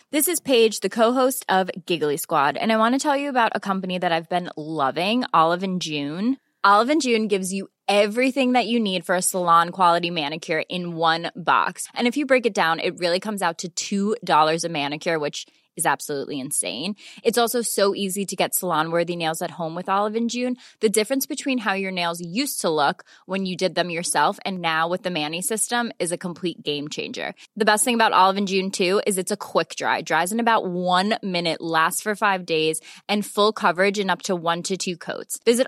This is Paige, the co-host of Giggly Squad, and I want to tell you about a company that I've been loving, Olive and June. Olive and June gives you everything that you need for a salon-quality manicure in one box. And if you break it down, it really comes out to $2 a manicure, which is absolutely insane. It's also so easy to get salon-worthy nails at home with Olive and June. The difference between how your nails used to look when you did them yourself and now with the Mani system is a complete game changer. The best thing about Olive and June, too, is it's a quick dry. Dries in about 1 minute, lasts for 5 days, and full coverage in up to 1 to 2 coats. Visit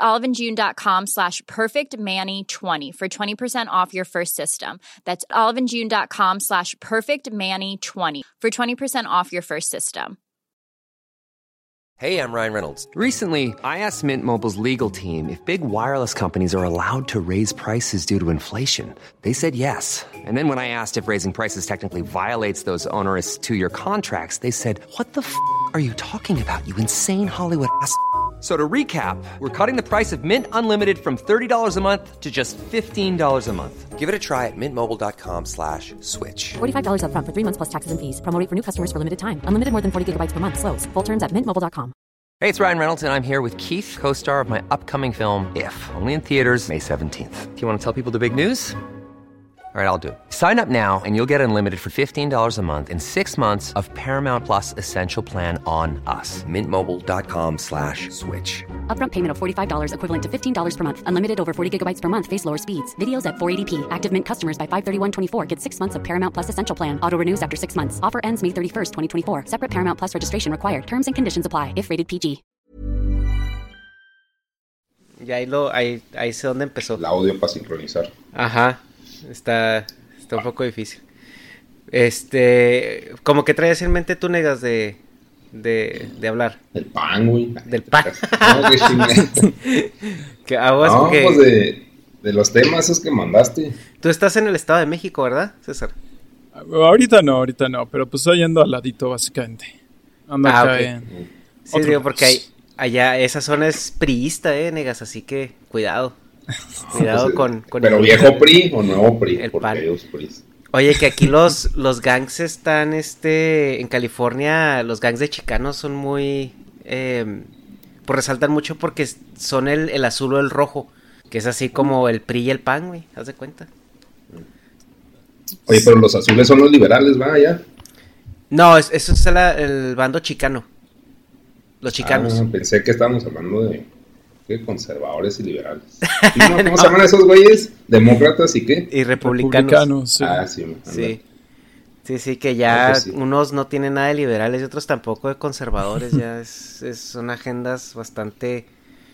oliveandjune.com/perfectmani20 for 20% off your first system. That's oliveandjune.com/perfectmani20 for 20% off your first system. Hey, I'm Ryan Reynolds. Recently, I asked Mint Mobile's legal team if big wireless companies are allowed to raise prices due to inflation. They said yes. And then when I asked if raising prices technically violates those onerous 2-year contracts, they said, "What the f*** are you talking about, you insane Hollywood ass?" So to recap, we're cutting the price of Mint Unlimited from $30 a month to just $15 a month. Give it a try at mintmobile.com/switch. $45 up front for 3 months plus taxes and fees. Promo rate for new customers for limited time. Unlimited more than 40 gigabytes per month. Slows full terms at mintmobile.com. Hey, it's Ryan Reynolds, and I'm here with Keith, co-star of my upcoming film, If, only in theaters May 17th. Do you want to tell people the big news? All right, I'll do it. Sign up now and you'll get unlimited for $15 a month and 6 months of Paramount Plus Essential Plan on us. mintmobile.com/switch. Upfront payment of $45 equivalent to $15 per month. Unlimited over 40 gigabytes per month. Face lower speeds. Videos at 480p. Active Mint customers by 531.24 get 6 months of Paramount Plus Essential Plan. Auto renews after 6 months. Offer ends May 31st, 2024. Separate Paramount Plus registration required. Terms and conditions apply if rated PG. Y ahí sé dónde empezó. El audio para sincronizar. Ajá. Está un poco difícil. Como que traes en mente tú, Negas, de hablar. El pan, güey. Del pan. No, qué chingada. ¿Qué aguas? No, Porque... pues de los temas esos que mandaste. Tú estás en el Estado de México, ¿verdad, César? Ahorita no, pero pues estoy yendo al ladito, básicamente. Ando acá okay. Sí, digo, porque allá esa zona es priista, Negas, así que cuidado. Cuidado con pero el... viejo PRI o nuevo PRI, el porque pan. ellos PRI. Oye, que aquí los gangs están, en California, los gangs de Chicanos son muy, pues resaltan mucho porque son el azul o el rojo, que es así como el PRI y el PAN, güey, haz de cuenta. Oye, pero los azules son los liberales, ¿va? Allá. No, eso es el bando chicano, los chicanos. Pensé que estábamos hablando de conservadores y liberales. ¿Cómo se llaman esos güeyes? ¿Demócratas y qué? Y republicanos. Sí. Sí, que ya unos no tienen nada de liberales y otros tampoco de conservadores, ya son agendas bastante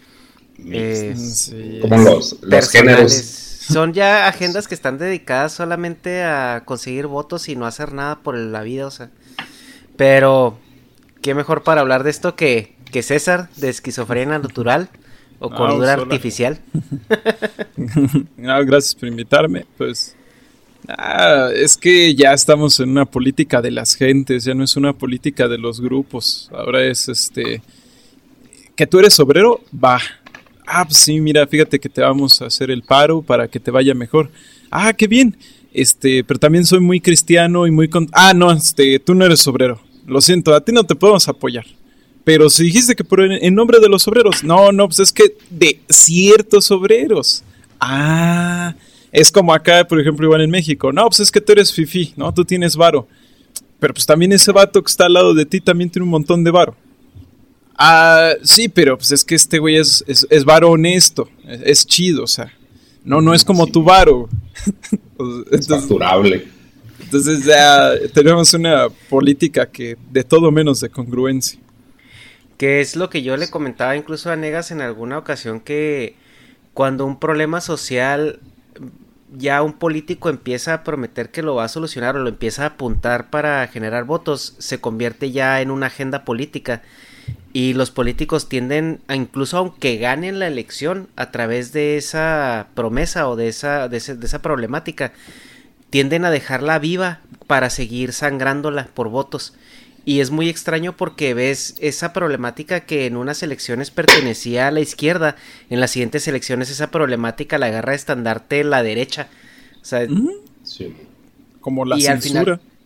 como los géneros. Son ya agendas que están dedicadas solamente a conseguir votos y no hacer nada por la vida, o sea. Pero qué mejor para hablar de esto que César, de esquizofrenia natural o cordura artificial. No, gracias por invitarme. Pues es que ya estamos en una política de las gentes, ya no es una política de los grupos. Ahora es que tú eres obrero, va. Pues sí, mira, fíjate que te vamos a hacer el paro para que te vaya mejor. Qué bien. Pero también soy muy cristiano y muy no, tú no eres obrero. Lo siento, a ti no te podemos apoyar. Pero si dijiste que en nombre de los obreros. No, pues es que de ciertos obreros. Es como acá, por ejemplo, igual en México. No, pues es que tú eres fifí, ¿no? Tú tienes varo. Pero pues también ese vato que está al lado de ti también tiene un montón de varo. Sí, pero pues es que este güey es varo honesto. Es chido, o sea. No es como tu varo. Es facturable. Entonces ya tenemos una política que de todo menos de congruencia. Que es lo que yo le comentaba incluso a Negas en alguna ocasión, que cuando un problema social ya un político empieza a prometer que lo va a solucionar o lo empieza a apuntar para generar votos, se convierte ya en una agenda política. Y los políticos tienden a, incluso aunque ganen la elección a través de esa promesa o de esa problemática, tienden a dejarla viva para seguir sangrándola por votos. Y es muy extraño porque ves esa problemática que en unas elecciones pertenecía a la izquierda, en las siguientes elecciones esa problemática la agarra de estandarte la derecha. O sea, sí. Como la censura.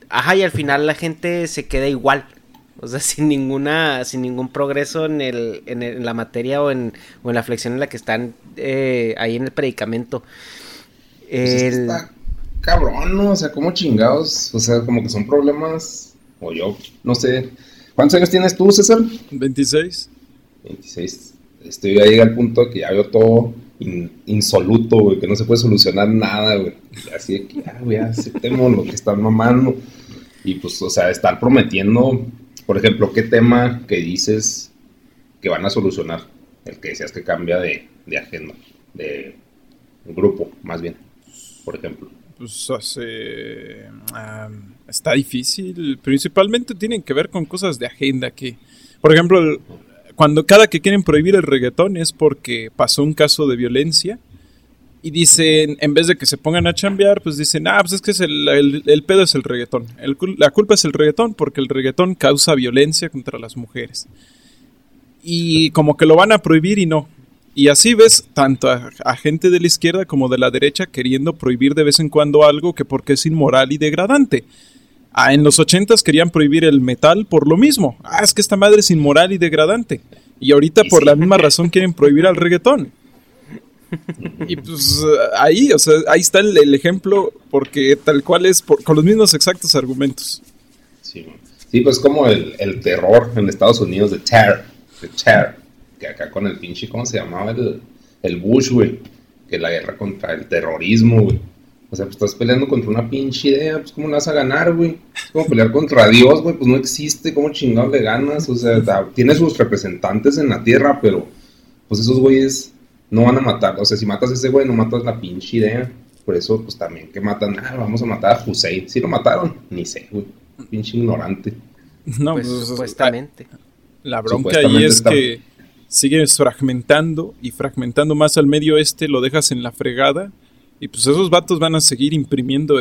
y al final la gente se queda igual. O sea, sin ningún progreso en la materia o en la flexión en la que están ahí en el predicamento. Pues está cabrón, ¿no? O sea, como chingados, o sea, como que son problemas, o yo, no sé. ¿Cuántos años tienes tú, César? 26. 26. Estoy ya llega al punto de que ya veo todo insoluto, güey, que no se puede solucionar nada, güey. Así de que ya, güey, aceptemos lo que están mamando. Y pues, o sea, estar prometiendo, por ejemplo, ¿qué tema que dices que van a solucionar? El que decías que cambia de agenda, de grupo, más bien, por ejemplo. Pues está difícil. Principalmente tienen que ver con cosas de agenda que, por ejemplo, cada que quieren prohibir el reggaetón es porque pasó un caso de violencia y dicen, en vez de que se pongan a chambear, pues dicen, pues es que el pedo es el reggaetón. La culpa es el reggaetón porque el reggaetón causa violencia contra las mujeres. Y como que lo van a prohibir y no. Y así ves tanto a gente de la izquierda como de la derecha queriendo prohibir de vez en cuando algo que porque es inmoral y degradante. En los 80s querían prohibir el metal por lo mismo. Es que esta madre es inmoral y degradante. Y ahorita por la misma razón quieren prohibir al reggaetón. Y pues ahí está el ejemplo, porque tal cual es con los mismos exactos argumentos. Sí, pues como el terror en Estados Unidos de terror, que acá con el pinche, ¿cómo se llamaba? El Bush, güey, que la guerra contra el terrorismo, güey. O sea, pues estás peleando contra una pinche idea, pues ¿cómo la vas a ganar, güey? Es como pelear contra Dios, güey, pues no existe, ¿cómo chingado le ganas? O sea, tiene sus representantes en la tierra, pero pues esos güeyes no van a matar. O sea, si matas a ese güey, no matas la pinche idea. Por eso, pues también que matan, vamos a matar a Hussein. ¿Sí lo mataron? Ni sé, güey, pinche ignorante. No, pues supuestamente. La bronca ahí es que sigues fragmentando y fragmentando más al Medio Oeste, lo dejas en la fregada. Y pues esos vatos van a seguir imprimiendo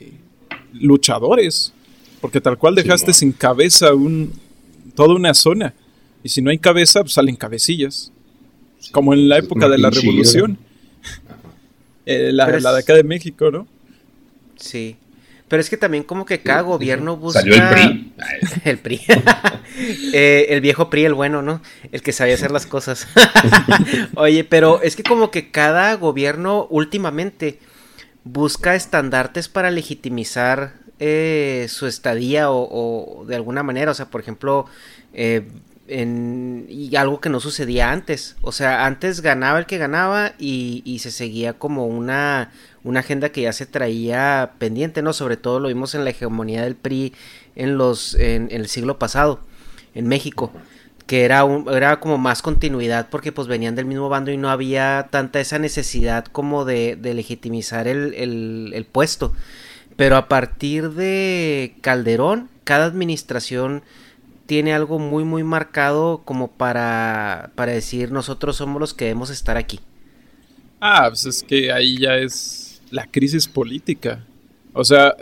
luchadores. Porque tal cual dejaste sin cabeza toda una zona. Y si no hay cabeza, pues salen cabecillas. Sí, como en la época de la Revolución. La de acá de México, ¿no? Sí. Pero es que también como que cada gobierno busca... Salió el PRI. El PRI. El viejo PRI, el bueno, ¿no? El que sabía hacer las cosas. Oye, pero es que como que cada gobierno últimamente busca estandartes para legitimizar su estadía o de alguna manera. O sea, por ejemplo, y algo que no sucedía antes. O sea, antes ganaba el que ganaba y se seguía como una agenda que ya se traía pendiente, ¿no? Sobre todo lo vimos en la hegemonía del PRI en el siglo pasado, en México, que era como más continuidad porque pues venían del mismo bando y no había tanta esa necesidad como de legitimizar el puesto. Pero a partir de Calderón, cada administración tiene algo muy muy marcado como para decir nosotros somos los que debemos estar aquí. Pues es que ahí ya es la crisis política. O sea,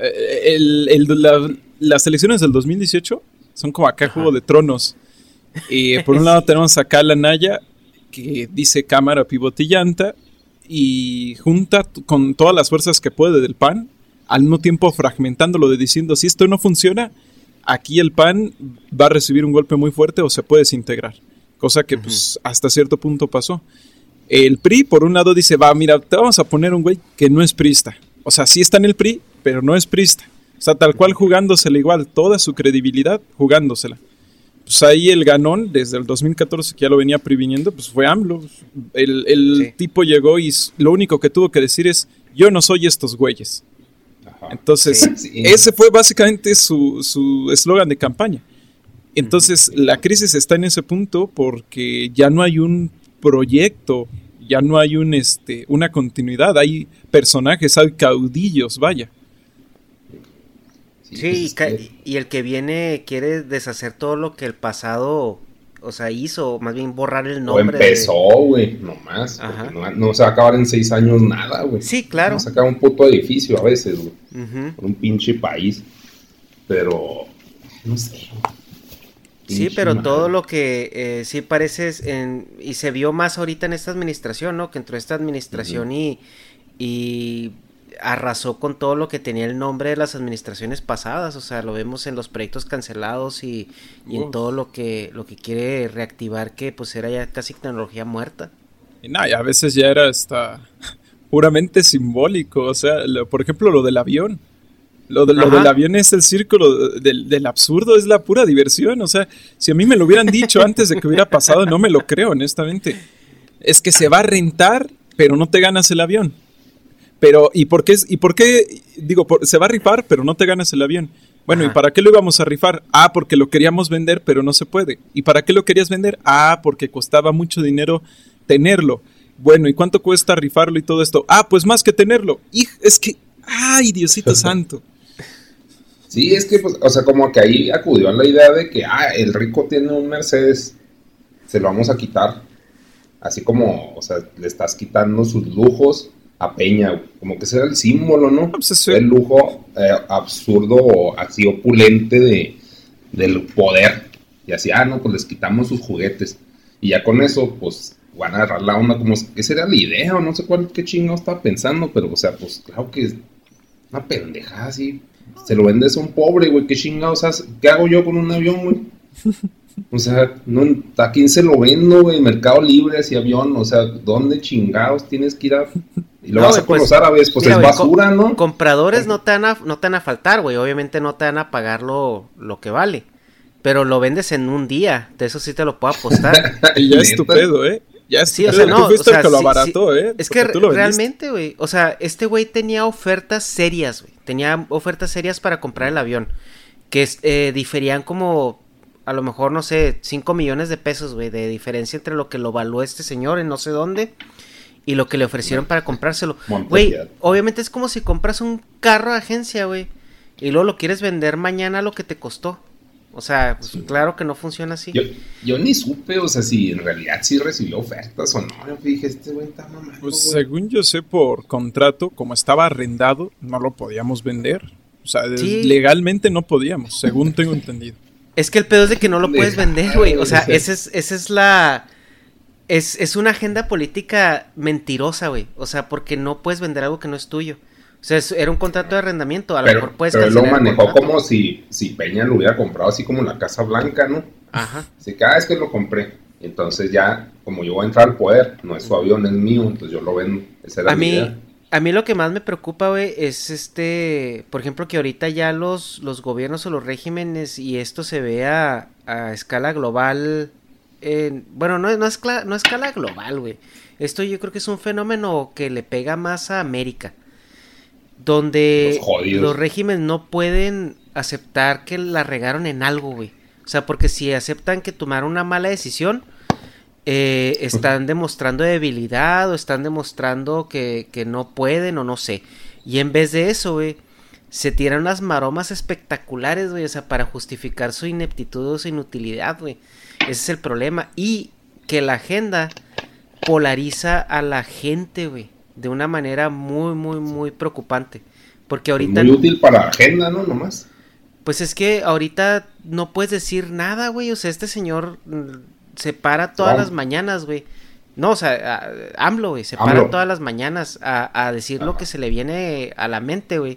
las elecciones del 2018 son como acá Juego de Tronos. Por un lado tenemos acá a la Naya, que dice cámara, pivote y llanta, y junta con todas las fuerzas que puede del PAN, al mismo tiempo fragmentándolo, diciendo si esto no funciona, aquí el PAN va a recibir un golpe muy fuerte o se puede desintegrar. Cosa que pues hasta cierto punto pasó. El PRI, por un lado, dice, mira, te vamos a poner un güey que no es priista. O sea, sí está en el PRI, pero no es priista. O sea, tal cual jugándosela igual, toda su credibilidad jugándosela. Pues ahí el ganón, desde el 2014, que ya lo venía previniendo, pues fue AMLO. El tipo llegó y lo único que tuvo que decir es, yo no soy estos güeyes. Entonces, ese fue básicamente su eslogan de campaña. Entonces, la crisis está en ese punto porque ya no hay un proyecto, ya no hay una continuidad, hay personajes, hay caudillos, vaya. Sí, y el que viene quiere deshacer todo lo que el pasado, o sea, hizo, más bien borrar el nombre. O empezó, güey, nomás. No se va a acabar en 6 años nada, güey. Sí, claro. No se acaba un puto edificio a veces, güey. Por un pinche país. Pero, no sé. Sí, pero madre. Todo lo que sí parece y se vio más ahorita en esta administración, ¿no? Que entró esta administración y arrasó con todo lo que tenía el nombre de las administraciones pasadas, o sea, lo vemos en los proyectos cancelados y en todo lo que quiere reactivar, que pues era ya casi tecnología muerta. Y nada, y a veces ya era hasta puramente simbólico, o sea, por ejemplo, lo del avión. Lo del avión es el círculo del absurdo, es la pura diversión, o sea, si a mí me lo hubieran dicho antes de que hubiera pasado, no me lo creo, honestamente. Es que se va a rentar, pero no te ganas el avión. Pero, ¿y por qué? Digo, se va a rifar, pero no te ganas el avión. Bueno, ¿y para qué lo íbamos a rifar? Ah, porque lo queríamos vender, pero no se puede. ¿Y para qué lo querías vender? Ah, porque costaba mucho dinero tenerlo. Bueno, ¿y cuánto cuesta rifarlo y todo esto? Ah, pues más que tenerlo. Y es que, ¡ay, Diosito santo! Sí, es que, pues, o sea, como que ahí acudió a la idea de que, el rico tiene un Mercedes, se lo vamos a quitar. Así como, o sea, le estás quitando sus lujos a Peña, güey. Como que ese era el símbolo, ¿no? Pues el lujo absurdo, así opulente del poder. Y así, no, pues les quitamos sus juguetes. Y ya con eso, pues, van a agarrar la onda, como que esa era la idea, o no sé qué chingado estaba pensando, pero, o sea, pues, claro que es una pendejada así. Se lo vendes a un pobre, güey, qué chingados, o sea, ¿qué hago yo con un avión, güey? O sea, no, ¿a quién se lo vendo, güey? Mercado Libre, así avión, o sea, ¿dónde chingados tienes que ir a...? Y lo vas a con los árabes, pues mira, es basura, ¿no? Compradores no te van a faltar, güey, obviamente no te van a pagar lo que vale, pero lo vendes en un día, de eso sí te lo puedo apostar. Y ya es tu pedo, Ya sí, o sea, no, tú fuiste o sea, el que lo abarató, Es que realmente, güey, o sea, este güey tenía ofertas serias, güey. Tenía ofertas serias para comprar el avión, que diferían como, a lo mejor, no sé, 5 millones de pesos, güey, de diferencia entre lo que lo valuó este señor en no sé dónde y lo que le ofrecieron para comprárselo. Güey, obviamente es como si compras un carro de agencia, güey, y luego lo quieres vender mañana a lo que te costó. O sea, pues, sí. Claro que no funciona así. Yo ni supe, o sea, si en realidad sí recibió ofertas o no. Yo dije, este güey está mamando. Pues según yo sé, por contrato, como estaba arrendado, no lo podíamos vender. O sea, sí. Legalmente no podíamos, según tengo entendido. Es que el pedo es de que no lo puedes vender, güey. O sea, esa es la... Es una agenda política mentirosa, güey. O sea, porque no puedes vender algo que no es tuyo. O sea, era un contrato de arrendamiento, a lo mejor puedes cancelar. Pero él lo manejó como si Peña lo hubiera comprado así como la Casa Blanca, ¿no? Ajá. Así que, es que lo compré. Entonces ya, como yo voy a entrar al poder, no es su avión, es mío, entonces yo lo vendo. Esa era mi idea. A mí lo que más me preocupa, güey, es por ejemplo, que ahorita ya los gobiernos o los regímenes, y esto se ve a escala global, bueno, no a escala global, güey. Esto yo creo que es un fenómeno que le pega más a América. Donde los regímenes no pueden aceptar que la regaron en algo, güey. O sea, porque si aceptan que tomaron una mala decisión, están demostrando debilidad o están demostrando que no pueden o no sé. Y en vez de eso, güey, se tiran unas maromas espectaculares, güey. O sea, para justificar su ineptitud o su inutilidad, güey. Ese es el problema. Y que la agenda polariza a la gente, güey. De una manera muy, muy, muy preocupante. Porque ahorita... Muy útil para la agenda, ¿no? Nomás. Pues es que ahorita no puedes decir nada, güey. O sea, este señor se para todas las mañanas, güey. No, o sea, AMLO, güey. Se para todas las mañanas a decir lo que se le viene a la mente, güey.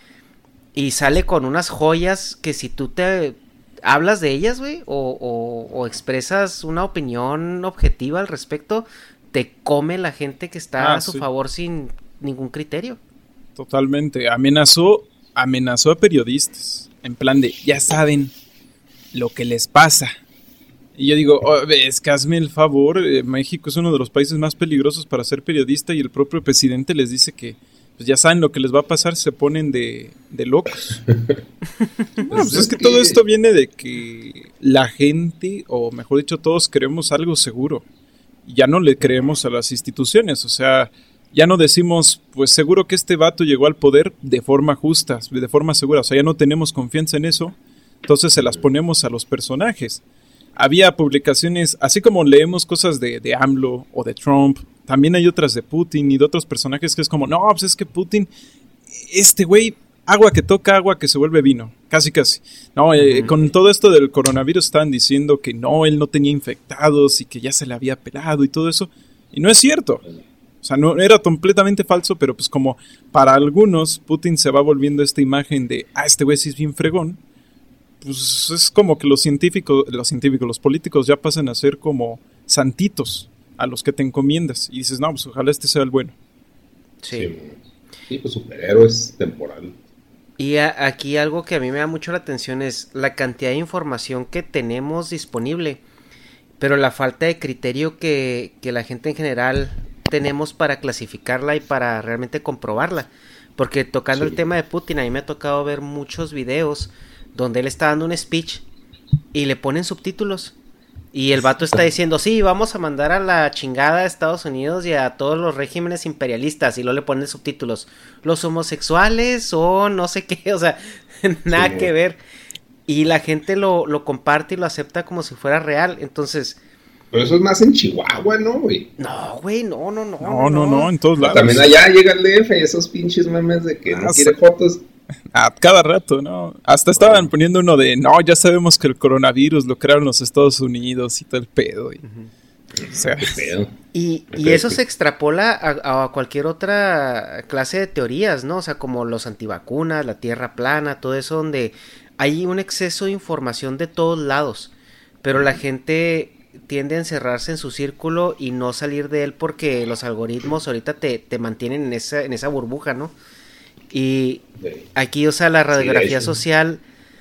Y sale con unas joyas que si tú te hablas de ellas, güey, o expresas una opinión objetiva al respecto... te come la gente que está a su favor sin ningún criterio. Totalmente. Amenazó a periodistas. En plan de, ya saben lo que les pasa. Y yo digo, es que hazme el favor, México es uno de los países más peligrosos para ser periodista y el propio presidente les dice que pues ya saben lo que les va a pasar, se ponen de locos. Pues es que todo esto viene de que la gente, o mejor dicho, todos queremos algo seguro. Ya no le creemos a las instituciones, o sea, ya no decimos, pues seguro que este vato llegó al poder de forma justa, de forma segura, o sea, ya no tenemos confianza en eso, entonces se las ponemos a los personajes. Había publicaciones, así como leemos cosas de AMLO o de Trump, también hay otras de Putin y de otros personajes que es como, no, pues es que Putin, este güey, agua que toca, agua que se vuelve vino, casi. No, con todo esto del coronavirus estaban diciendo que no, él no tenía infectados y que ya se le había pelado y todo eso. Y no es cierto. O sea, no era completamente falso, pero pues como para algunos Putin se va volviendo esta imagen de, este güey sí es bien fregón, pues es como que los políticos ya pasan a ser como santitos a los que te encomiendas y dices, no, pues ojalá este sea el bueno. Sí, pues superhéroes temporal. Y aquí algo que a mí me da mucho la atención es la cantidad de información que tenemos disponible, pero la falta de criterio que la gente en general tenemos para clasificarla y para realmente comprobarla. Porque tocando el tema de Putin, a mí me ha tocado ver muchos videos donde él está dando un speech y le ponen subtítulos. Y el vato está diciendo, sí, vamos a mandar a la chingada a Estados Unidos y a todos los regímenes imperialistas. Y luego le ponen subtítulos. Los homosexuales o no sé qué, o sea, nada que ver. Y la gente lo comparte y lo acepta como si fuera real. Entonces... Pero eso es más en Chihuahua, ¿no, güey? No, güey, no, en todos lados. También allá llega el DF y esos pinches memes de que no quiere fotos. A cada rato, ¿no? Hasta estaban poniendo uno de, no, ya sabemos que el coronavirus lo crearon los Estados Unidos y todo el pedo. O sea, ¿qué pedo? Y eso se extrapola a cualquier otra clase de teorías, ¿no? O sea, como los antivacunas, la tierra plana, todo eso donde hay un exceso de información de todos lados. Pero la gente tiende a encerrarse en su círculo y no salir de él porque los algoritmos ahorita te mantienen en esa burbuja, ¿no? Y aquí, o sea, la radiografía social...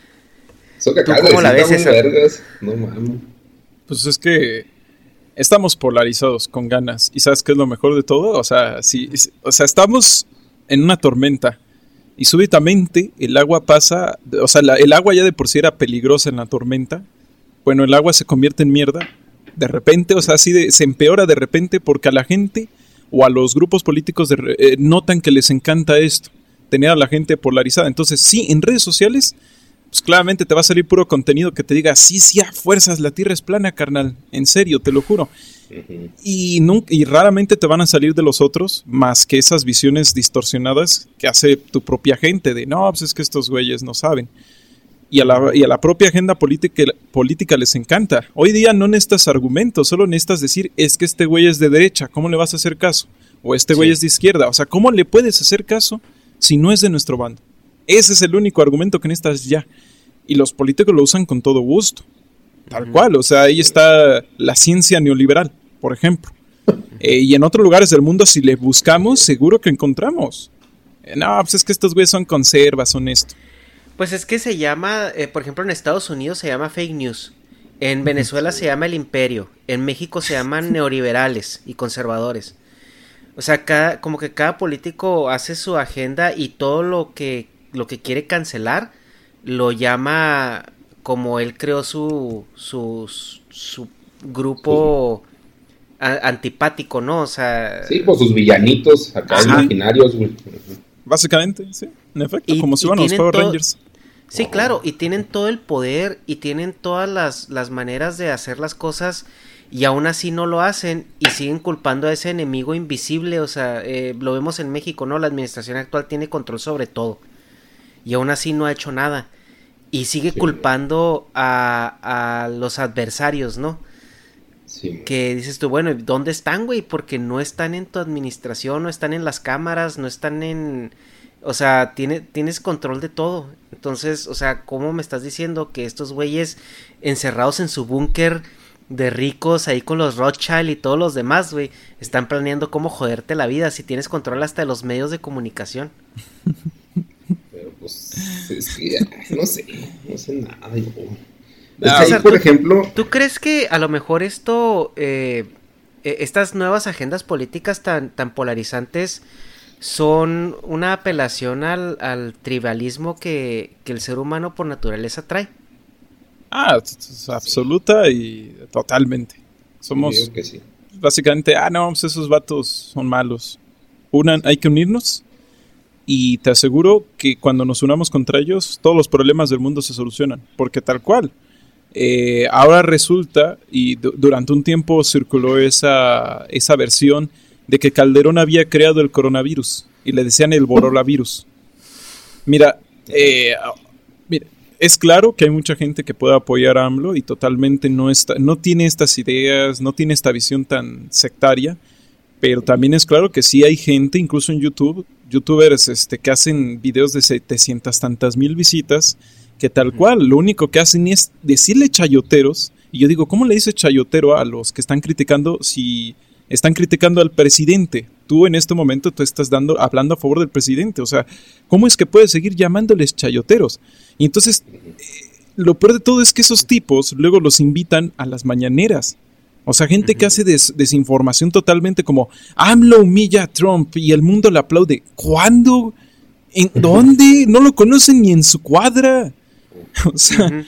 Eso que ¿tú cómo la ves esa? Vergas. No mames. Pues es que estamos polarizados con ganas. ¿Y sabes qué es lo mejor de todo? O sea, estamos en una tormenta y súbitamente el agua pasa... O sea, el agua ya de por sí era peligrosa en la tormenta. Bueno, el agua se convierte en mierda de repente, o sea, se empeora de repente porque a la gente o a los grupos políticos notan que les encanta esto, tener a la gente polarizada. Entonces, sí, en redes sociales, pues claramente te va a salir puro contenido que te diga, sí, a fuerzas, la tierra es plana, carnal, en serio, te lo juro. Y raramente te van a salir de los otros más que esas visiones distorsionadas que hace tu propia gente de, no, pues es que estos güeyes no saben. Y a la propia agenda política les encanta. Hoy día no necesitas argumentos, solo necesitas decir, es que este güey es de derecha, ¿cómo le vas a hacer caso? O este güey es de izquierda, o sea, ¿cómo le puedes hacer caso si no es de nuestro bando? Ese es el único argumento que necesitas ya. Y los políticos lo usan con todo gusto. Tal cual, o sea, ahí está la ciencia neoliberal, por ejemplo. Y en otros lugares del mundo, si le buscamos, seguro que encontramos. No, pues es que estos güeyes son conservas, son esto. Pues es que se llama, por ejemplo, en Estados Unidos se llama fake news, en Venezuela se llama el imperio, en México se llaman neoliberales y conservadores. O sea, como que cada político hace su agenda y todo lo que quiere cancelar lo llama como él creó su grupo antipático, ¿no? O sea... Sí, pues sus villanitos acá imaginarios, güey. Básicamente, sí, en efecto, como si iban los Power Rangers. Sí, claro, y tienen todo el poder y tienen todas las maneras de hacer las cosas y aún así no lo hacen y siguen culpando a ese enemigo invisible. O sea, lo vemos en México, ¿no? La administración actual tiene control sobre todo y aún así no ha hecho nada y sigue culpando a los adversarios, ¿no? Sí. Que dices tú, bueno, ¿dónde están, güey? Porque no están en tu administración, no están en las cámaras, no están en... O sea, tienes control de todo. Entonces, o sea, ¿cómo me estás diciendo que estos güeyes encerrados en su búnker de ricos ahí con los Rothschild y todos los demás, güey, están planeando cómo joderte la vida si tienes control hasta de los medios de comunicación? Pero pues, es que no sé nada, yo... por ejemplo... ¿Tú crees que a lo mejor esto, estas nuevas agendas políticas tan polarizantes son una apelación al tribalismo que el ser humano por naturaleza trae? Absoluta y totalmente. Somos que sí. Básicamente, no, pues esos vatos son malos. Hay que unirnos y te aseguro que cuando nos unamos contra ellos, todos los problemas del mundo se solucionan, porque tal cual. Ahora resulta, y durante un tiempo circuló esa versión de que Calderón había creado el coronavirus y le decían el borolavirus. Mira, es claro que hay mucha gente que puede apoyar a AMLO y totalmente no tiene estas ideas, no tiene esta visión tan sectaria, Pero también es claro que sí hay gente, incluso en YouTube, youtubers que hacen videos de 700 tantas mil visitas, que tal cual, lo único que hacen es decirle chayoteros. Y yo digo, ¿cómo le dices chayotero a los que están criticando si están criticando al presidente? Tú en este momento tú estás hablando a favor del presidente. O sea, ¿cómo es que puedes seguir llamándoles chayoteros? Y entonces, lo peor de todo es que esos tipos luego los invitan a las mañaneras. O sea, gente que hace desinformación totalmente como AMLO humilla a Trump y el mundo le aplaude. ¿Cuándo? ¿En dónde? No lo conocen ni en su cuadra. O sea,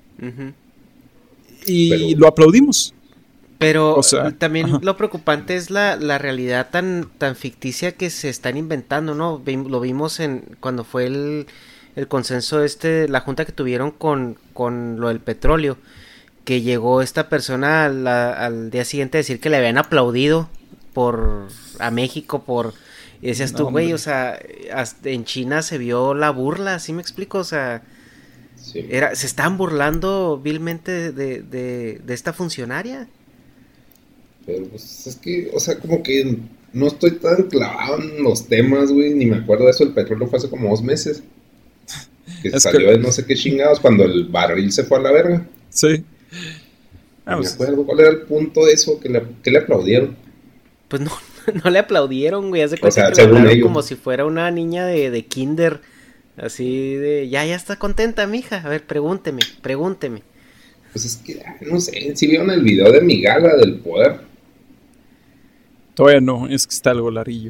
y lo aplaudimos. Pero o sea, también lo preocupante es la realidad tan ficticia que se están inventando, ¿no? Lo vimos cuando fue el consenso la junta que tuvieron con lo del petróleo, que llegó esta persona al día siguiente a decir que le habían aplaudido a México y decías tú, güey, o sea, hasta en China se vio la burla, ¿sí me explico? O sea, sí. Se estaban burlando vilmente de esta funcionaria. Pero pues es que, o sea, como que no estoy tan clavado en los temas, güey, ni me acuerdo de eso. El petróleo fue hace como 2 meses. Que salió de no sé qué chingados cuando el barril se fue a la verga. Sí. No me acuerdo cuál era el punto de eso, que le aplaudieron. Pues no le aplaudieron, güey. Hace cuenta, o sea, que le hablaron como si fuera una niña de kinder. Así de, ya está contenta, mija. A ver, pregúnteme. Pues es que, no sé, si vieron el video de mi gala del poder. Todavía no, es que está algo larillo.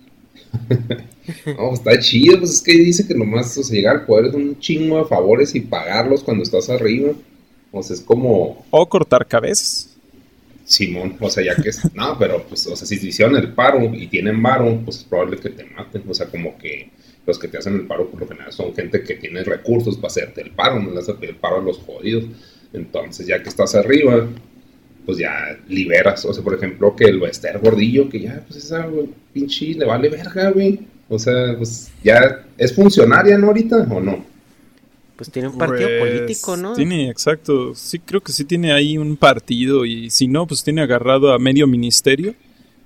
No, está chido, pues es que dice que nomás, o sea, llegar al poder es un chingo de favores y pagarlos cuando estás arriba. O sea, es como... O cortar cabezas. Simón, o sea, ya que no, pero pues, o sea, si te hicieron el paro y tienen varo, pues es probable que te maten. O sea, como que los que te hacen el paro por lo general son gente que tiene recursos para hacerte el paro, no le haces el paro a los jodidos. Entonces, ya que estás arriba, pues ya liberas. O sea, por ejemplo, que el Esther Gordillo, que ya, pues esa, güey, pinche, le vale verga, güey. O sea, pues ya es funcionaria, ¿no? Ahorita, ¿o no? Pues tiene un partido político, ¿no? Tiene, exacto. Sí, creo que sí tiene ahí un partido. Y si no, pues tiene agarrado a medio ministerio.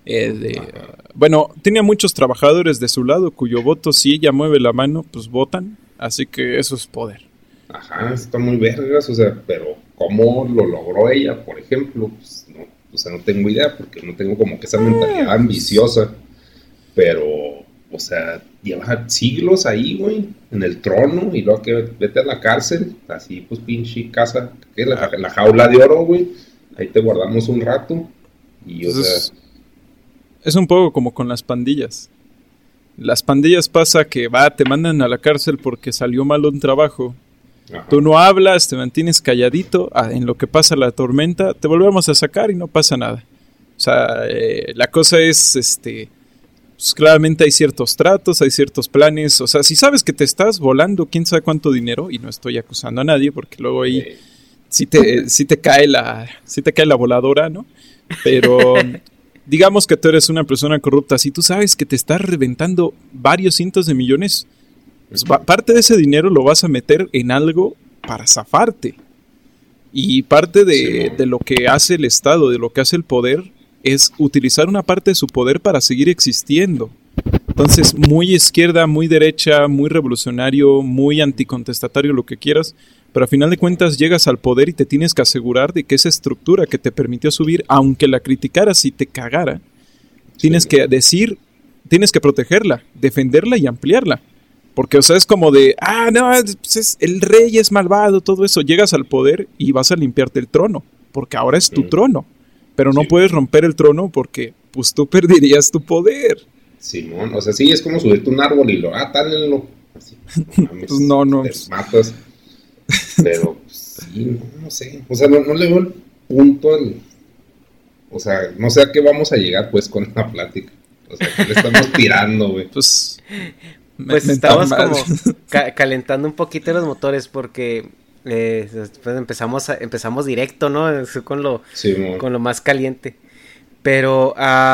Bueno, tiene a muchos trabajadores de su lado, cuyo voto, si ella mueve la mano, pues votan. Así que eso es poder. Ajá, está muy vergas, o sea, pero ¿cómo lo logró ella, por ejemplo? Pues no, o sea, no tengo idea, porque no tengo como que esa mentalidad ambiciosa, pero, o sea, lleva siglos ahí, güey, en el trono, y luego que vete a la cárcel, así, pues, pinche casa, ¿qué? La jaula de oro, güey, ahí te guardamos un rato, y, o sea... Es un poco como con las pandillas. Las pandillas pasa que, te mandan a la cárcel porque salió mal un trabajo. Ajá. Tú no hablas, te mantienes calladito, en lo que pasa la tormenta, te volvemos a sacar y no pasa nada. O sea, la cosa es, pues claramente hay ciertos tratos, hay ciertos planes. O sea, si sabes que te estás volando quién sabe cuánto dinero, y no estoy acusando a nadie porque luego ahí sí te cae la voladora, ¿no? Pero digamos que tú eres una persona corrupta, si tú sabes que te estás reventando varios cientos de millones, pues parte de ese dinero lo vas a meter en algo para zafarte. Y parte de lo que hace el Estado, de lo que hace el poder, es utilizar una parte de su poder para seguir existiendo. Entonces, muy izquierda, muy derecha, muy revolucionario, muy anticontestatario, lo que quieras, pero a final de cuentas llegas al poder y te tienes que asegurar de que esa estructura que te permitió subir, aunque la criticaras y te cagara, tienes que decir, tienes que protegerla, defenderla y ampliarla. Porque, o sea, es como de, no, pues el rey es malvado, todo eso. Llegas al poder y vas a limpiarte el trono, porque ahora es tu trono. Pero no puedes romper el trono porque, pues, tú perderías tu poder. Simón, o sea, sí, es como subirte un árbol y tálenlo. Así, no mames, te matas. Pero, pues, sí, no sé. O sea, no le veo el punto o sea, no sé a qué vamos a llegar, pues, con la plática. O sea, ¿qué le estamos tirando, güey? Pues estamos como calentando un poquito los motores porque después empezamos directo, ¿no? Con lo más caliente. Pero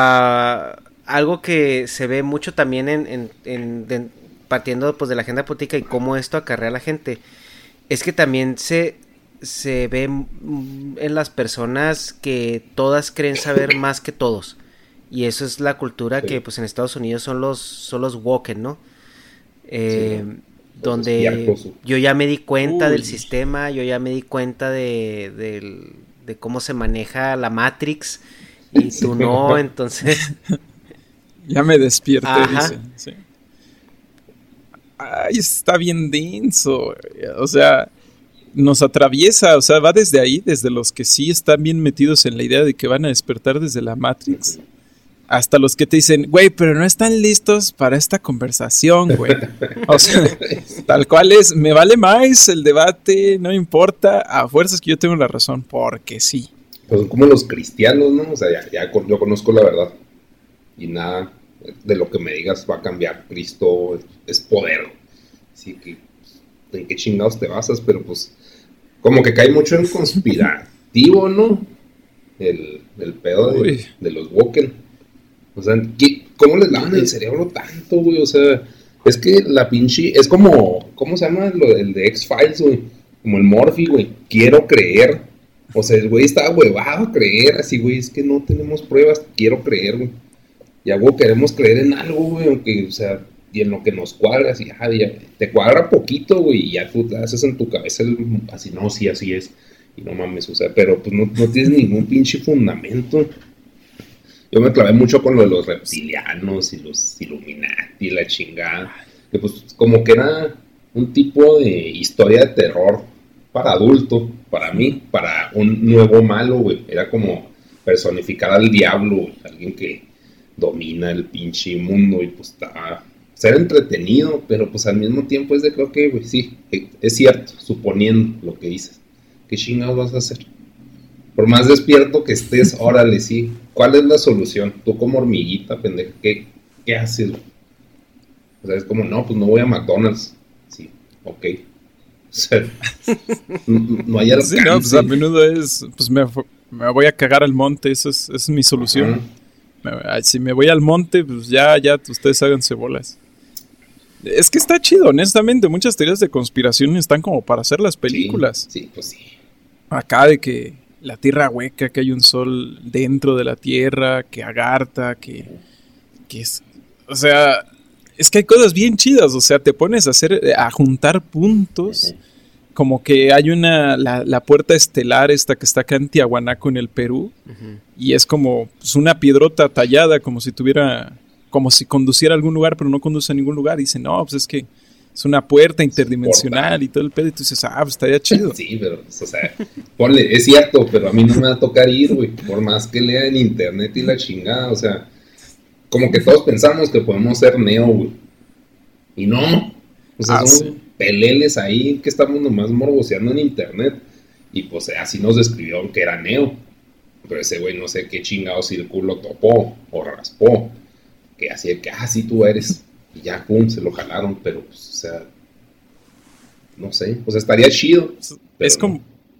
algo que se ve mucho también partiendo pues de la agenda política y cómo esto acarrea a la gente, es que también se ve en las personas que todas creen saber más que todos. Y eso es la cultura que pues en Estados Unidos son los woken, ¿no? Donde yo ya me di cuenta del sistema, yo ya me di cuenta de cómo se maneja la Matrix y tú no, entonces... Ya me despierté, dice. Sí. Ay, está bien denso. O sea, nos atraviesa, o sea, va desde ahí, desde los que sí están bien metidos en la idea de que van a despertar desde la Matrix, hasta los que te dicen, güey, pero no están listos para esta conversación, güey. O sea, tal cual es, me vale más el debate, no importa, a fuerzas que yo tengo la razón, porque sí. Pues son como los cristianos, ¿no? O sea, yo conozco la verdad. Y nada de lo que me digas va a cambiar. Cristo es poder. Así que, ¿en qué chingados te basas? Pero pues, como que cae mucho en conspirativo, ¿no? El pedo de los woken. O sea, ¿cómo les lavan el cerebro tanto, güey? O sea, es que la pinche... Es como... ¿Cómo se llama? El de X-Files, güey. Como el Murphy, güey. Quiero creer. O sea, el güey estaba huevado a creer. Así, güey, es que no tenemos pruebas. Quiero creer, güey. Ya, güey, queremos creer en algo, güey. Aunque, o sea, y en lo que nos cuadra. Así, ya te cuadra poquito, güey. Y ya tú te haces en tu cabeza así, no, sí, así es. Y no mames, o sea, pero pues no tienes ningún pinche fundamento. Yo me clavé mucho con lo de los reptilianos y los Illuminati y la chingada. Que pues como que era un tipo de historia de terror para adulto, para mí, para un nuevo malo, güey. Era como personificar al diablo, güey. Alguien que domina el pinche mundo y pues está... Ser entretenido, pero pues al mismo tiempo es de creo que, güey, sí, es cierto, suponiendo lo que dices. ¿Qué chingados vas a hacer? Por más despierto que estés, órale, sí. ¿Cuál es la solución? Tú como hormiguita, pendeja, ¿qué haces? O sea, es como, no, pues no voy a McDonald's. Sí, ok. O sea, no hay alcance. Sí, no, pues a menudo es, pues me voy a cagar al monte, eso es mi solución. Si me voy al monte, pues ya ustedes háganse bolas. Es que está chido, honestamente, muchas teorías de conspiración están como para hacer las películas. Sí, pues sí. Acá de que la tierra hueca, que hay un sol dentro de la tierra, que Agartha, que es... O sea, es que hay cosas bien chidas, o sea, te pones a juntar puntos, como que hay la puerta estelar esta que está acá en Tiahuanaco, en el Perú, y es como pues, una piedrota tallada, como si conduciera a algún lugar, pero no conduce a ningún lugar, y dice, no, pues es que es una puerta interdimensional y todo el pedo, y tú dices, pues estaría chido. Sí, pero, pues, o sea, ponle, es cierto, pero a mí no me va a tocar ir, güey, por más que lea en internet y la chingada, o sea, como que todos pensamos que podemos ser Neo, güey, y no, o sea, son peleles ahí que estamos nomás morboseando en internet, y pues así nos describió que era Neo, pero ese güey no sé qué chingado círculo topó o raspó, que así de que, sí tú eres. Y ya, pum, se lo jalaron, pero, pues, o sea, no sé, o sea, estaría chido. Es como...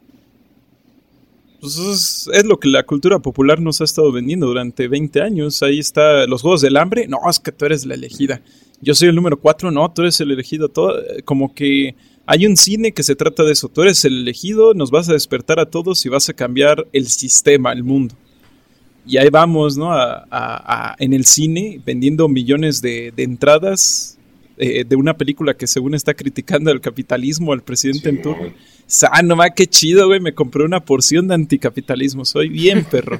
Pues es lo que la cultura popular nos ha estado vendiendo durante 20 años. Ahí está, los Juegos del Hambre, no, es que tú eres la elegida. Yo soy el número 4, no, tú eres el elegido. Todo, como que hay un cine que se trata de eso. Tú eres el elegido, nos vas a despertar a todos y vas a cambiar el sistema, el mundo. Y ahí vamos, ¿no? En el cine, vendiendo millones de entradas de una película que según está criticando al capitalismo, al presidente en turno. No ma, qué chido, güey, me compré una porción de anticapitalismo, soy bien perro.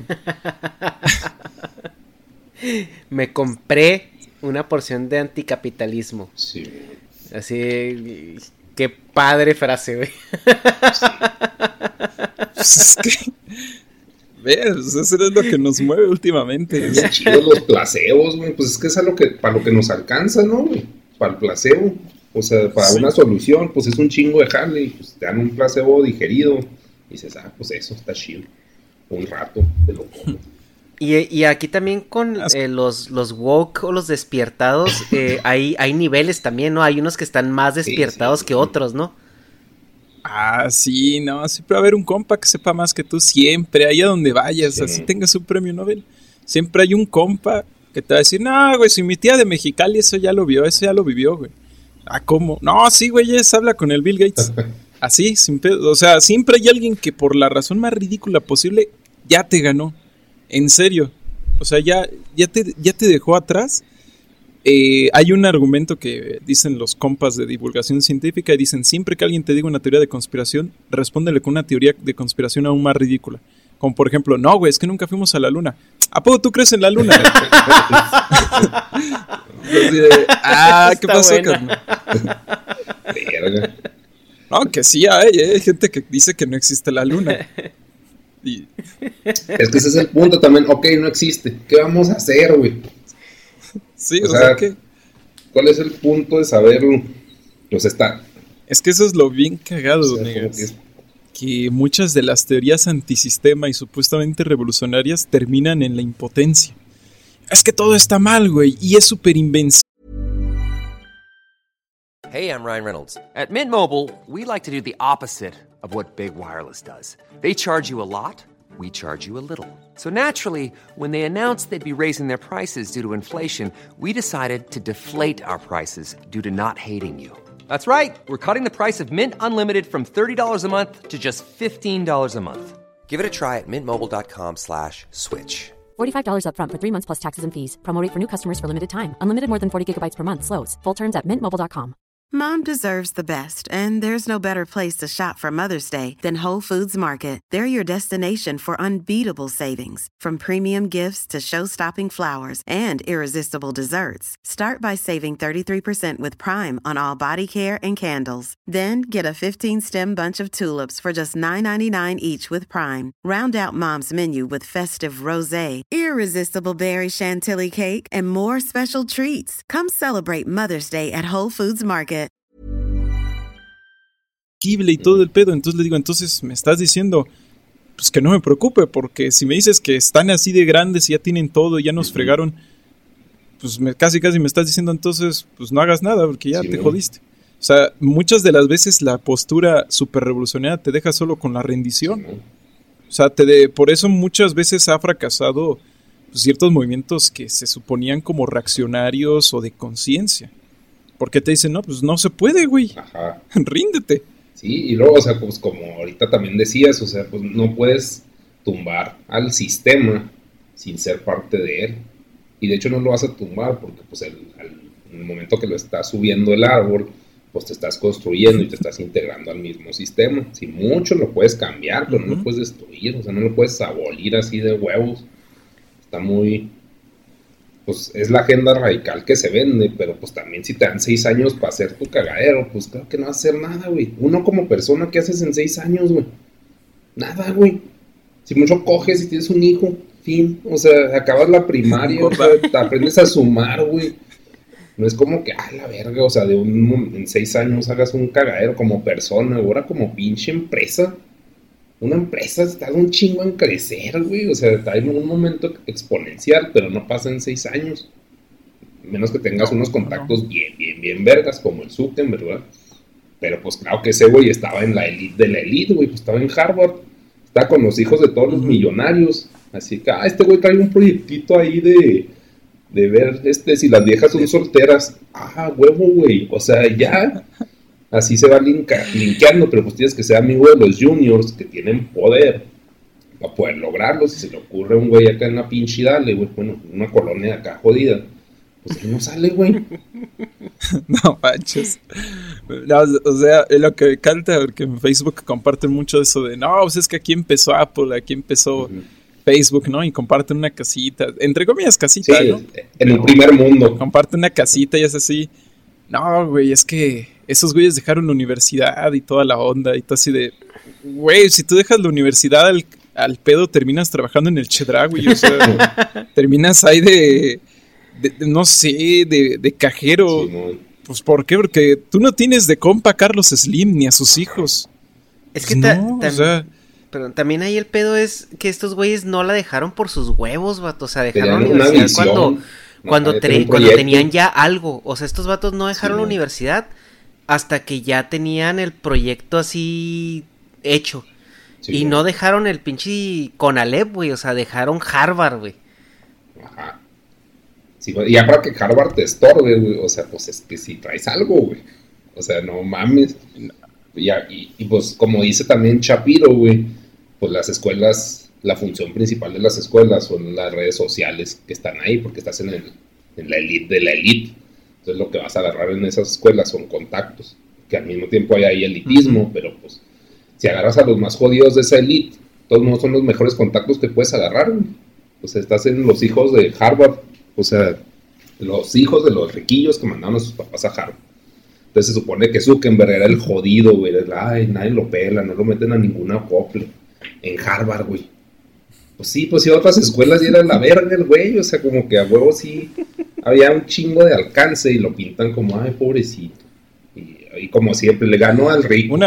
Me compré una porción de anticapitalismo. Sí. Así, qué padre frase, güey. Sí. Pues es que... ¿Ves? Eso es lo que nos mueve últimamente. Es chido los placebos, güey. Pues es que es para lo que nos alcanza, ¿no, güey? Para el placebo. O sea, para una solución, pues es un chingo de jale. Y pues te dan un placebo digerido. Y dices, pues eso está chido. Un rato te lo como. Y aquí también con los woke o los despiertados, hay niveles también, ¿no? Hay unos que están más despiertados que otros, ¿no? Sí, no, siempre va a haber un compa que sepa más que tú, siempre, ahí a donde vayas, así tengas un premio Nobel, siempre hay un compa que te va a decir, no, güey, si mi tía de Mexicali eso ya lo vio, eso ya lo vivió, güey. ¿Cómo? No, sí, güey, ella habla con el Bill Gates, así, sin pedo, o sea, siempre hay alguien que por la razón más ridícula posible ya te ganó, en serio, O sea, ya te dejó atrás. Hay un argumento que dicen los compas de divulgación científica y dicen, siempre que alguien te diga una teoría de conspiración, respóndele con una teoría de conspiración aún más ridícula. Como por ejemplo, no, güey, es que nunca fuimos a la luna. ¿A poco tú crees en la luna? ¿Qué pasó, carnal? No, que sí hay gente que dice que no existe la luna. Y... Es que ese es el punto también. Ok, no existe. ¿Qué vamos a hacer, güey? Sí, o sea que... ¿Cuál es el punto de saberlo? Pues está... Es que eso es lo bien cagado, o sea, negas. Que muchas de las teorías antisistema y supuestamente revolucionarias terminan en la impotencia. Es que todo está mal, güey, y es súper invencible. Hey, I'm Ryan Reynolds. At Mint Mobile, we like to do the opposite of what Big Wireless does. They charge you a lot, we charge you a little. So naturally, when they announced they'd be raising their prices due to inflation, we decided to deflate our prices due to not hating you. That's right. We're cutting the price of Mint Unlimited from $30 a month to just $15 a month. Give it a try at mintmobile.com/switch. $45 up front for 3 months plus taxes and fees. Promo rate for new customers for limited time. Unlimited more than 40 gigabytes per month. Slows full terms at mintmobile.com. Mom deserves the best, and there's no better place to shop for Mother's Day than Whole Foods Market. They're your destination for unbeatable savings, from premium gifts to show-stopping flowers and irresistible desserts. Start by saving 33% with Prime on all body care and candles. Then get a 15-stem bunch of tulips for just $9.99 each with Prime. Round out Mom's menu with festive rosé, irresistible berry chantilly cake, and more special treats. Come celebrate Mother's Day at Whole Foods Market. Y todo el pedo, entonces le digo, entonces me estás diciendo pues que no me preocupe, porque si me dices que están así de grandes y ya tienen todo y ya nos fregaron, pues casi me estás diciendo entonces pues no hagas nada porque ya te jodiste. O sea, muchas de las veces la postura super revolucionaria te deja solo con la rendición. O sea, por eso muchas veces ha fracasado pues, ciertos movimientos que se suponían como reaccionarios o de conciencia. Porque te dicen, no, pues no se puede, güey. Ajá. Ríndete. Sí, y luego, o sea, pues como ahorita también decías, o sea, pues no puedes tumbar al sistema sin ser parte de él. Y de hecho no lo vas a tumbar porque pues en el momento que lo estás subiendo el árbol, pues te estás construyendo y te estás integrando al mismo sistema. Si mucho lo puedes cambiar, pero no lo puedes destruir, o sea, no lo puedes abolir así de huevos. Está muy... Pues es la agenda radical que se vende, pero pues también si te dan 6 años para hacer tu cagadero, pues claro que no vas a hacer nada, güey. Uno como persona, ¿qué haces en 6 años, güey? Nada, güey. Si mucho coges y tienes un hijo, fin. O sea, acabas la primaria, o sea, te aprendes a sumar, güey. No es como que, la verga, o sea, en 6 años hagas un cagadero como persona, ahora como pinche empresa. Una empresa tarda un chingo en crecer, güey. O sea, está en un momento exponencial, pero no pasa en 6 años. Menos que tengas unos contactos bien vergas, como el Zuckerberg, ¿verdad? Pero pues claro que ese güey estaba en la elite de la elite, güey. Pues estaba en Harvard. Estaba con los hijos de todos los millonarios. Así que, este güey trae un proyectito ahí de ver si las viejas son solteras. Huevo, güey. O sea, ya... Así se va linkeando, pero pues tienes que ser amigo de los juniors que tienen poder para poder lograrlo. Si se le ocurre a un güey acá en la pinche Dale, güey, bueno, una colonia acá jodida, pues ahí no sale, güey. No manches. No, o sea, es lo que me encanta, porque en Facebook comparten mucho eso de, no, pues es que aquí empezó Apple, aquí empezó Facebook, ¿no? Y comparten una casita, entre comillas casita, sí, ¿no? En el primer mundo. Comparten una casita y es así. No, güey, es que esos güeyes dejaron la universidad y toda la onda y todo así de... Güey, si tú dejas la universidad al pedo, terminas trabajando en el Chedraui, o sea, terminas ahí de no sé, de cajero. Sí, no. Pues, ¿por qué? Porque tú no tienes de compa a Carlos Slim ni a sus hijos. Es que no, o sea... Pero también ahí el pedo es que estos güeyes no la dejaron por sus huevos, vato. O sea, dejaron la universidad cuando tenían ya algo. O sea, estos vatos no dejaron la universidad hasta que ya tenían el proyecto así hecho. Sí, y no dejaron el pinche Conalep, güey. O sea, dejaron Harvard, güey. Ajá. Sí, y ya para que Harvard te estorbe, güey. O sea, pues es que si traes algo, güey. O sea, no mames. Y pues como dice también Shapiro, güey, pues las escuelas la función principal de las escuelas son las redes sociales que están ahí, porque estás en la elite de la elite. Entonces lo que vas a agarrar en esas escuelas son contactos, que al mismo tiempo hay ahí elitismo, pero pues si agarras a los más jodidos de esa elite, todos no son los mejores contactos que puedes agarrar, güey. O sea, estás en los hijos de Harvard, o sea, los hijos de los riquillos que mandaron a sus papás a Harvard. Entonces se supone que Zuckerberg era el jodido, güey. Ay, nadie lo pela, no lo meten a ninguna acople. En Harvard, güey. Pues sí, pues sí, otras escuelas y era la verga el güey. O sea, como que a huevo sí había un chingo de alcance y lo pintan como, ay, pobrecito. Y como siempre, le ganó al rico.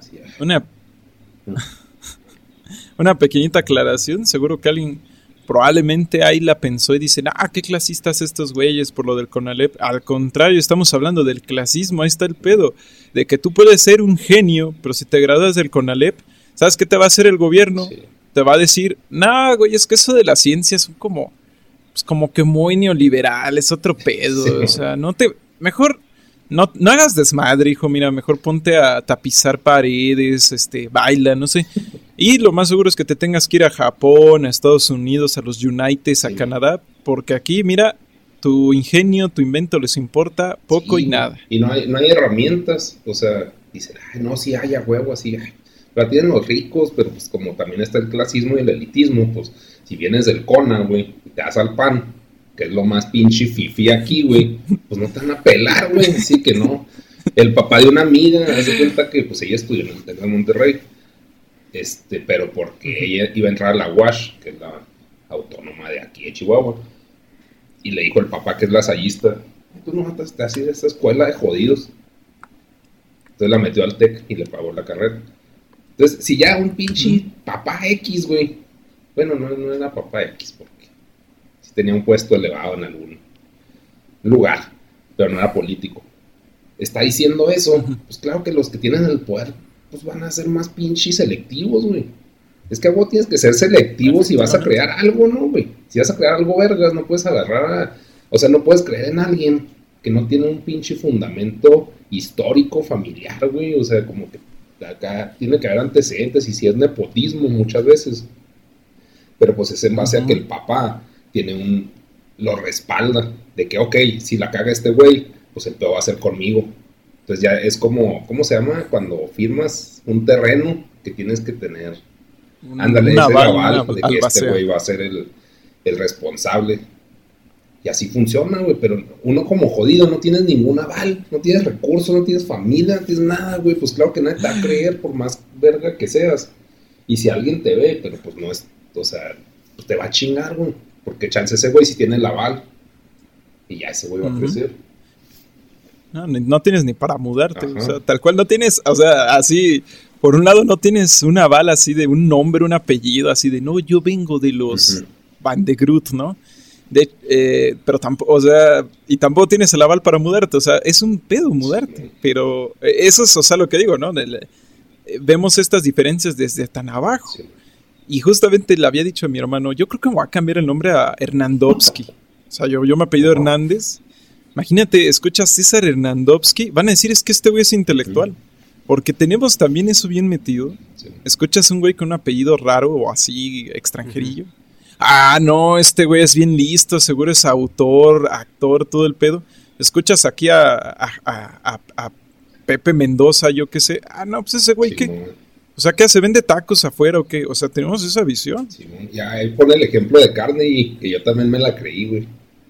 Una pequeñita aclaración. Seguro que alguien probablemente ahí la pensó y dicen, qué clasistas estos güeyes por lo del CONALEP. Al contrario, estamos hablando del clasismo. Ahí está el pedo. De que tú puedes ser un genio, pero si te gradúas del CONALEP, ¿sabes qué te va a hacer el gobierno? Sí. Te va a decir, güey, es que eso de la ciencia son como, pues como que muy neoliberal, es otro pedo. Sí. O sea, mejor no hagas desmadre, hijo. Mira, mejor ponte a tapizar paredes, baila, no sé. Y lo más seguro es que te tengas que ir a Japón, a Estados Unidos, a los United, a Canadá, porque aquí, mira, tu ingenio, tu invento les importa poco y nada. Y no hay herramientas, o sea, dicen, no, sí hay a huevo, así, la tienen los ricos, pero pues como también está el clasismo y el elitismo, pues si vienes del CONA, güey, y te das al PAN, que es lo más pinche fifi aquí, güey, pues no te van a pelar, güey, así que no. El papá de una amiga, hace cuenta que pues ella estudió en el TEC de Monterrey, pero porque ella iba a entrar a la UASH, que es la autónoma de aquí de Chihuahua, y le dijo el papá, que es lasallista, tú no mataste así de esta escuela de jodidos. Entonces la metió al TEC y le pagó la carrera. Entonces, si ya un pinche papá X, güey, bueno, no era papá X, porque sí tenía un puesto elevado en algún lugar, pero no era político, está diciendo eso, pues claro que los que tienen el poder, pues van a ser más pinches selectivos, güey. Es que vos tienes que ser selectivo si vas a crear algo, ¿no, güey? Si vas a crear algo vergas, no puedes agarrar o sea, no puedes creer en alguien que no tiene un pinche fundamento histórico, familiar, güey. O sea, como que acá tiene que haber antecedentes y si es nepotismo muchas veces. Pero pues es en base a que el papá lo respalda, de que, ok, si la caga este güey, pues el peor va a ser conmigo. Entonces ya es como, ¿cómo se llama? Cuando firmas un terreno que tienes que tener... Ándale, ese aval de que este güey va a ser el responsable. Y así funciona, güey. Pero uno como jodido no tienes ningún aval, no tienes recursos, no tienes familia, no tienes nada, güey. Pues claro que nadie te va a creer por más verga que seas. Y si alguien te ve, pero pues no es, o sea, pues te va a chingar, güey. Porque chance ese güey si tiene el aval. Y ya ese güey va a crecer. No tienes ni para mudarte. O sea, tal cual no tienes, o sea, así... Por un lado no tienes una aval así de un nombre, un apellido, así de, no, yo vengo de los Van de Groot, ¿no? Pero tampoco, o sea, y tampoco tienes el aval para mudarte, o sea, es un pedo mudarte, sí. Pero eso es, o sea, lo que digo, ¿no? Vemos estas diferencias desde tan abajo. Sí. Y justamente le había dicho a mi hermano, yo creo que me voy a cambiar el nombre a Hernandovsky. O sea, yo me apellido Hernández. Imagínate, escuchas César Hernandovsky, van a decir, es que este güey es intelectual. Porque tenemos también eso bien metido. Sí. Escuchas un güey con un apellido raro o así, extranjerillo. No, este güey es bien listo, seguro es autor, actor, todo el pedo. Escuchas aquí a Pepe Mendoza, yo qué sé. No, pues ese güey, sí, ¿qué? No. O sea, ¿qué? ¿Se vende tacos afuera o qué? O sea, tenemos esa visión. Sí, ya, él pone el ejemplo de Carnegie, que yo también me la creí, güey.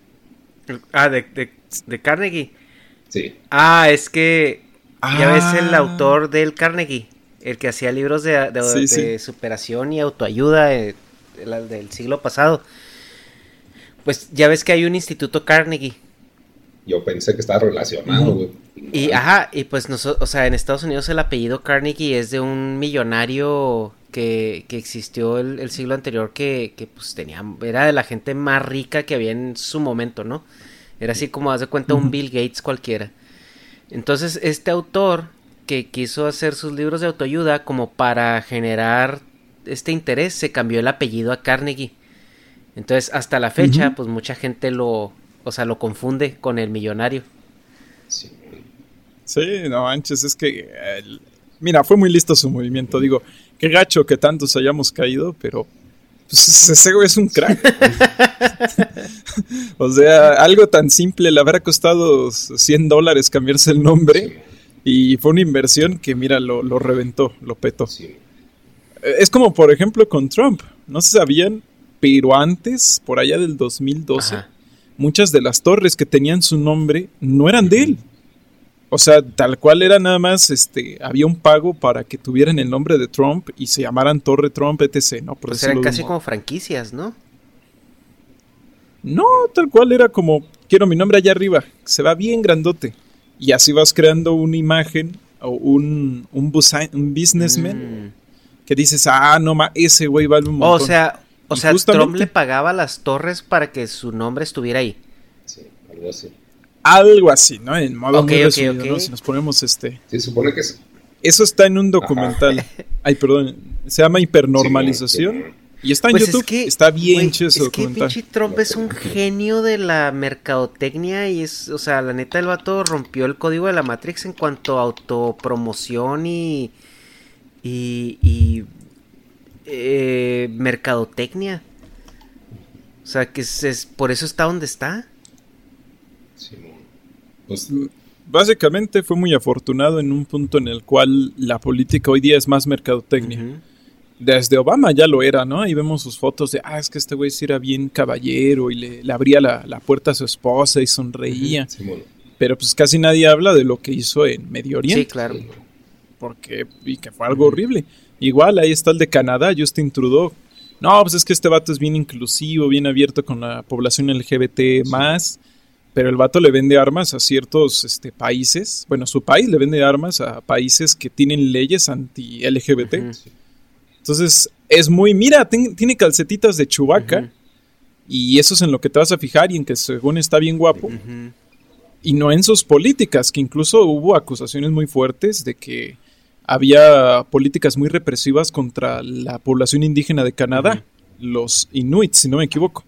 ¿De Carnegie? Sí. Es que... Ya ves el autor del Carnegie, el que hacía libros de superación y autoayuda del siglo pasado. Pues ya ves que hay un instituto Carnegie. Yo pensé que estaba relacionado, güey. Y pues o sea, en Estados Unidos el apellido Carnegie es de un millonario que existió el siglo anterior que pues era de la gente más rica que había en su momento, ¿no? Era así como, haz de cuenta, un Bill Gates cualquiera. Entonces, este autor que quiso hacer sus libros de autoayuda como para generar este interés, se cambió el apellido a Carnegie. Entonces, hasta la fecha, pues mucha gente lo confunde con el millonario. Sí, no manches, es que... mira, fue muy listo su movimiento. Digo, qué gacho que tantos hayamos caído, pero Pues ese güey es un crack. O sea, algo tan simple, le habrá costado $100 cambiarse el nombre. Y fue una inversión que, mira, lo reventó, lo petó. Sí. Es como, por ejemplo, con Trump. No se sabían, pero antes, por allá del 2012, Ajá. muchas de las torres que tenían su nombre no eran de él. O sea, tal cual era nada más, había un pago para que tuvieran el nombre de Trump y se llamaran Torre Trump, etc., ¿no? Por Pues decirlo eran de un casi modo. como franquicias, ¿no? No, tal cual era como, quiero mi nombre allá arriba, se va bien grandote. Y así vas creando una imagen o un businessman que dices, no, ese güey vale un montón. O sea, Y justamente- Trump le pagaba las torres para que su nombre estuviera ahí. Sí, algo así. Algo así, ¿no? En modo Ok, muy ok, resumido, ok. ¿no? Si nos ponemos Sí, supone que es... Eso está en un documental. Ay, perdón. Se llama Hipernormalización. Sí, Y está en Pues YouTube. es que, está bien güey, chido ese es que documental. pinche Trump es un genio de la mercadotecnia y es, o sea, la neta el vato rompió el código de la Matrix en cuanto a autopromoción y mercadotecnia. O sea, que por eso está donde está. Simón. Pues, Básicamente fue muy afortunado en un punto en el cual la política hoy día es más mercadotecnia. Ujú. Desde Obama ya lo era, ¿no? Ahí vemos sus fotos de, es que este güey sí era bien caballero y le abría la puerta a su esposa y sonreía. Simón. Pero pues casi nadie habla de lo que hizo en Medio Oriente. Sí, claro. Y que fue algo horrible. Igual ahí está el de Canadá, Justin Trudeau. No, pues es que este vato es bien inclusivo, bien abierto con la población LGBT más, pero el vato le vende armas a ciertos países. Bueno, su país le vende armas a países que tienen leyes anti-LGBT. Ujú. Entonces, es muy, mira, tiene calcetitas de Chewbacca, Ujú. y eso es en lo que te vas a fijar y en que según está bien guapo. Ujú. Y no en sus políticas, que incluso hubo acusaciones muy fuertes de que había políticas muy represivas contra la población indígena de Canadá, los Inuits, si no me equivoco.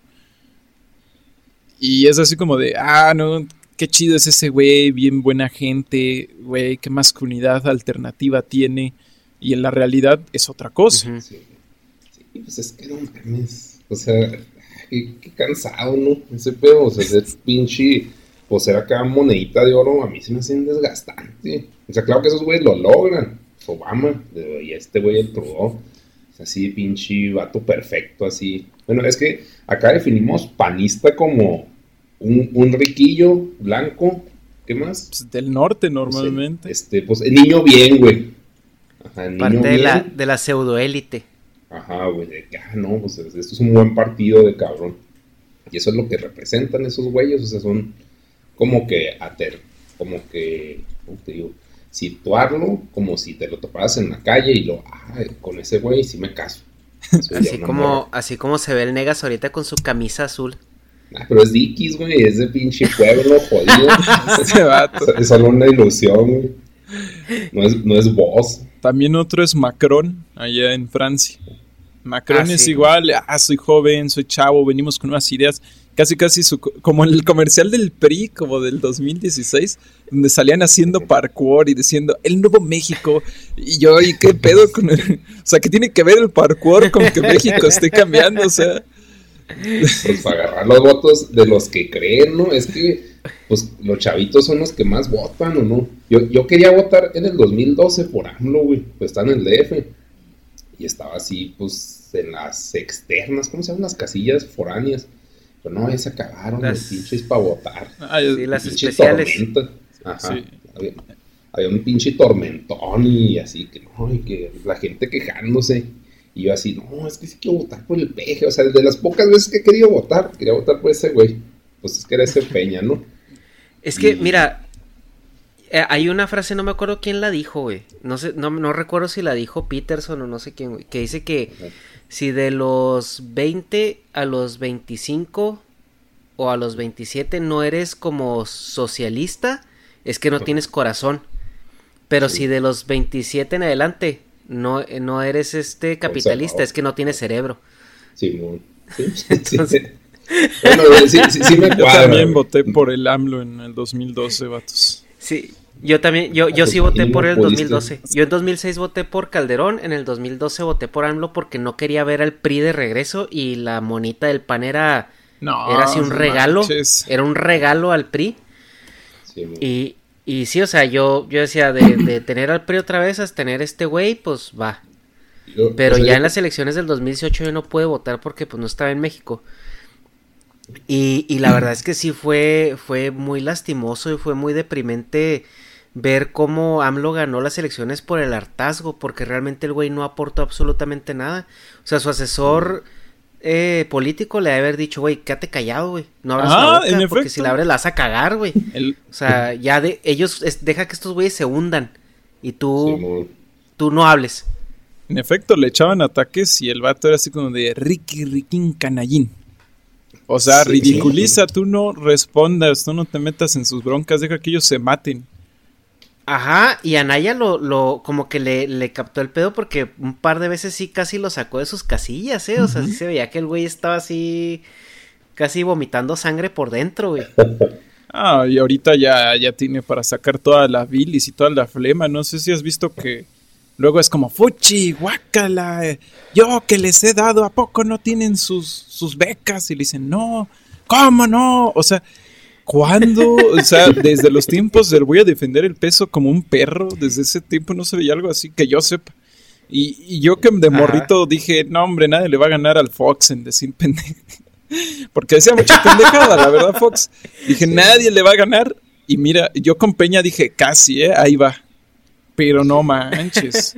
Y es así como de, no, qué chido es ese güey, bien buena gente, güey, qué masculinidad alternativa tiene. Y en la realidad es otra cosa. Ujú. Sí, pues es que no mames. O sea, qué cansado, ¿no? Ese pedo, o sea, ese pinche... Pues ser acá monedita de oro, a mí se me hace desgastante. O sea, claro que esos güeyes lo logran. Obama, y este güey el Trudeau. Es así, pinche vato perfecto, así. Bueno, es que acá definimos panista como un riquillo blanco. ¿Qué más? Pues del norte normalmente. Pues el niño bien, güey. Ajá, el niño Parte bien. de la pseudoélite. Ajá, güey, de que, no, pues esto es un buen partido de cabrón. Y eso es lo que representan esos güeyes, o sea, son como que ¿cómo te digo? Situarlo como si te lo toparas en la calle y con ese güey sí me caso. Así como se ve el Negas ahorita con su camisa azul. Pero es Dickies, güey, es de pinche pueblo jodido. Ese vato. Es solo una ilusión, güey. No es voz. También otro es Macron, allá en Francia. Macron es sí. igual, soy joven, soy chavo, venimos con unas ideas. Casi como en el comercial del PRI, como del 2016, donde salían haciendo parkour y diciendo, el nuevo México. Y yo, ¿y qué pedo con el...? O sea, ¿qué tiene que ver el parkour con que México esté cambiando? O sea... Pues para agarrar los votos de los que creen, ¿no? Es que, pues, los chavitos son los que más votan, ¿o no? Yo quería votar en el 2012 por AMLO, güey, pues está en el DF. Y estaba así, pues, en las externas, ¿cómo se llaman? Las casillas foráneas. Pero no, ya se acabaron los pinches para votar. Sí, las Pinche especiales. tormenta. Ajá. Sí. Había un pinche tormentón y así que no, y que la gente quejándose. Y yo así, no, es que sí quiero votar por el peje. O sea, de las pocas veces que he querido votar, quería votar por ese güey. Pues es que era ese Peña, ¿no? Es que, mira, hay una frase, no me acuerdo quién la dijo, güey. No sé, no recuerdo si la dijo Peterson o no sé quién, güey. Que dice que si de los 20 a los 25 o a los 27 no eres como socialista, es que no tienes corazón. Pero si de los 27 en adelante no eres capitalista, es que no tienes cerebro. Simón. Sí, Entonces... Bueno, sí me Yo cuadra. también güey. voté por el AMLO en el 2012, vatos. Sí, Yo también, yo sí voté por el 2012. Yo en 2006 voté por Calderón, en el 2012 voté por AMLO porque no quería ver al PRI de regreso y la monita del PAN era así un regalo, era un regalo al PRI. Sí, y sí, o sea, yo decía, de tener al PRI otra vez a tener este güey, pues va. Pero ya en las elecciones del 2018 yo no pude votar porque pues no estaba en México. Y la verdad es que sí fue muy lastimoso y fue muy deprimente ver cómo AMLO ganó las elecciones por el hartazgo, porque realmente el güey no aportó absolutamente nada. O sea, su asesor político le debe haber dicho, güey, quédate callado, güey, no abras la boca, porque si la abres la vas a cagar, güey. O sea, ya deja que estos güeyes se hundan y tú no hables. En efecto, le echaban ataques y el vato era así como de Riquín Canallín. O sea, ridiculiza, tú no respondas, tú no te metas en sus broncas, deja que ellos se maten. Ajá, y Anaya lo como que le captó el pedo porque un par de veces sí casi lo sacó de sus casillas, o sea, sí se veía que el güey estaba así casi vomitando sangre por dentro, güey. Y ahorita ya tiene para sacar toda la bilis y toda la flema, no sé si has visto que luego es como, fuchi, guácala, yo que les he dado, ¿a poco no tienen sus becas? Y le dicen, no, ¿cómo no? O sea, ¿cuándo? O sea, desde los tiempos del voy a defender el peso como un perro, desde ese tiempo no se veía algo así que yo sepa. Y yo que de morrito dije, no hombre, nadie le va a ganar al Fox en decir pendejo. Porque decía mucha pendejada, la verdad, Fox. Dije, nadie le va a ganar. Y mira, yo con Peña dije, casi, ahí va. Pero no manches.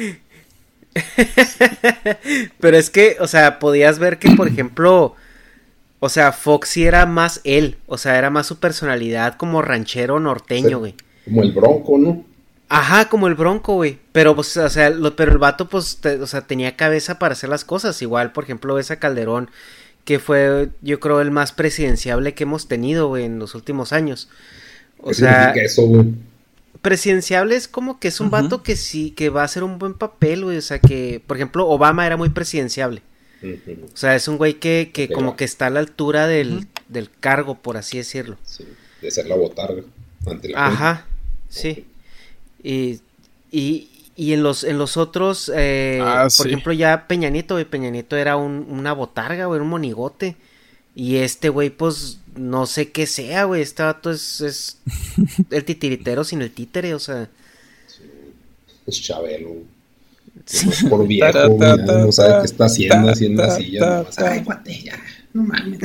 Pero es que, o sea, podías ver que, por ejemplo, o sea, Fox sí era más él, o sea, era más su personalidad como ranchero norteño, güey. Como el Bronco, ¿no? Ajá, como el Bronco, güey. Pero, pues, o sea, pero el vato, pues, o sea, tenía cabeza para hacer las cosas. Igual, por ejemplo, ves a Calderón, que fue, yo creo, el más presidenciable que hemos tenido, güey, en los últimos años. O sea, eso, güey? Presidenciable es como que es un vato que sí, que va a hacer un buen papel, güey. O sea, que, por ejemplo, Obama era muy presidenciable. O sea, es un güey que como que está a la altura del cargo, por así decirlo. Sí, de ser la botarga ante la Ajá, gente. Sí. Y en los otros, por ejemplo, ya Peña Nieto, güey, Peña Nieto era una botarga, güey, un monigote. Y este güey, pues, no sé qué sea, güey, este vato es el titiritero sin el títere, o sea. Sí, es Chabelo. Sí. Por viejo, no sabe qué está haciendo así en la silla. Ay, cuate, ya, no mames.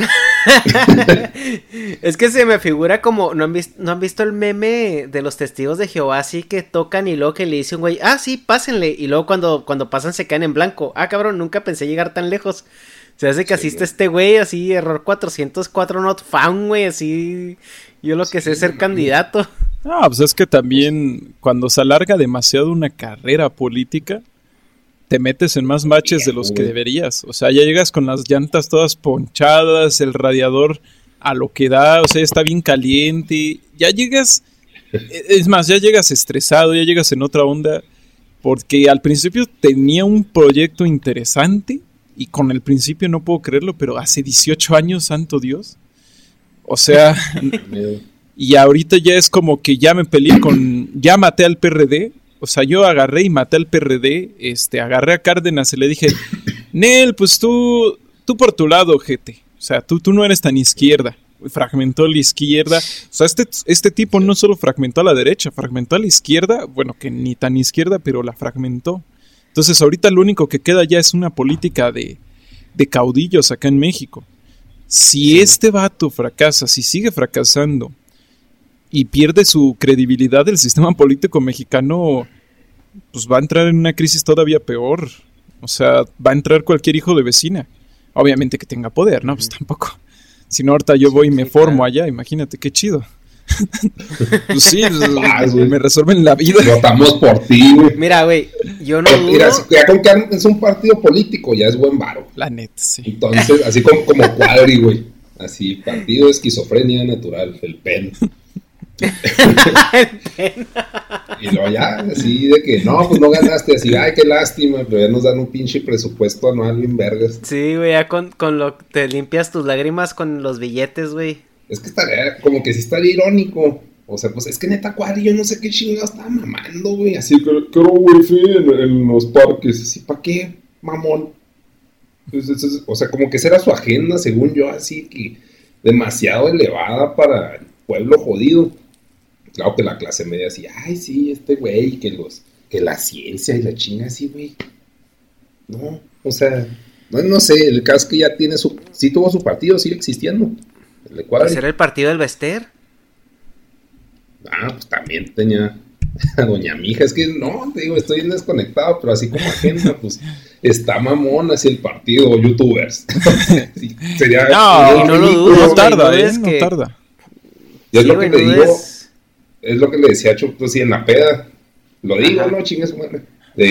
Es que se me figura como, ¿no han visto el meme de los testigos de Jehová así que tocan y luego que le dice un güey, sí, pásenle, y luego cuando pasan se caen en blanco? Cabrón, nunca pensé llegar tan lejos. Se hace que asiste este güey, así, error 404 not found, güey, así, yo lo que sé es ser candidato. No, pues es que también cuando se alarga demasiado una carrera política, te metes en más baches de los que deberías. O sea, ya llegas con las llantas todas ponchadas, el radiador a lo que da, o sea, está bien caliente, ya llegas, es más, ya llegas estresado, ya llegas en otra onda, porque al principio tenía un proyecto interesante, y con el principio no puedo creerlo, pero hace 18 años, santo Dios. O sea, y ahorita ya es como que ya me peleé ya maté al PRD. O sea, yo agarré y maté al PRD, agarré a Cárdenas y le dije, Nel, pues tú por tu lado, ojete. O sea, tú no eres tan izquierda. Fragmentó la izquierda. O sea, este tipo no solo fragmentó a la derecha, fragmentó a la izquierda, bueno, que ni tan izquierda, pero la fragmentó. Entonces ahorita lo único que queda ya es una política de caudillos acá en México. Si este vato fracasa, si sigue fracasando y pierde su credibilidad, el sistema político mexicano pues va a entrar en una crisis todavía peor. O sea, va a entrar cualquier hijo de vecina. Obviamente que tenga poder, ¿no? Pues tampoco. Si no, ahorita yo voy y me formo allá, imagínate qué chido. Pues sí, me resuelven la vida. Votamos por ti, güey. Mira, güey, yo no dudo. Mira, ya con que es un partido político, ya es buen varo. La neta, sí. Entonces, así como Cuadri, güey. Así, partido de esquizofrenia natural, el PEN. El PEN. Y luego ya, así de que, no, pues no ganaste, así, ay, qué lástima, pero ya nos dan un pinche presupuesto anual bien vergas. Sí, güey, ya con lo te limpias tus lágrimas con los billetes, güey. Es que estaría, como que sí estaría irónico, O sea, pues es que neta Cuadri, yo no sé qué chingado estaba mamando, güey. Así que quiero wifi en los parques. Así, ¿para qué, mamón? Entonces, o sea, como que esa era su agenda, según yo, así que demasiado elevada para el pueblo jodido. Claro que la clase media así, ay, sí, este güey, que la ciencia y la chinga así, güey. No, o sea, no sé, el caso es que ya tiene sí tuvo su partido, sigue existiendo. El de Cuadri. ¿Será el partido del Bester? Pues también tenía a Doña Mija. Es que no, te digo, estoy bien desconectado, pero así como agenda, pues está mamón así el partido, youtubers. Sí, sería, no lo dudo, no tarda, no tarda. Y es lo que le digo, es lo que le decía a Chuck, así en la peda. Lo digo, no chingue su madre.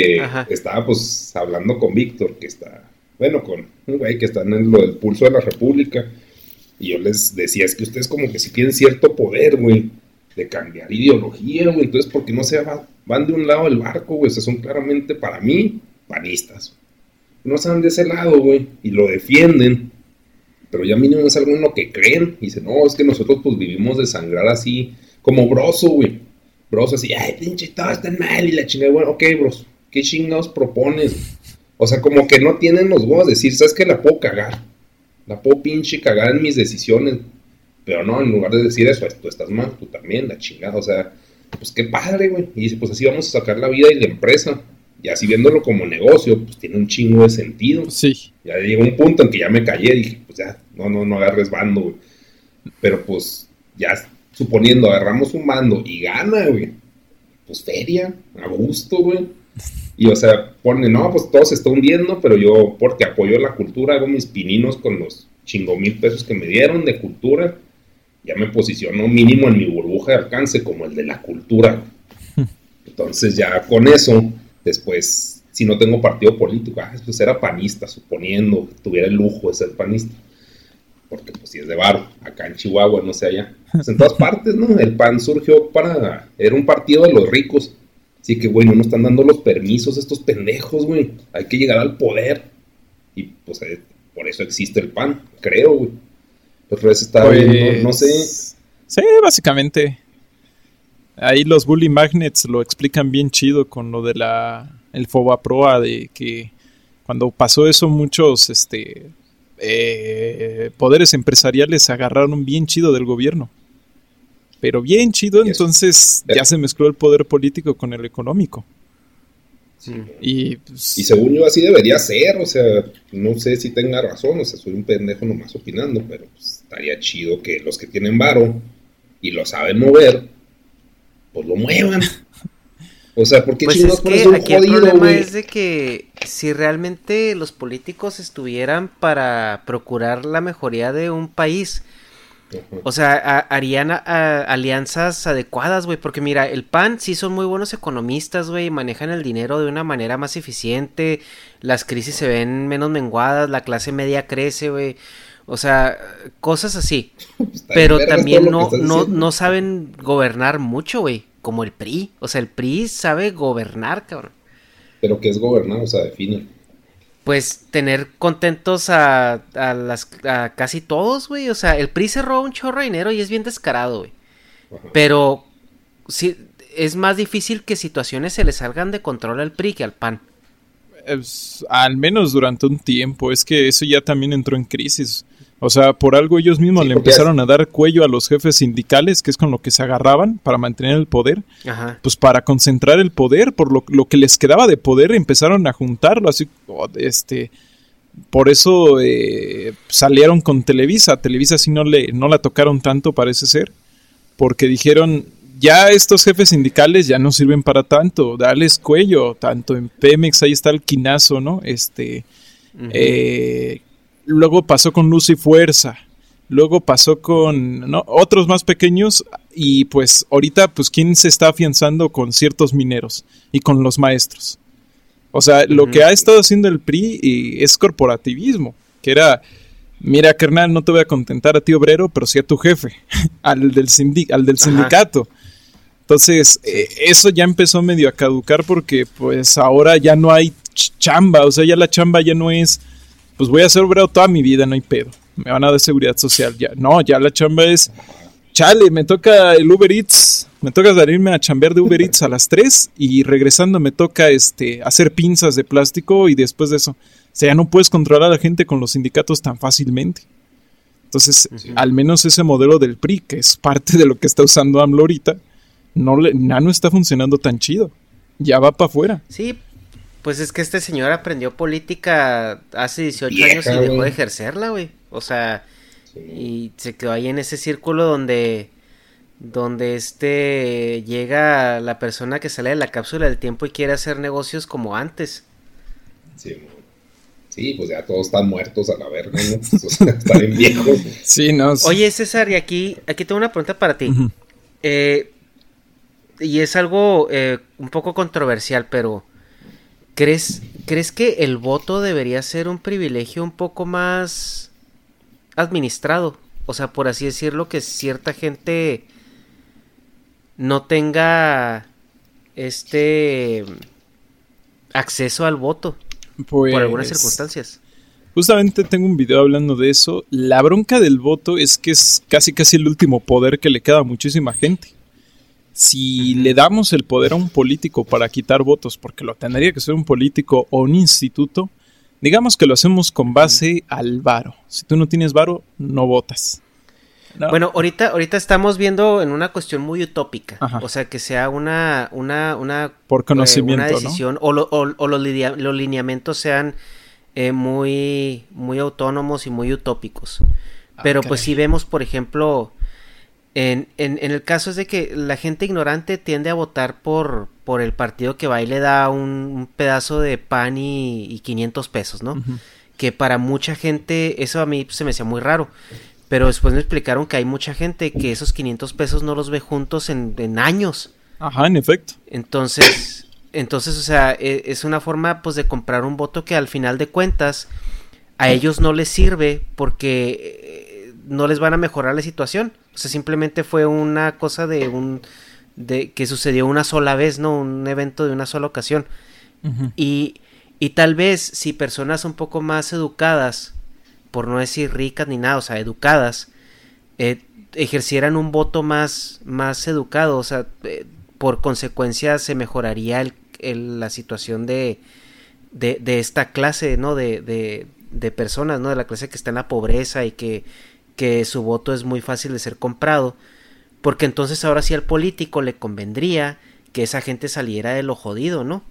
Estaba pues hablando con Víctor, que está, bueno, con un güey que está en lo del Pulso de la República. Y yo les decía, es que ustedes como que sí tienen cierto poder, güey, de cambiar ideología, güey. Entonces, ¿por qué no se van de un lado del barco, güey? O sea, son claramente, para mí, panistas. No se van de ese lado, güey, y lo defienden. Pero ya mínimo es algo en lo que creen. Y dicen, no, es que nosotros pues vivimos de sangrar así, como Broso, güey. Broso así, ay, pinche, todos están mal y la chingada. Bueno, ok, bros, ¿qué chingados propones? O sea, como que no tienen los huevos de decir, ¿sabes qué? La puedo cagar. La puedo pinche cagar en mis decisiones. Pero no, en lugar de decir eso, tú estás mal, tú también, la chingada. O sea, pues qué padre, güey. Y dice, pues así vamos a sacar la vida y la empresa. Y así viéndolo como negocio, pues tiene un chingo de sentido. Sí. Ya llegó un punto en que ya me callé, dije, pues ya, no agarres bando, güey. Pero pues, ya suponiendo, agarramos un bando y gana, güey. Pues feria, a gusto, güey. Y o sea, pone, no, pues todo se está hundiendo, pero yo, porque apoyo la cultura, hago mis pininos con los chingo $1,000 que me dieron de cultura. Ya me posicionó mínimo en mi burbuja de alcance como el de la cultura. Entonces ya con eso, después, si no tengo partido político, pues era panista, suponiendo que tuviera el lujo de ser panista. Porque pues si es de varo, acá en Chihuahua, no sé allá. Pues en todas partes, ¿no? El PAN surgió era un partido de los ricos. Así que, güey, no nos están dando los permisos estos pendejos, güey. Hay que llegar al poder. Y pues por eso existe el PAN, creo, güey. Pues está viendo, no sé. Sí, básicamente. Ahí los bully magnets lo explican bien chido con lo de el Fobaproa, de que cuando pasó eso muchos poderes empresariales agarraron bien chido del gobierno. Pero bien chido, entonces ya se mezcló el poder político con el económico. Sí. Y según yo así debería ser, o sea, no sé si tenga razón, o sea, soy un pendejo nomás opinando, pero pues, estaría chido que los que tienen varo y lo saben mover, pues lo muevan. O sea, ¿por qué pues chingados pones un aquí jodido, el problema güey? es de que si realmente los políticos estuvieran para procurar la mejoría de un país, o sea, harían alianzas adecuadas, güey, porque mira, el PAN sí son muy buenos economistas, güey, manejan el dinero de una manera más eficiente, las crisis se ven menos menguadas, la clase media crece, güey, o sea, cosas así, pero también no saben gobernar mucho, güey, como el PRI, o sea, el PRI sabe gobernar, cabrón. ¿Pero qué es gobernar? O sea, define. Pues tener contentos a casi todos, güey. O sea, el PRI se roba un chorro de dinero y es bien descarado, güey. Pero sí, es más difícil que situaciones se le salgan de control al PRI que al PAN. Al menos durante un tiempo. Es que eso ya también entró en crisis. O sea, por algo ellos mismos le empezaron a dar cuello a los jefes sindicales, que es con lo que se agarraban para mantener el poder. Ajá. Pues para concentrar el poder, por lo que les quedaba de poder, empezaron a juntarlo. Así, por eso salieron con Televisa. Televisa sí no la tocaron tanto, parece ser, porque dijeron, ya estos jefes sindicales ya no sirven para tanto, dales cuello. Tanto en Pemex, ahí está el quinazo, ¿no? Luego pasó con Luz y Fuerza, luego pasó con otros más pequeños, y pues ahorita pues quién se está afianzando con ciertos mineros y con los maestros. O sea, lo que ha estado haciendo el PRI es corporativismo, que era, mira carnal, no te voy a contentar a ti obrero, pero sí a tu jefe, al del sindicato. Entonces, eso ya empezó medio a caducar porque pues ahora ya no hay chamba, o sea, ya la chamba ya no es, pues voy a ser obrero toda mi vida, no hay pedo, me van a dar seguridad social, ya. No, ya la chamba es chale, me toca el Uber Eats, me toca salirme a chambear de Uber Eats a las 3 y regresando me toca hacer pinzas de plástico y después de eso, o sea, ya no puedes controlar a la gente con los sindicatos tan fácilmente. Entonces, al menos ese modelo del PRI, que es parte de lo que está usando AMLO ahorita, no está funcionando tan chido. Ya va para afuera. Sí, pues es que este señor aprendió política hace 18 años y dejó de ejercerla, güey. O sea, y se quedó ahí en ese círculo donde llega la persona que sale de la cápsula del tiempo y quiere hacer negocios como antes. Sí, pues ya todos están muertos a la verga, ¿no? O sea, están bien viejos. Sí, no. Oye, César, y aquí tengo una pregunta para ti. Uh-huh. Y es algo un poco controversial, pero ¿crees que el voto debería ser un privilegio un poco más administrado? O sea, por así decirlo, que cierta gente no tenga acceso al voto por algunas circunstancias. Justamente tengo un video hablando de eso. La bronca del voto es que es casi el último poder que le queda a muchísima gente. Si le damos el poder a un político para quitar votos, porque lo tendría que ser un político o un instituto, digamos que lo hacemos con base al varo. Si tú no tienes varo, no votas. No. Bueno, ahorita estamos viendo en una cuestión muy utópica. Ajá. O sea, que sea una por conocimiento, una decisión, ¿no? O los lineamientos sean muy, muy autónomos y muy utópicos. Pero pues si vemos, por ejemplo, en el caso es de que la gente ignorante tiende a votar por el partido que va y le da un pedazo de pan y 500 pesos, ¿no? Uh-huh. Que para mucha gente, eso a mí se me hacía muy raro. Pero después me explicaron que hay mucha gente que esos 500 pesos no los ve juntos en años. Ajá, en efecto. Entonces, o sea, es una forma pues de comprar un voto que al final de cuentas a ellos no les sirve porque no les van a mejorar la situación. O sea, simplemente fue una cosa de que sucedió una sola vez, ¿no? Un evento de una sola ocasión. Uh-huh. Y tal vez si personas un poco más educadas, por no decir ricas ni nada, o sea, educadas, ejercieran un voto más educado, o sea, por consecuencia se mejoraría la situación de esta clase, ¿no? De personas, ¿no? De la clase que está en la pobreza y que su voto es muy fácil de ser comprado, porque entonces ahora sí al político le convendría que esa gente saliera de lo jodido, ¿no?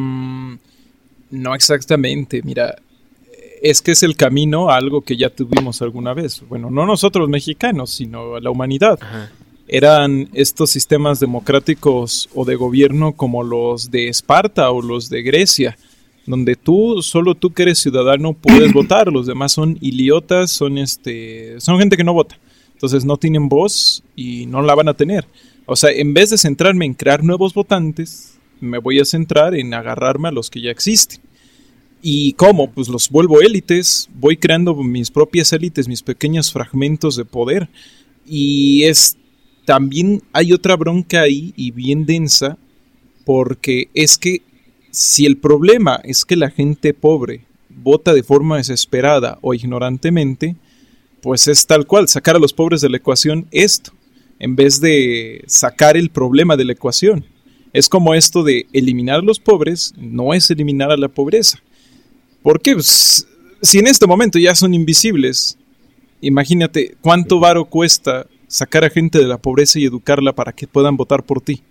No exactamente, mira, es que es el camino a algo que ya tuvimos alguna vez. Bueno, no nosotros mexicanos, sino la humanidad. Ajá. Eran estos sistemas democráticos o de gobierno como los de Esparta o los de Grecia, donde solo tú que eres ciudadano puedes votar, los demás son idiotas, son gente que no vota. Entonces no tienen voz y no la van a tener. O sea, en vez de centrarme en crear nuevos votantes, me voy a centrar en agarrarme a los que ya existen. ¿Y cómo? Pues los vuelvo élites, voy creando mis propias élites, mis pequeños fragmentos de poder. Y también hay otra bronca ahí y bien densa, porque es que si el problema es que la gente pobre vota de forma desesperada o ignorantemente, pues es tal cual, sacar a los pobres de la ecuación en vez de sacar el problema de la ecuación. Es como esto de eliminar a los pobres, no es eliminar a la pobreza. Porque pues, si en este momento ya son invisibles, imagínate cuánto varo cuesta sacar a gente de la pobreza y educarla para que puedan votar por ti.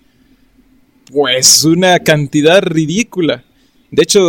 Pues una cantidad ridícula. De hecho,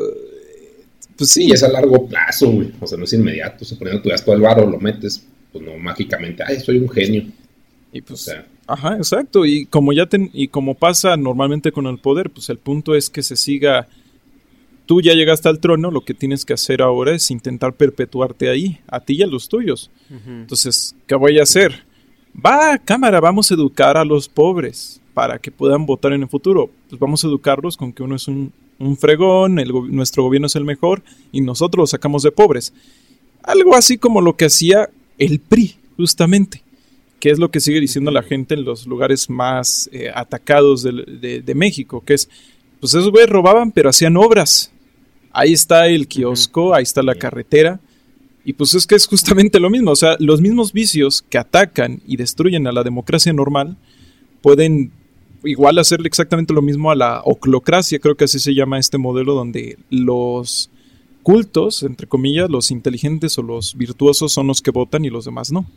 pues sí. Y es a largo plazo, güey. O sea, no es inmediato. Suponiendo que tú das todo el varo, lo metes, pues no mágicamente, soy un genio. Y pues, o sea, ajá, exacto. Y como como pasa normalmente con el poder, pues el punto es que se siga. Tú ya llegaste al trono, lo que tienes que hacer ahora es intentar perpetuarte ahí, a ti y a los tuyos. Uh-huh. Entonces, ¿qué voy a hacer? Cámara, vamos a educar a los pobres para que puedan votar en el futuro. Pues vamos a educarlos con que uno es un fregón, nuestro gobierno es el mejor y nosotros los sacamos de pobres. Algo así como lo que hacía el PRI, justamente, que es lo que sigue diciendo la gente en los lugares más atacados de México, que es, pues esos güeyes robaban pero hacían obras. Ahí está el kiosco, ahí está la carretera, Y pues es que es justamente lo mismo, o sea, los mismos vicios que atacan y destruyen a la democracia normal pueden igual hacerle exactamente lo mismo a la oclocracia, creo que así se llama este modelo donde los cultos, entre comillas, los inteligentes o los virtuosos son los que votan y los demás no.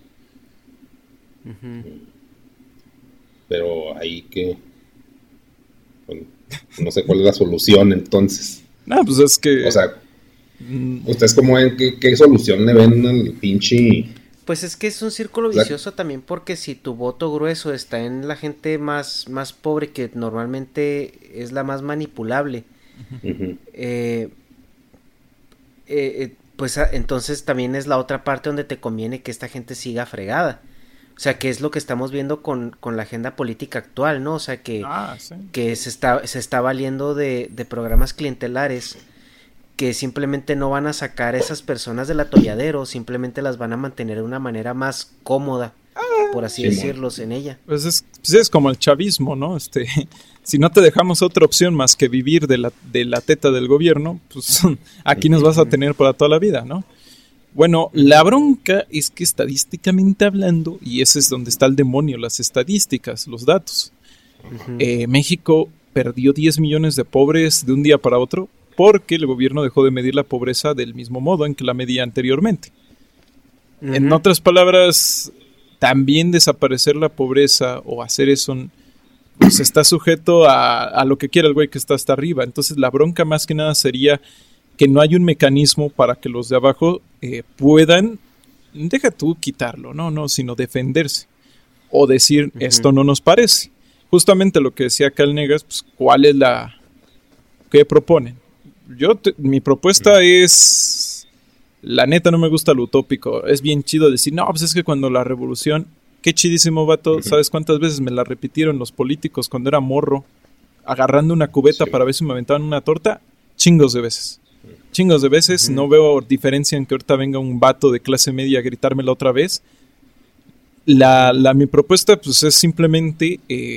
Pero ahí que... Bueno, no sé cuál es la solución entonces. No, pues es que... O sea, ¿ustedes cómo ven? ¿Qué solución le ven al pinche...? Pues es que es un círculo vicioso también, porque si tu voto grueso está en la gente más pobre, que normalmente es la más manipulable, pues entonces también es la otra parte donde te conviene que esta gente siga fregada. O sea, que es lo que estamos viendo con la agenda política actual, ¿no? O sea, que se está valiendo de programas clientelares que simplemente no van a sacar a esas personas del atolladero, simplemente las van a mantener de una manera más cómoda, por así decirlos, en ella. Pues es como el chavismo, ¿no? Si no te dejamos otra opción más que vivir de la teta del gobierno, pues aquí nos vas a tener para toda la vida, ¿no? Bueno, la bronca es que estadísticamente hablando, y ese es donde está el demonio, las estadísticas, los datos. México perdió 10 millones de pobres de un día para otro porque el gobierno dejó de medir la pobreza del mismo modo en que la medía anteriormente. En otras palabras, también desaparecer la pobreza o hacer eso pues está sujeto a lo que quiera el güey que está hasta arriba. Entonces la bronca más que nada sería que no hay un mecanismo para que los de abajo puedan, deja tú quitarlo, no, sino defenderse o decir esto no nos parece. Justamente lo que decía acá el Negas, pues ¿cuál es qué proponen? Mi propuesta es, la neta no me gusta lo utópico, es bien chido decir, no, pues es que cuando la revolución, qué chidísimo vato, ¿sabes cuántas veces me la repitieron los políticos cuando era morro, agarrando una cubeta para ver si me aventaban una torta? Chingos de veces, no veo diferencia en que ahorita venga un vato de clase media a gritármela otra vez. Mi propuesta pues es simplemente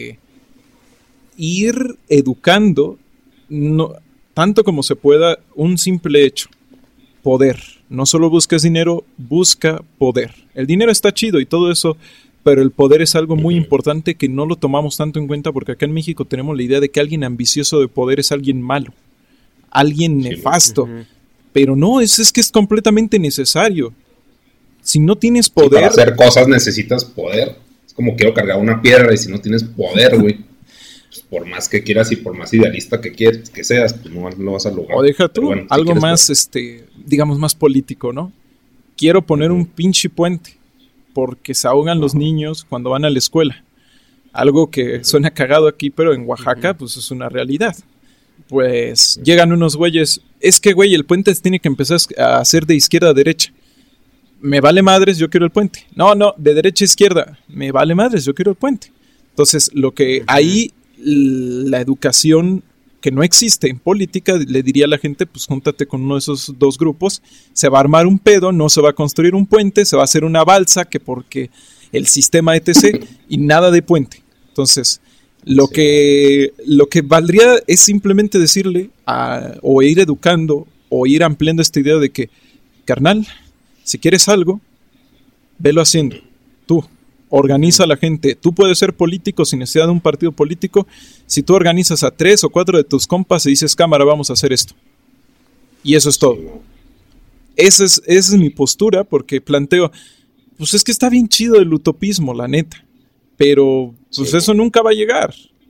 ir educando, tanto como se pueda, un simple hecho: poder. No solo busques dinero, busca poder. El dinero está chido y todo eso, pero el poder es algo muy importante que no lo tomamos tanto en cuenta, porque acá en México tenemos la idea de que alguien ambicioso de poder es alguien malo, alguien nefasto. Pero no, es que es completamente necesario. Si no tienes poder... para hacer cosas necesitas poder. Es como quiero cargar una piedra, y si no tienes poder, güey, pues por más que quieras y por más idealista que seas, pues no lo vas a lograr. O deja tú, bueno, algo si más, digamos, más político, ¿no? Quiero poner un pinche puente porque se ahogan los niños cuando van a la escuela. Algo que suena cagado aquí, pero en Oaxaca, pues es una realidad. Pues llegan unos güeyes, es que güey, el puente tiene que empezar a ser de izquierda a derecha. Me vale madres, yo quiero el puente. No, de derecha a izquierda. Me vale madres, yo quiero el puente. Entonces, lo que ahí, la educación que no existe en política, le diría a la gente, pues júntate con uno de esos dos grupos, se va a armar un pedo, no se va a construir un puente, se va a hacer una balsa, que porque el sistema etc. y nada de puente. Entonces... Lo que valdría es simplemente decirle o ir educando o ir ampliando esta idea de que, carnal, si quieres algo, velo haciendo. Tú, organiza a la gente. Tú puedes ser político sin necesidad de un partido político. Si tú organizas a 3 o 4 de tus compas y dices, cámara, vamos a hacer esto. Y eso es todo. Esa es mi postura, porque planteo, pues es que está bien chido el utopismo, la neta. Pero pues eso nunca va a llegar.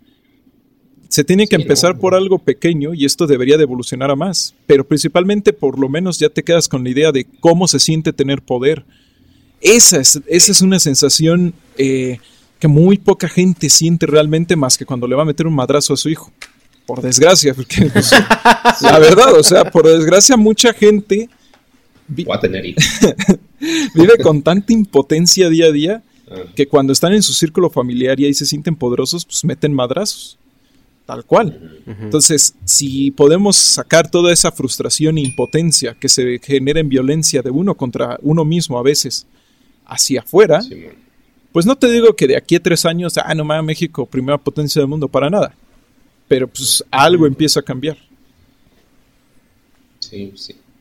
Se tiene que empezar por algo pequeño, y esto debería de evolucionar a más. Pero principalmente, por lo menos, ya te quedas con la idea de cómo se siente tener poder. Esa es una sensación que muy poca gente siente realmente, más que cuando le va a meter un madrazo a su hijo. Por desgracia, porque pues, la verdad, o sea, por desgracia mucha gente voy a tener hijos. Vive con tanta impotencia día a día que cuando están en su círculo familiar y ahí se sienten poderosos, pues meten madrazos, tal cual. Entonces, si podemos sacar toda esa frustración e impotencia que se genera en violencia de uno contra uno mismo a veces hacia afuera, pues no te digo que de aquí a 3 años, no mames, México, primera potencia del mundo, para nada. Pero pues algo empieza a cambiar. Sí.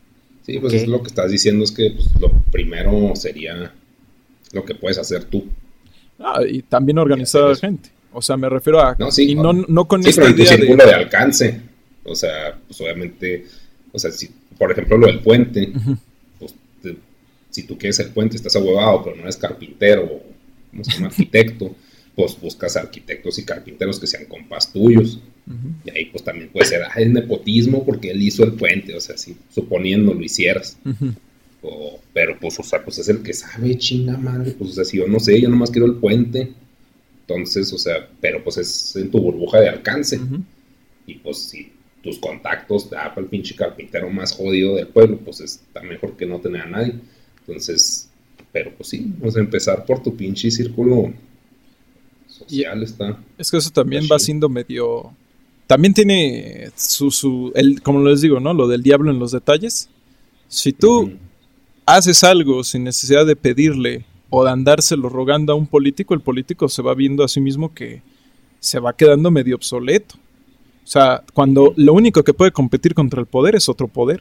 Sí, pues Ok. es lo que estás diciendo, es que pues, lo primero sería lo que puedes hacer tú. Y también organizar a la hacer eso. gente. O sea, me refiero a... No, sí, y no con sí, esta pero en tu idea círculo de alcance. O sea, pues obviamente, o sea, si, por ejemplo, lo del puente, pues si tú quieres el puente, estás ahuevado, pero no eres carpintero o, ¿cómo se llama? Arquitecto, pues buscas arquitectos y carpinteros que sean compas tuyos. Y ahí pues también puede ser, es nepotismo porque él hizo el puente, o sea, si suponiendo lo hicieras. Pero pues, o sea, pues es el que sabe, chinga madre, pues o sea, si yo no sé, yo nomás quiero el puente. Entonces, o sea, pero pues es en tu burbuja de alcance. Y pues si tus contactos para el pinche carpintero más jodido del pueblo, pues está mejor que no tener a nadie. Entonces, pero pues sí, vamos a empezar por tu pinche círculo social. Está. Es que eso también está va chido. siendo medio... También tiene como les digo, ¿no? Lo del diablo en los detalles. Si tú haces algo sin necesidad de pedirle o de andárselo rogando a un político, el político se va viendo a sí mismo que se va quedando medio obsoleto. O sea, cuando lo único que puede competir contra el poder es otro poder.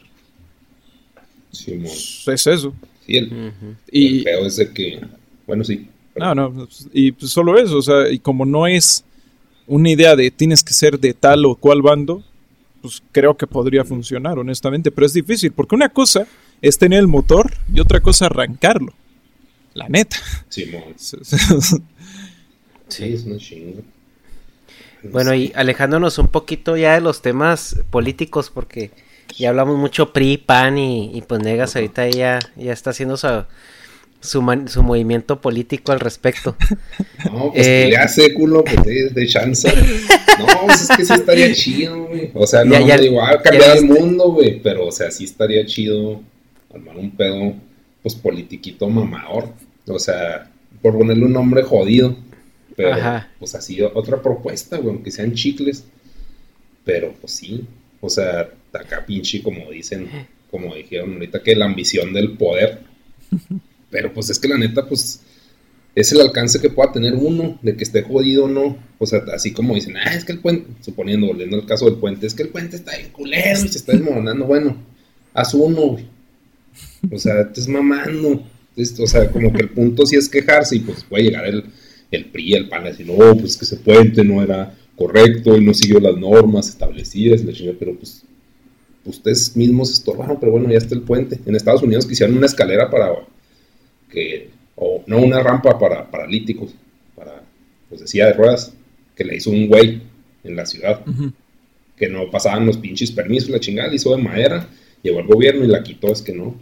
Sí, Es eso. sí, el Y feo es de que, bueno, sí. no, y pues solo eso, o sea, y como no es una idea de tienes que ser de tal o cual bando, pues creo que podría funcionar, honestamente, pero es difícil, porque una cosa es tener el motor y otra cosa arrancarlo, la neta. Simón. Sí. Sí, es una chinga. Bueno, y alejándonos un poquito ya de los temas políticos, porque ya hablamos mucho PRI, PAN y pues Negas ahorita ya está haciendo su movimiento político al respecto. No, pues que le hace culo, pues de chance. No, pues es que sí estaría chido, güey. O sea, no digo, cambiar el mundo, güey. Pero, o sea, sí estaría chido armar un pedo, pues politiquito mamador. O sea, por ponerle un nombre jodido. Pero, pues así, otra propuesta, güey, aunque sean chicles. Pero, pues sí. O sea, acá pinche, como dijeron ahorita, que la ambición del poder. Pero, pues es que la neta, pues es el alcance que pueda tener uno, de que esté jodido o no. O sea, así como dicen, es que el puente, suponiendo, volviendo al caso del puente, es que el puente está bien culero y se está desmoronando. Bueno, haz uno, güey. O sea, estás mamando. O sea, como que el punto sí es quejarse y pues puede llegar el PRI, el PAN, y decir, no, pues que ese puente no era correcto y no siguió las normas establecidas, la chingada, pero pues ustedes mismos estorbaron, pero bueno, ya está el puente. En Estados Unidos quisieron una escalera no una rampa para paralíticos, pues decía de ruedas, que le hizo un güey en la ciudad, que no pasaban los pinches permisos, la chingada, la hizo de madera, llegó el gobierno y la quitó, es que no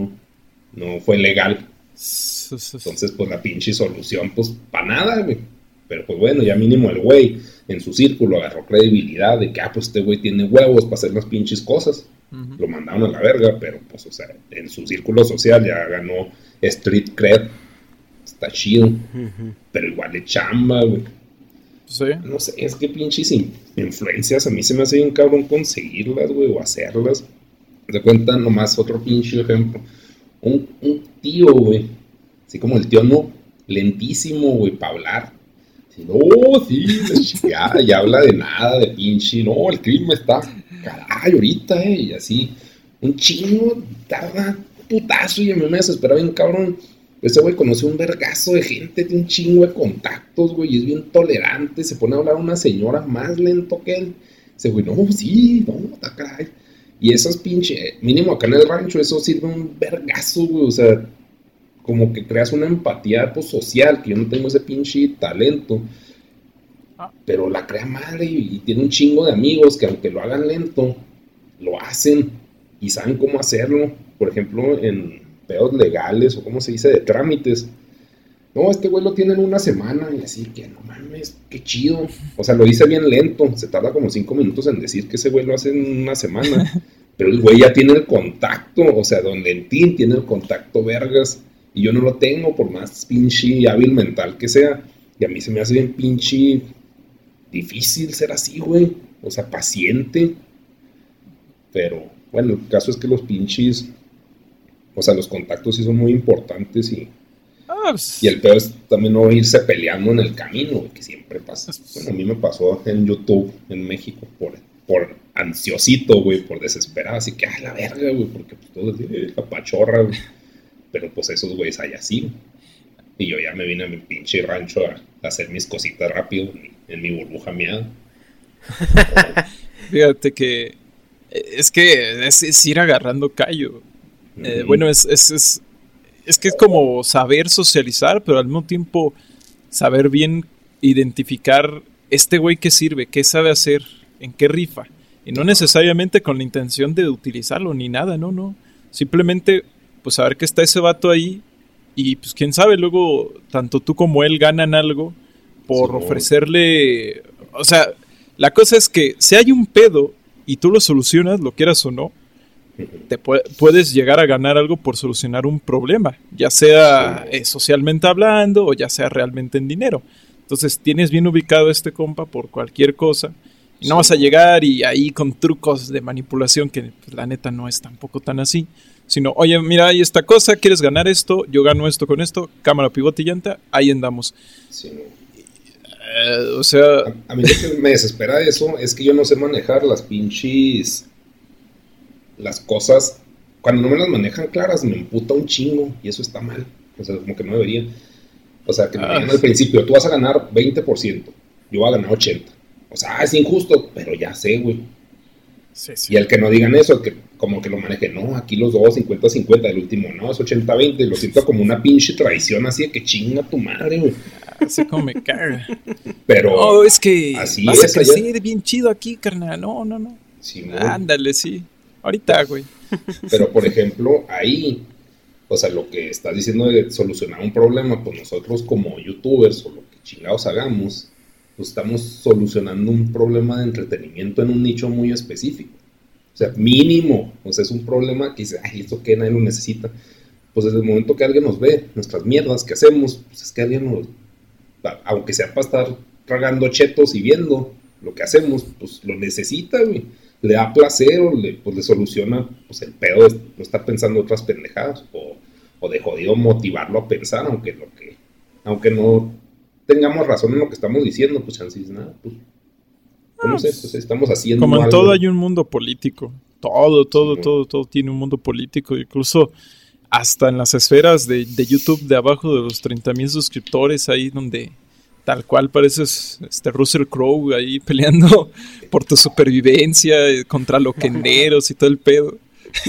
fue legal. Entonces, pues la pinche solución, pues para nada, güey. Pero pues bueno, ya mínimo el güey en su círculo agarró credibilidad de que, pues este güey tiene huevos para hacer las pinches cosas. Lo mandaron a la verga, pero pues, o sea, en su círculo social ya ganó street cred. Está chido. Pero igual de chamba, güey. Sí. No sé, es que pinches influencias a mí se me hace bien cabrón conseguirlas, güey, o hacerlas. De cuenta nomás otro pinche ejemplo. Un tío, güey, así como el tío no, lentísimo, güey, para hablar. No, sí, ya habla de nada, de pinche, no, el clima está, caray, ahorita, y así, un chingo, tarda, putazo, y a mí me desespera bien, cabrón. Ese güey conoce un vergazo de gente, tiene un chingo de contactos, güey, y es bien tolerante, se pone a hablar a una señora más lento que él. Ese güey, no, sí, no, está caray. Y esos pinche, mínimo acá en el rancho, eso sirve un vergazo, güey, o sea, como que creas una empatía, pues, social, que yo no tengo ese pinche talento, pero la crea madre y tiene un chingo de amigos que aunque lo hagan lento, lo hacen y saben cómo hacerlo. Por ejemplo, en pedos legales o como se dice, de trámites. No, este güey lo tiene en una semana y así que no mames, qué chido. O sea, lo dice bien lento, se tarda como 5 minutos en decir que ese güey lo hace en una semana. Pero el güey ya tiene el contacto, o sea, Don Lentín tiene el contacto vergas. Y yo no lo tengo, por más pinche hábil mental que sea. Y a mí se me hace bien pinche difícil ser así, güey. O sea, paciente. Pero, bueno, el caso es que los pinches, o sea, los contactos sí son muy importantes y el peor es también no irse peleando en el camino, güey, que siempre pasa. Bueno, a mí me pasó en YouTube, en México, por por ansiosito, güey, por desesperado, así que, la verga, güey, porque pues todo es la pachorra, güey. Pero pues esos güeyes hay así. Y yo ya me vine a mi pinche rancho a hacer mis cositas rápido en mi burbuja miada. Fíjate que es ir agarrando callo. Bueno, es que es como saber socializar, pero al mismo tiempo saber bien identificar este güey qué sirve, qué sabe hacer, en qué rifa. Y no necesariamente con la intención de utilizarlo ni nada, no. Simplemente, pues saber que está ese vato ahí y pues quién sabe, luego tanto tú como él ganan algo por ofrecerle... O sea, la cosa es que si hay un pedo y tú lo solucionas, lo quieras o no, te puedes llegar a ganar algo por solucionar un problema, ya sea socialmente hablando o ya sea realmente en dinero. Entonces tienes bien ubicado este compa por cualquier cosa y no vas a llegar y ahí con trucos de manipulación que pues, la neta no es tampoco tan así, sino, oye, mira, hay esta cosa, ¿quieres ganar esto? Yo gano esto con esto, cámara, pivote y llanta, ahí andamos. Sí. O sea... A mí lo que me desespera de eso es que yo no sé manejar las pinches... Las cosas, cuando no me las manejan claras, me emputa un chingo y eso está mal. O sea, como que no debería. O sea, que me digan al principio, tú vas a ganar 20%, yo voy a ganar 80%. O sea, es injusto, pero ya sé, güey. Sí. Y el que no digan eso, el que como que lo maneje, no, aquí los dos 50-50, el último no, es 80-20, lo siento como una pinche traición así de que chinga tu madre, güey. Así como me caga. Pero no, es que así vas es, a crecer bien chido aquí, carnal. No. Sí, ándale, sí. Ahorita, güey. Pero, por ejemplo, ahí, o sea, lo que estás diciendo de solucionar un problema, pues nosotros como youtubers o lo que chingados hagamos, pues estamos solucionando un problema de entretenimiento en un nicho muy específico. O sea, mínimo, o sea, es un problema que dice, ay, esto que nadie lo necesita. Pues desde el momento que alguien nos ve, nuestras mierdas que hacemos, pues es que alguien nos, aunque sea para estar tragando chetos y viendo lo que hacemos, pues lo necesita, güey. Le da placer o le soluciona pues el pedo de no estar pensando otras pendejadas o de jodido motivarlo a pensar, aunque no tengamos razón en lo que estamos diciendo, pues chances nada, pues no sé, pues estamos haciendo como en algo. todo hay un mundo político, todo tiene un mundo político, incluso hasta en las esferas de YouTube de abajo de los 30,000 suscriptores, ahí donde tal cual pareces Russell Crowe ahí peleando por tu supervivencia contra loquenderos y todo el pedo.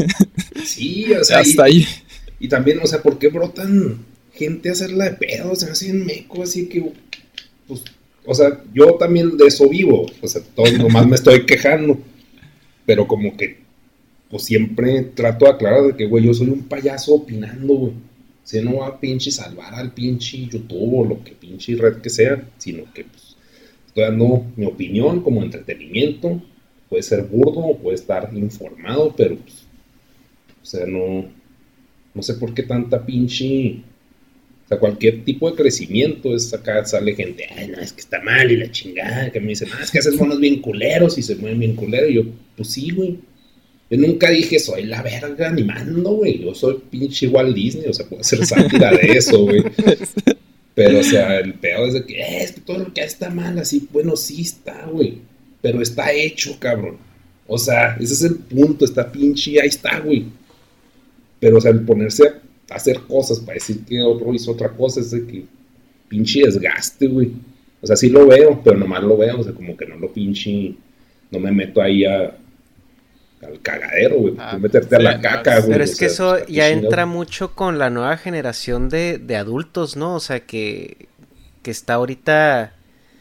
Sí, o sea, hasta ahí. Y también, o sea, ¿por qué brotan gente a hacerla de pedo? Se me hacen meco, así que, pues, o sea, yo también de eso vivo. O sea, todo nomás me estoy quejando. Pero como que, pues siempre trato de aclarar de que, güey, yo soy un payaso opinando, güey. O sea, no va a pinche salvar al pinche YouTube o lo que pinche red que sea, sino que pues, estoy dando mi opinión como entretenimiento. Puede ser burdo o puede estar informado, pero pues, o sea, no sé por qué tanta pinche... O sea, cualquier tipo de crecimiento es acá sale gente, ay, no, es que está mal y la chingada, que me dicen, es que haces monos bien culeros y se mueven bien culeros. Y yo, pues sí, güey. Yo nunca dije, soy la verga animando, güey. Yo soy pinche Walt Disney, o sea, puedo hacer sátira de eso, güey. Pero, o sea, el peor es de que, es que todo lo que está mal, así, bueno, sí está, güey. Pero está hecho, cabrón. O sea, ese es el punto, está pinche, ahí está, güey. Pero, o sea, el ponerse a hacer cosas para decir que otro hizo otra cosa, es de que pinche desgaste, güey. O sea, sí lo veo, pero nomás lo veo, o sea, como que no lo pinche, no me meto ahí al cagadero, güey, meterte a la caca, güey. Pero es que eso ya entra mucho con la nueva generación de adultos, ¿no? O sea, que está ahorita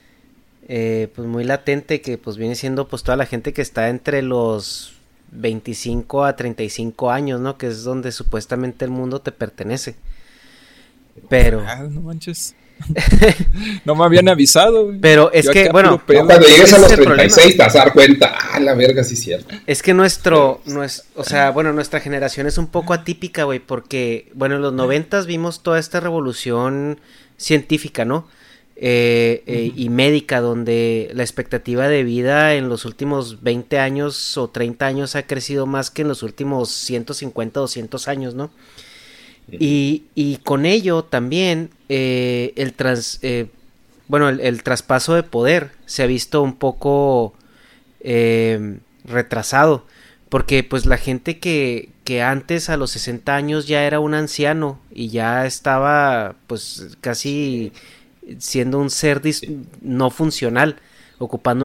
pues muy latente, que pues viene siendo pues toda la gente que está entre los 25 a 35 años, ¿no? Que es donde supuestamente el mundo te pertenece. Pero... no manches. No me habían avisado, güey. Pero es que, bueno, cuando llegues a los 36 te vas a dar cuenta, la verga, sí es cierto. Es que o sea, bueno, nuestra generación es un poco atípica, güey, porque, bueno, en los 90s vimos toda esta revolución científica, ¿no? Y médica, donde la expectativa de vida en los últimos 20 años o 30 años ha crecido más que en los últimos 150, 200 años, ¿no? Y con ello también el traspaso de poder se ha visto un poco retrasado, porque pues la gente que antes a los 60 años ya era un anciano y ya estaba pues casi siendo un ser no funcional, ocupando.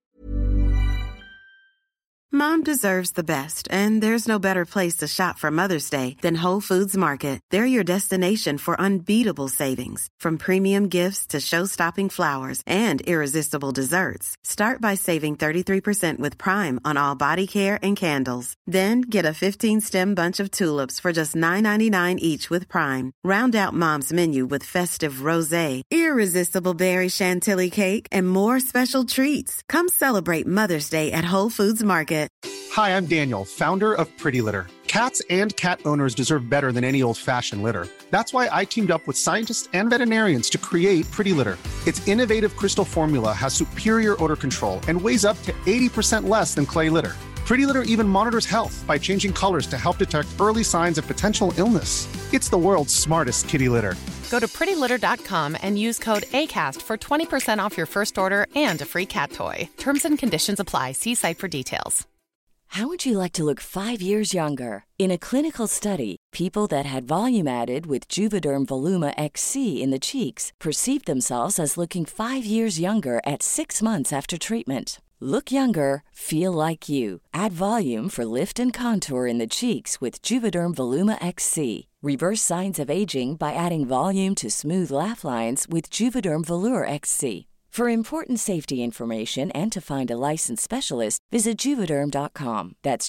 Mom deserves the best, and there's no better place to shop for Mother's Day than Whole Foods Market. They're your destination for unbeatable savings, from premium gifts to show-stopping flowers and irresistible desserts. Start by saving 33% with Prime on all body care and candles. Then get a 15-stem bunch of tulips for just $9.99 each with Prime. Round out Mom's menu with festive rosé, irresistible berry chantilly cake, and more special treats. Come celebrate Mother's Day at Whole Foods Market. Hi, I'm Daniel, founder of Pretty Litter. Cats and cat owners deserve better than any old-fashioned litter. That's why I teamed up with scientists and veterinarians to create Pretty Litter. Its innovative crystal formula has superior odor control and weighs up to 80% less than clay litter. Pretty Litter even monitors health by changing colors to help detect early signs of potential illness. It's the world's smartest kitty litter. Go to prettylitter.com and use code ACAST for 20% off your first order and a free cat toy. Terms and conditions apply. See site for details. How would you like to look 5 years younger? In a clinical study, people that had volume added with Juvederm Voluma XC in the cheeks perceived themselves as looking 5 years younger at 6 months after treatment. Look younger, feel like you. Add volume for lift and contour in the cheeks with Juvederm Voluma XC. Reverse signs of aging by adding volume to smooth laugh lines with Juvederm Volure XC. For important safety information and to find a licensed specialist, visit Juvederm.com. That's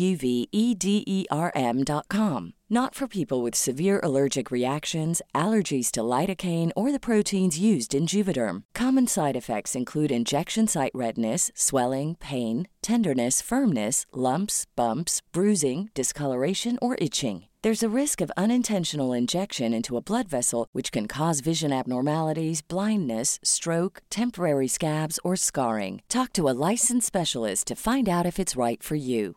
JUVEDERM.com. Not for people with severe allergic reactions, allergies to lidocaine, or the proteins used in Juvederm. Common side effects include injection site redness, swelling, pain, tenderness, firmness, lumps, bumps, bruising, discoloration, or itching. There's a risk of unintentional injection into a blood vessel, which can cause vision abnormalities, blindness, stroke, temporary scabs, or scarring. Talk to a licensed specialist to find out if it's right for you.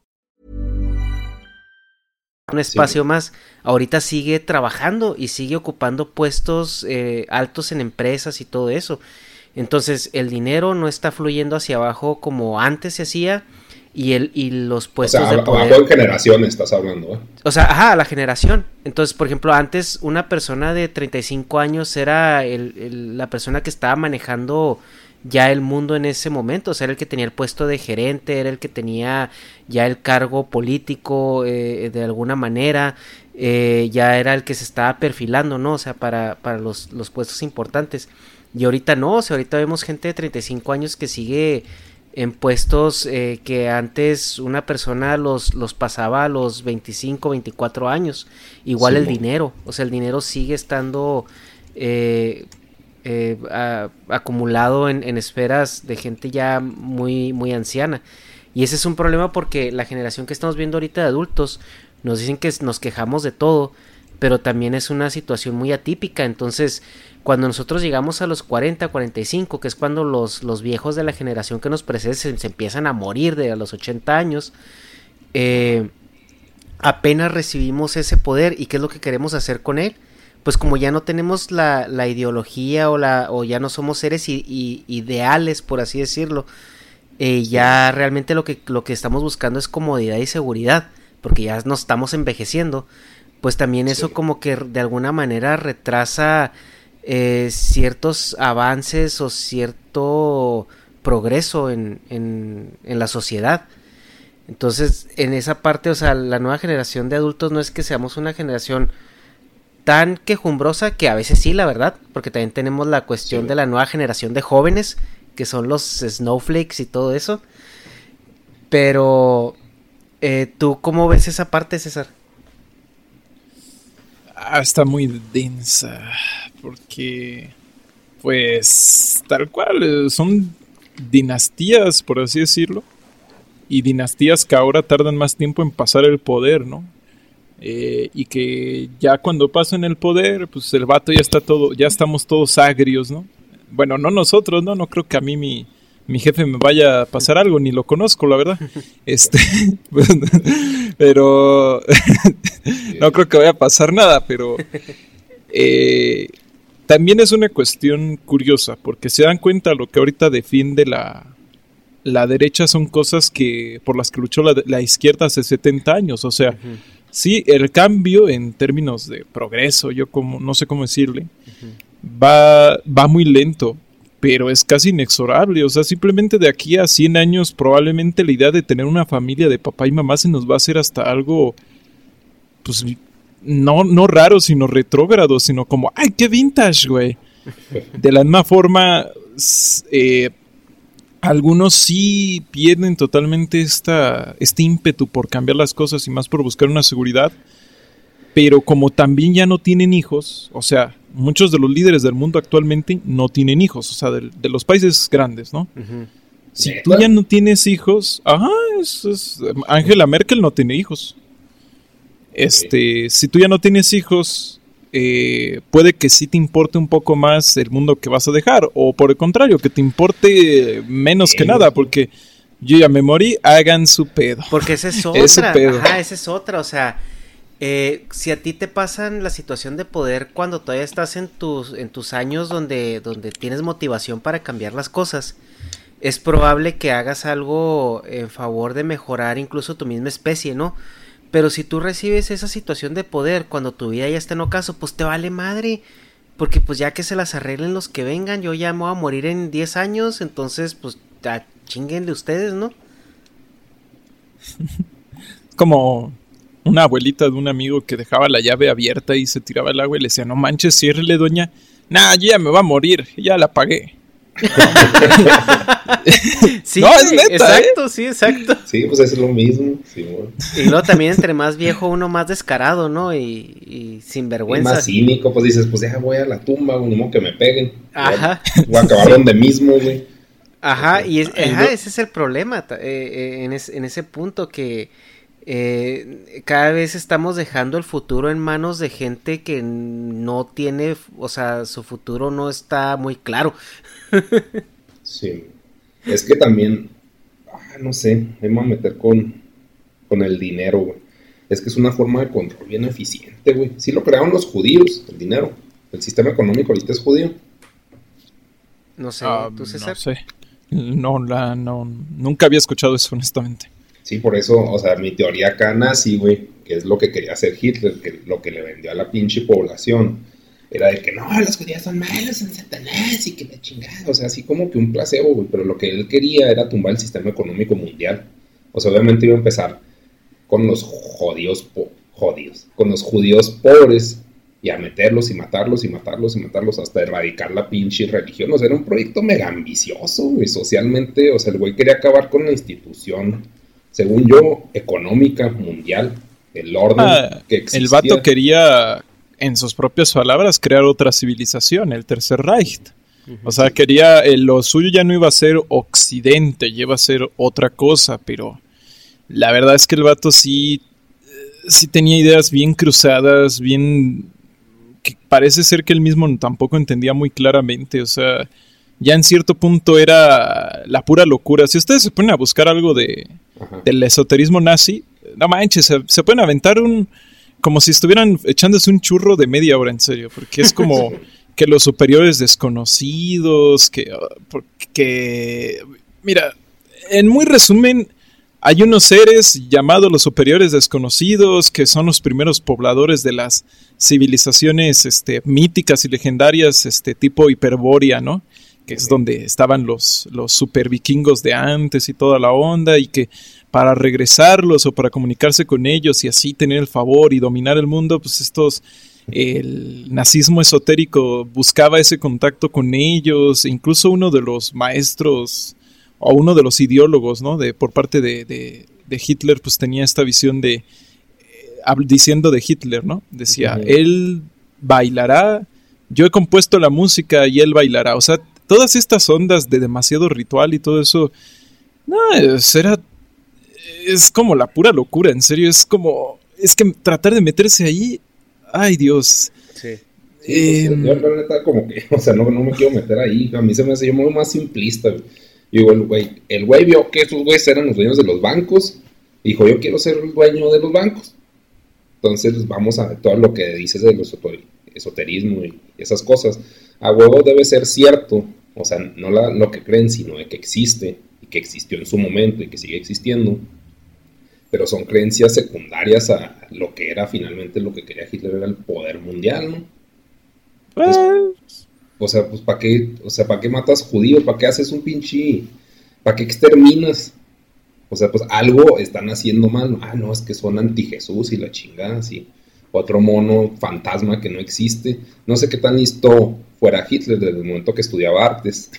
Un espacio más, ahorita sigue trabajando y sigue ocupando puestos altos en empresas y todo eso. Entonces el dinero no está fluyendo hacia abajo como antes se hacía. Y los puestos, o sea, de poder. Abajo en generación estás hablando, ¿eh? O sea, ajá, la generación. Entonces, por ejemplo, antes una persona de 35 años era la persona que estaba manejando ya el mundo en ese momento. O sea, era el que tenía el puesto de gerente, era el que tenía ya el cargo político de alguna manera. Ya era el que se estaba perfilando, ¿no? O sea, para los puestos importantes. Y ahorita no, o sea, ahorita vemos gente de 35 años que sigue en puestos que antes una persona los pasaba a los 25, 24 años. Igual sí, el dinero, o sea, el dinero sigue estando acumulado en esferas de gente ya muy, muy anciana. Y ese es un problema porque la generación que estamos viendo ahorita de adultos nos dicen que nos quejamos de todo, pero también es una situación muy atípica. Entonces, cuando nosotros llegamos a los 40, 45, que es cuando los viejos de la generación que nos precede se empiezan a morir de a los 80 años, apenas recibimos ese poder. ¿Y qué es lo que queremos hacer con él? Pues como ya no tenemos la ideología o ya no somos seres ideales, por así decirlo, ya realmente lo que estamos buscando es comodidad y seguridad, porque ya nos estamos envejeciendo. Pues también eso como que de alguna manera retrasa ciertos avances o cierto progreso en la sociedad. Entonces, en esa parte, o sea, la nueva generación de adultos no es que seamos una generación tan quejumbrosa, que a veces sí, la verdad, porque también tenemos la cuestión de la nueva generación de jóvenes, que son los snowflakes y todo eso. Pero, ¿tú cómo ves esa parte, César? Está muy densa, porque pues tal cual son dinastías, por así decirlo, y dinastías que ahora tardan más tiempo en pasar el poder, ¿no? Y que ya cuando pasan el poder, pues el vato ya estamos todos agrios, ¿no? Bueno, no nosotros, no creo que a mí mi jefe me vaya a pasar algo, ni lo conozco, la verdad. Pero no creo que vaya a pasar nada, pero también es una cuestión curiosa, porque se dan cuenta lo que ahorita defiende la derecha son cosas que por las que luchó la izquierda hace 70 años. O sea, sí, el cambio en términos de progreso, yo como no sé cómo decirle, va muy lento, pero es casi inexorable. O sea, simplemente de aquí a 100 años probablemente la idea de tener una familia de papá y mamá se nos va a hacer hasta algo, pues, no raro, sino retrógrado, sino como, ¡ay, qué vintage, güey! De la misma forma, algunos sí pierden totalmente este ímpetu por cambiar las cosas y más por buscar una seguridad, pero como también ya no tienen hijos, o sea, muchos de los líderes del mundo actualmente no tienen hijos, o sea, de los países grandes, ¿no? Si tú ya no tienes hijos, Angela Merkel no tiene hijos. Si tú ya no tienes hijos, puede que sí te importe un poco más el mundo que vas a dejar, o por el contrario, que te importe menos que nada, porque yo ya me morí, hagan su pedo. Porque esa es otra, esa es otra, o sea, si a ti te pasan la situación de poder cuando todavía estás en tus años donde tienes motivación para cambiar las cosas, es probable que hagas algo en favor de mejorar incluso tu misma especie, ¿no? Pero si tú recibes esa situación de poder cuando tu vida ya está en ocaso, pues te vale madre. Porque pues ya que se las arreglen los que vengan, yo ya me voy a morir en 10 años, entonces pues chinguenle ustedes, ¿no? Como una abuelita de un amigo que dejaba la llave abierta y se tiraba el agua y le decía, no manches, ciérrele, doña. Nah, yo ya me va a morir, ya la pagué. Sí, no, es neta, exacto, sí, exacto. Sí, pues es lo mismo. Sí, bueno. Y luego también entre más viejo uno más descarado, ¿no? Y sin vergüenza. Y más cínico, pues dices, pues ya voy a la tumba, güey, ni modo que me peguen. Ajá. Voy a acabar donde mismo, güey. Ajá, y ese es el problema en ese punto que cada vez estamos dejando el futuro en manos de gente que no tiene, o sea, su futuro no está muy claro. Sí, es que también, no sé, me voy a meter con el dinero, güey. Es que es una forma de control bien eficiente, güey. Sí lo crearon los judíos, el dinero. El sistema económico ahorita es judío. No sé, ¿tú, César? No sé. No, nunca había escuchado eso, honestamente. Sí, por eso, o sea, mi teoría acá nazi, güey, que es lo que quería hacer Hitler, que lo que le vendió a la pinche población, era de que no, los judíos son malos, son Satanás y que la chingada, o sea, así como que un placebo, güey, pero lo que él quería era tumbar el sistema económico mundial. O sea, obviamente iba a empezar con los con los judíos pobres, y a meterlos y matarlos hasta erradicar la pinche religión. O sea, era un proyecto mega ambicioso, güey, socialmente. O sea, el güey quería acabar con la institución, según yo, económica, mundial, el orden que existía. El vato quería, en sus propias palabras, crear otra civilización, el Tercer Reich. O sea, quería, lo suyo ya no iba a ser Occidente, ya iba a ser otra cosa, pero la verdad es que el vato sí tenía ideas bien cruzadas, bien, que parece ser que él mismo tampoco entendía muy claramente. O sea, ya en cierto punto era la pura locura. Si ustedes se ponen a buscar algo del esoterismo nazi, no manches, se pueden aventar como si estuvieran echándose un churro de media hora, en serio, porque es como que los superiores desconocidos, que mira, en muy resumen, hay unos seres llamados los superiores desconocidos que son los primeros pobladores de las civilizaciones míticas y legendarias, tipo Hiperbórea, ¿no? Que es donde estaban los super vikingos de antes y toda la onda, y que para regresarlos o para comunicarse con ellos y así tener el favor y dominar el mundo, pues el nazismo esotérico buscaba ese contacto con ellos. Incluso uno de los maestros o uno de los ideólogos, ¿no? Por parte de Hitler, pues tenía esta visión diciendo de Hitler, ¿no? Decía, él bailará, yo he compuesto la música y él bailará. O sea, todas estas ondas de demasiado ritual y todo eso, no, es como la pura locura, en serio, es que tratar de meterse ahí, ay Dios. Sí. Yo la neta como que, o sea, no me quiero meter ahí, a mí se me hace yo muy más simplista, güey. Digo, el güey vio que esos güeyes eran los dueños de los bancos, y dijo, yo quiero ser el dueño de los bancos. Entonces vamos a todo lo que dices del esoterismo y esas cosas. A huevo debe ser cierto, o sea, no lo que creen, sino de que existe, y que existió en su momento y que sigue existiendo, pero son creencias secundarias a lo que era finalmente lo que quería Hitler, era el poder mundial, ¿no? Pues, o sea, pues ¿para qué? O sea, ¿para qué matas judíos? ¿Para qué haces un pinche? ¿Para qué exterminas? O sea, pues algo están haciendo mal. Ah, no, es que son anti-Jesús y la chingada, sí. Otro mono fantasma que no existe. No sé qué tan listo fuera Hitler desde el momento que estudiaba artes.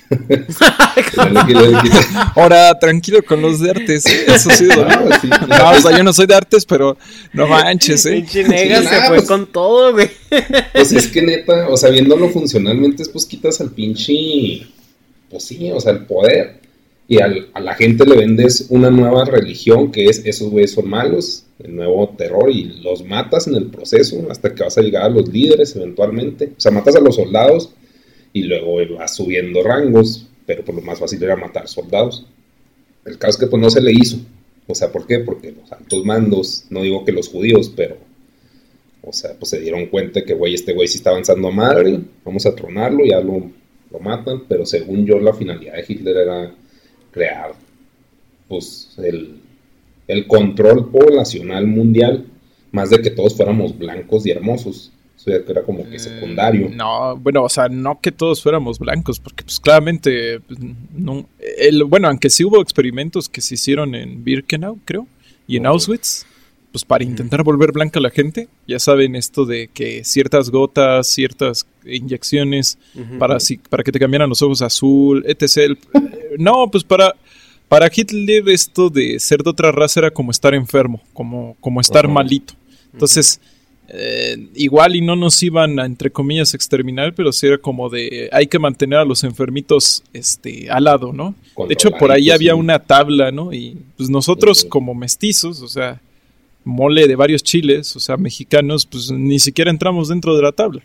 Ahora, tranquilo con los de artes, eso sí. No, o sea, yo no soy de artes, pero no manches, Pinche Nega se fue con todo, güey. Pues es que neta, o sea, viéndolo funcionalmente, pues quitas al pinche, pues sí, o sea, el poder. Y a la gente le vendes una nueva religión que es, esos güeyes son malos, el nuevo terror, y los matas en el proceso hasta que vas a llegar a los líderes eventualmente. O sea, matas a los soldados y luego vas subiendo rangos, pero por lo más fácil era matar soldados. El caso es que pues no se le hizo. O sea, ¿por qué? Porque los altos mandos, no digo que los judíos, pero, o sea, pues se dieron cuenta que, güey, este güey sí está avanzando a madre, vamos a tronarlo, ya lo matan, pero según yo la finalidad de Hitler era crear pues el control poblacional mundial, más de que todos fuéramos blancos y hermosos. Eso ya era como que secundario. No, bueno, o sea, no que todos fuéramos blancos, porque pues claramente pues, no, bueno, aunque sí hubo experimentos que se hicieron en Birkenau, creo, y en Auschwitz, pues para intentar volver blanca a la gente. Ya saben esto de que ciertas gotas, ciertas inyecciones para que te cambiaran los ojos azul, etc. No, pues para Hitler esto de ser de otra raza era como estar enfermo, como estar malito. Entonces, igual y no nos iban a, entre comillas, exterminar, pero sí era como de hay que mantener a los enfermitos al lado, ¿no? De hecho, por ahí había una tabla, ¿no? Y pues nosotros como mestizos, o sea, mole de varios chiles, o sea, mexicanos, pues ni siquiera entramos dentro de la tabla.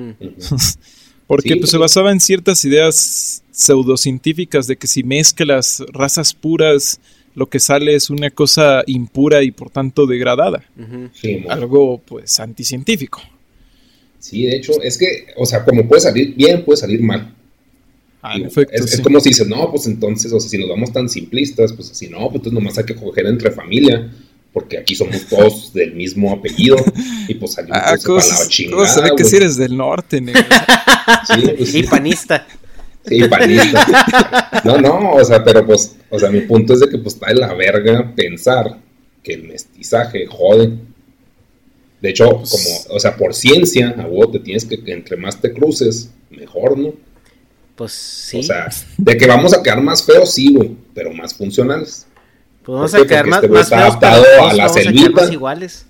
Porque pues se basaba en ciertas ideas pseudocientíficas de que si mezclas razas puras, lo que sale es una cosa impura y por tanto degradada. Sí, algo pues anticientífico. Sí, de hecho, es que, o sea, como puede salir bien, puede salir mal. En efecto, es como si dices, no, pues entonces, o sea, si nos vamos tan simplistas, pues así, no, pues entonces nomás hay que coger entre familia, porque aquí somos todos del mismo apellido, y pues salimos para la chingada. Se ve que si eres del norte, negro. Sí, pues, sí. Y panista. Sí, panista. No, o sea, pero pues, o sea, mi punto es de que pues está de la verga pensar que el mestizaje jode. De hecho, como, o sea, por ciencia, a vos te tienes que entre más te cruces, mejor, ¿no? Pues sí. O sea, de que vamos a quedar más feos, sí, güey, pero más funcionales. Pues vamos a quedar más feos, adaptado a la selvita. Más iguales.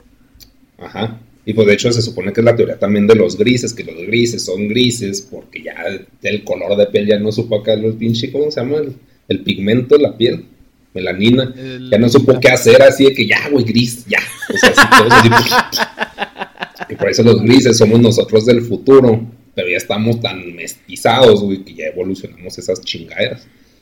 Ajá. Y pues de hecho se supone que es la teoría también de los grises, que los grises son grises porque ya el color de piel ya no supo acá los pinche, ¿cómo se llama? El pigmento de la piel, melanina, ya no supo qué hacer, así de que ya, güey, gris, ya. O sea, así todos así. Y por eso los grises somos nosotros del futuro, pero ya estamos tan mestizados, güey, que ya evolucionamos esas chingaderas.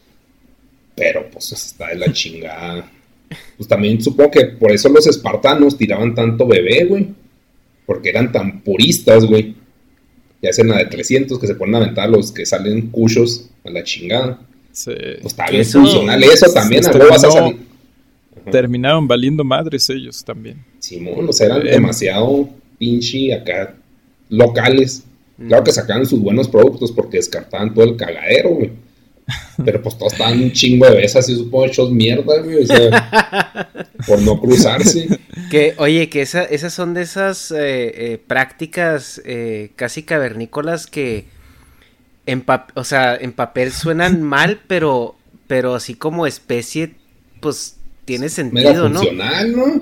Pero pues está de la chingada. Pues también supongo que por eso los espartanos tiraban tanto bebé, güey. Porque eran tan puristas, güey. Ya hacen la de 300 que se ponen a aventar los que salen cuchos a la chingada. Sí. Pues está bien funcional eso también. Algo vas a salir. Terminaron valiendo madres ellos también. Simón, o sea, eran demasiado pinche acá locales. Claro que sacaban sus buenos productos porque descartaban todo el cagadero, güey. Pero pues todos estaban un chingo de veces así, supongo, hechos mierda, güey, o sea, por no cruzarse. Que, oye, que esas son de esas prácticas casi cavernícolas que en papel suenan mal, pero así como especie, pues tiene sentido, ¿no? Funcional, ¿no?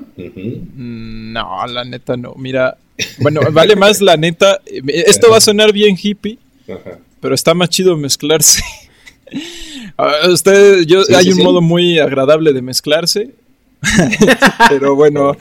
No, la neta no. Mira, bueno, vale más la neta. Esto va a sonar bien hippie, pero está más chido mezclarse. Hay un modo muy agradable de mezclarse. Pero bueno,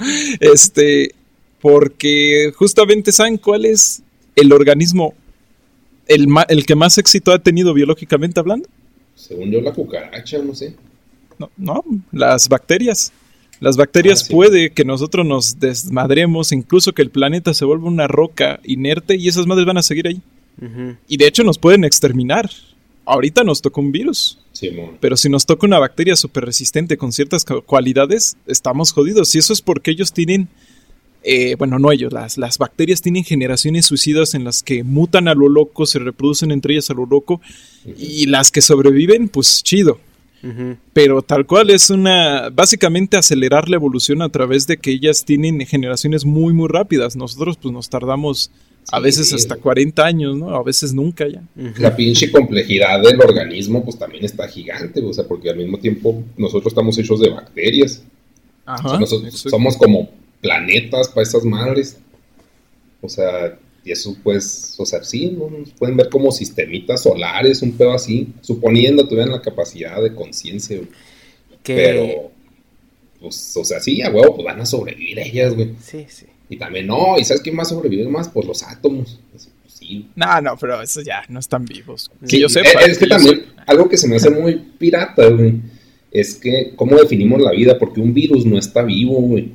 porque justamente ¿saben cuál es el organismo el que más éxito ha tenido biológicamente hablando? Según yo, la cucaracha, no sé. No, las bacterias. Las bacterias puede que nosotros nos desmadremos, incluso que el planeta se vuelva una roca inerte y esas madres van a seguir ahí. Y de hecho nos pueden exterminar. Ahorita nos tocó un virus. Sí, mon. Pero si nos toca una bacteria súper resistente con ciertas cualidades, estamos jodidos. Y eso es porque ellos tienen, bueno, no ellos, las bacterias tienen generaciones suicidas en las que mutan a lo loco, se reproducen entre ellas a lo loco, y las que sobreviven, pues chido. Pero tal cual es básicamente acelerar la evolución a través de que ellas tienen generaciones muy muy rápidas. Nosotros pues nos tardamos a veces hasta 40 años, ¿no? A veces nunca ya. La pinche complejidad del organismo pues también está gigante, o sea, porque al mismo tiempo nosotros estamos hechos de bacterias. Ajá, o sea, nosotros somos como planetas para esas madres. O sea, y eso pues, o sea, sí, ¿no? Nos pueden ver como sistemitas solares, un pedo así, suponiendo tuvieran la capacidad de conciencia, güey. Pero, pues, o sea, sí, a huevo, pues van a sobrevivir ellas, güey. Sí, sí. Y también, no, ¿y sabes quién va a sobrevivir más? Pues los átomos. Pues, sí. No, pero eso ya no están vivos. Sí, yo sepa, es que también, algo que se me hace muy pirata, güey, es que, ¿cómo definimos la vida? Porque un virus no está vivo, güey.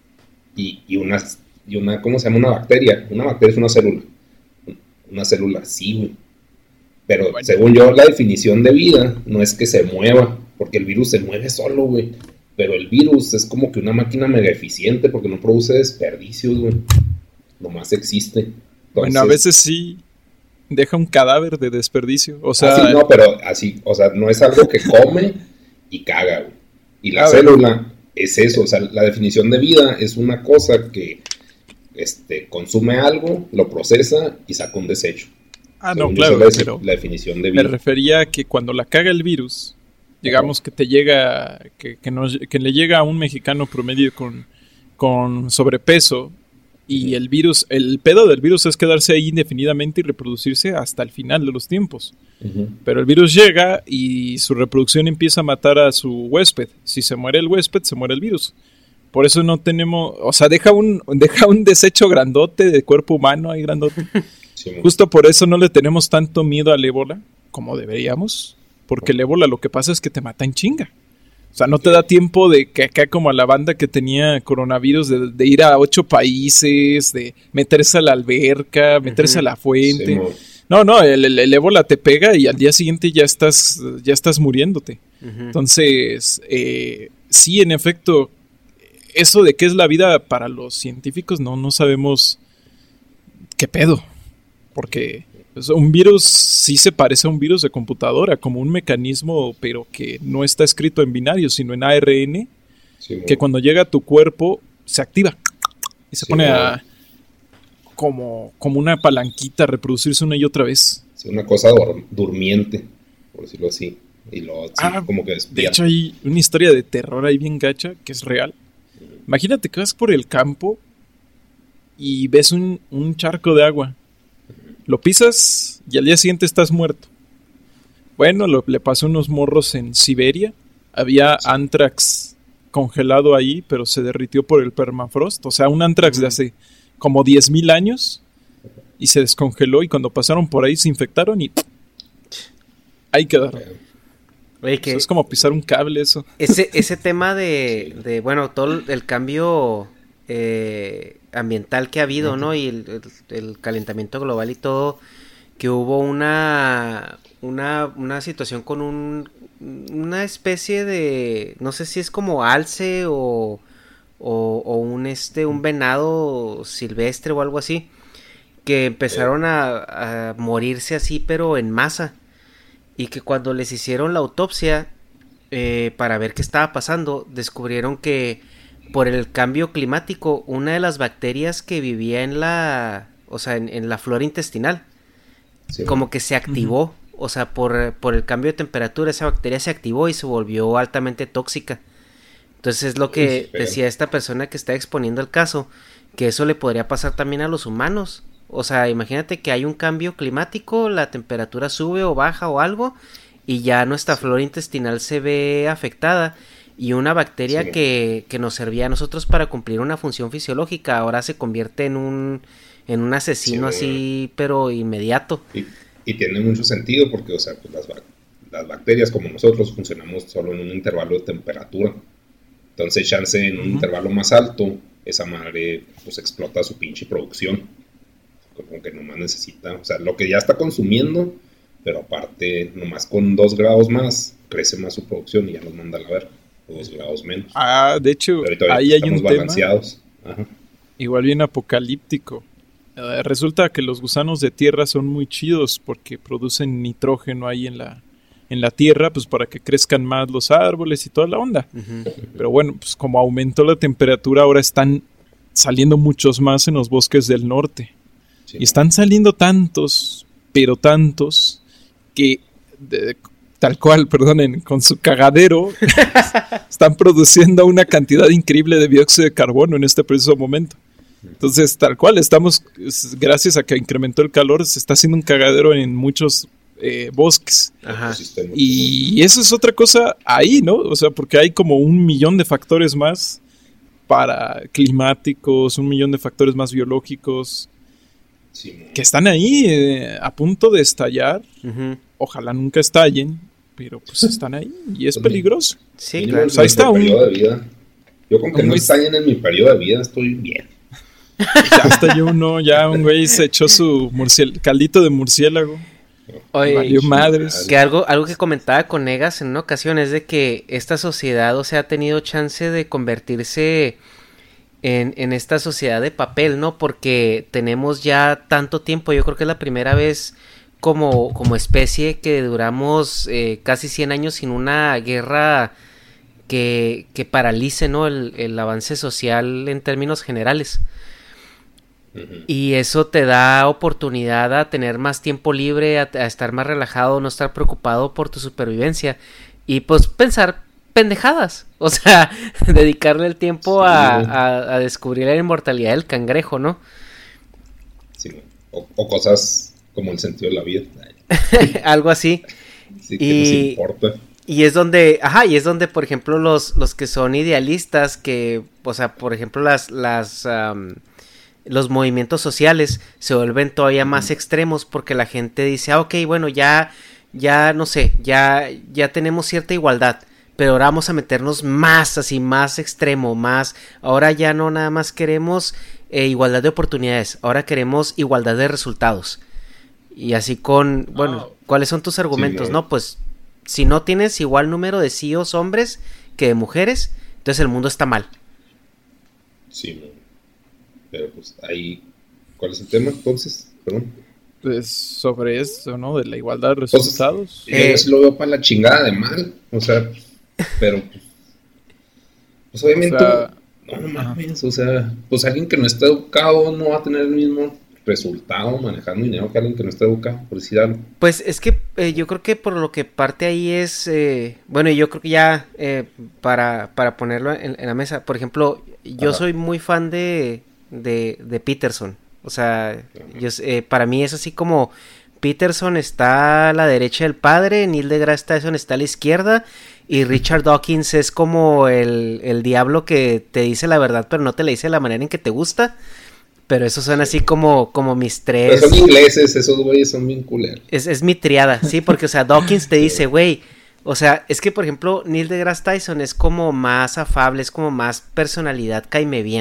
Y una, ¿cómo se llama? Una bacteria. Una bacteria es una célula. Una célula, sí, güey. Pero bueno, según yo, la definición de vida no es que se mueva, porque el virus se mueve solo, güey. Pero el virus es como que una máquina mega eficiente porque no produce desperdicios, güey. Nomás existe. Entonces, bueno, a veces sí deja un cadáver de desperdicio. O sea, sí, no, pero así, o sea, no es algo que come y caga, güey. Y la célula es eso, o sea, la definición de vida es una cosa que consume algo, lo procesa y saca un desecho. No, claro, pero la definición de vida. Me refería a que cuando la caga el virus, digamos que te llega, que le llega a un mexicano promedio con sobrepeso, y el virus, el pedo del virus es quedarse ahí indefinidamente y reproducirse hasta el final de los tiempos. Pero el virus llega y su reproducción empieza a matar a su huésped. Si se muere el huésped, se muere el virus. Por eso no tenemos, o sea, deja un desecho grandote de cuerpo humano ahí grandote. Sí, justo por eso no le tenemos tanto miedo al ébola como deberíamos, porque el ébola lo que pasa es que te mata en chinga. O sea, no te da tiempo de que acá como a la banda que tenía coronavirus de ir a 8 países, de meterse a la alberca, meterse a la fuente. Sí, no, el ébola te pega y al día siguiente ya estás muriéndote. Entonces, sí, en efecto, eso de qué es la vida para los científicos no sabemos qué pedo. Porque un virus sí se parece a un virus de computadora, como un mecanismo, pero que no está escrito en binario, sino en ARN, que cuando llega a tu cuerpo se activa y se pone a como una palanquita a reproducirse una y otra vez. Sí, una cosa durmiente, por decirlo así. Y luego como que despierta. De hecho hay una historia de terror ahí bien gacha, que es real. Imagínate que vas por el campo y ves un charco de agua. Lo pisas y al día siguiente estás muerto. Bueno, le pasó a unos morros en Siberia. Había anthrax congelado ahí, pero se derritió por el permafrost. O sea, un anthrax de hace como 10,000 años. Y se descongeló y cuando pasaron por ahí se infectaron y ahí quedaron. Oye, que es como pisar un cable eso. Ese tema de bueno, todo el cambio ambiental que ha habido, ¿no? Y el calentamiento global y todo, que hubo una situación con una especie de, no sé si es como alce o un venado silvestre o algo así, que empezaron a morirse así, pero en masa, y que cuando les hicieron la autopsia para ver qué estaba pasando, descubrieron que por el cambio climático, una de las bacterias que vivía en la flora intestinal, como que se activó, o sea, por el cambio de temperatura, esa bacteria se activó y se volvió altamente tóxica. Entonces es lo que decía esta persona que está exponiendo el caso, que eso le podría pasar también a los humanos. O sea, imagínate que hay un cambio climático, la temperatura sube o baja o algo, y ya nuestra flora intestinal se ve afectada. Y una bacteria que nos servía a nosotros para cumplir una función fisiológica, ahora se convierte en un asesino así, pero inmediato. Y tiene mucho sentido porque, o sea, pues las bacterias como nosotros funcionamos solo en un intervalo de temperatura. Entonces, chance en un intervalo más alto, esa madre pues explota su pinche producción. Como que nomás necesita, o sea, lo que ya está consumiendo, pero aparte, nomás con 2 grados más, crece más su producción y ya nos manda a la verga, 2 grados menos. De hecho, ahí hay un balanceados. Ajá. Igual bien apocalíptico. Resulta que los gusanos de tierra son muy chidos porque producen nitrógeno ahí en la tierra, pues para que crezcan más los árboles y toda la onda. Uh-huh. Pero bueno, pues como aumentó la temperatura, ahora están saliendo muchos más en los bosques del norte. Sí. Y están saliendo tantos, pero tantos, que tal cual, perdonen, con su cagadero están produciendo una cantidad increíble de dióxido de carbono en este preciso momento. Entonces, tal cual, estamos, gracias a que incrementó el calor, se está haciendo un cagadero en muchos bosques. Ajá. Y eso es otra cosa ahí, ¿no? O sea, porque hay como 1 millón de factores más para climáticos, 1 millón de factores más biológicos que están ahí a punto de estallar. Uh-huh. Ojalá nunca estallen, pero pues están ahí y es peligroso. Sí, claro. Ahí está de vida. Yo con que no estallen en mi periodo de vida estoy bien. Ya estalló uno, ya un güey se echó su caldito de murciélago. Oye, valió madres. Que algo que comentaba con Negas en una ocasión es de que esta sociedad, o sea, ha tenido chance de convertirse en esta sociedad de papel, ¿no? Porque tenemos ya tanto tiempo, yo creo que es la primera vez como especie que duramos casi 100 años sin una guerra que paralice, ¿no? el avance social en términos generales. Y eso te da oportunidad a tener más tiempo libre, a estar más relajado, no estar preocupado por tu supervivencia y pues pensar pendejadas, o sea, dedicarle el tiempo a descubrir la inmortalidad del cangrejo, ¿no? Sí, o cosas como el sentido de la vida. Algo así. Sí, que nos importa. Y es donde, por ejemplo, los que son idealistas, que, o sea, por ejemplo, los movimientos sociales se vuelven todavía más extremos porque la gente dice, ok, bueno, ya no sé, ya tenemos cierta igualdad, pero ahora vamos a meternos más, así, más extremo, más, ahora ya no nada más queremos igualdad de oportunidades, ahora queremos igualdad de resultados. Y así bueno, ¿cuáles son tus argumentos? No, pues, si no tienes igual número de CEOs hombres que de mujeres, entonces el mundo está mal. Sí, no. Pero pues ahí, ¿cuál es el tema entonces? Perdón. Pues sobre eso, ¿no? De la igualdad de resultados. Yo sí lo veo para la chingada de mal, o sea, pero pues obviamente, no mames, o sea, pues alguien que no está educado no va a tener el mismo resultado manejando dinero que alguien que no está educado, por decir algo. Pues es que yo creo que por lo que parte ahí es, bueno, yo creo que ya para ponerlo en la mesa, por ejemplo, yo soy muy fan de Peterson, o sea, para mí es así como Peterson está a la derecha del padre, Neil deGrasse Tyson está a la izquierda y Richard Dawkins es como el diablo que te dice la verdad pero no te la dice de la manera en que te gusta, pero esos son así como mis tres. Pero son ingleses, esos güeyes son bien culeros. Es mi triada, sí, porque o sea, Dawkins te dice, güey, o sea, es que por ejemplo Neil deGrasse Tyson es como más afable, es como más personalidad, cáeme bien.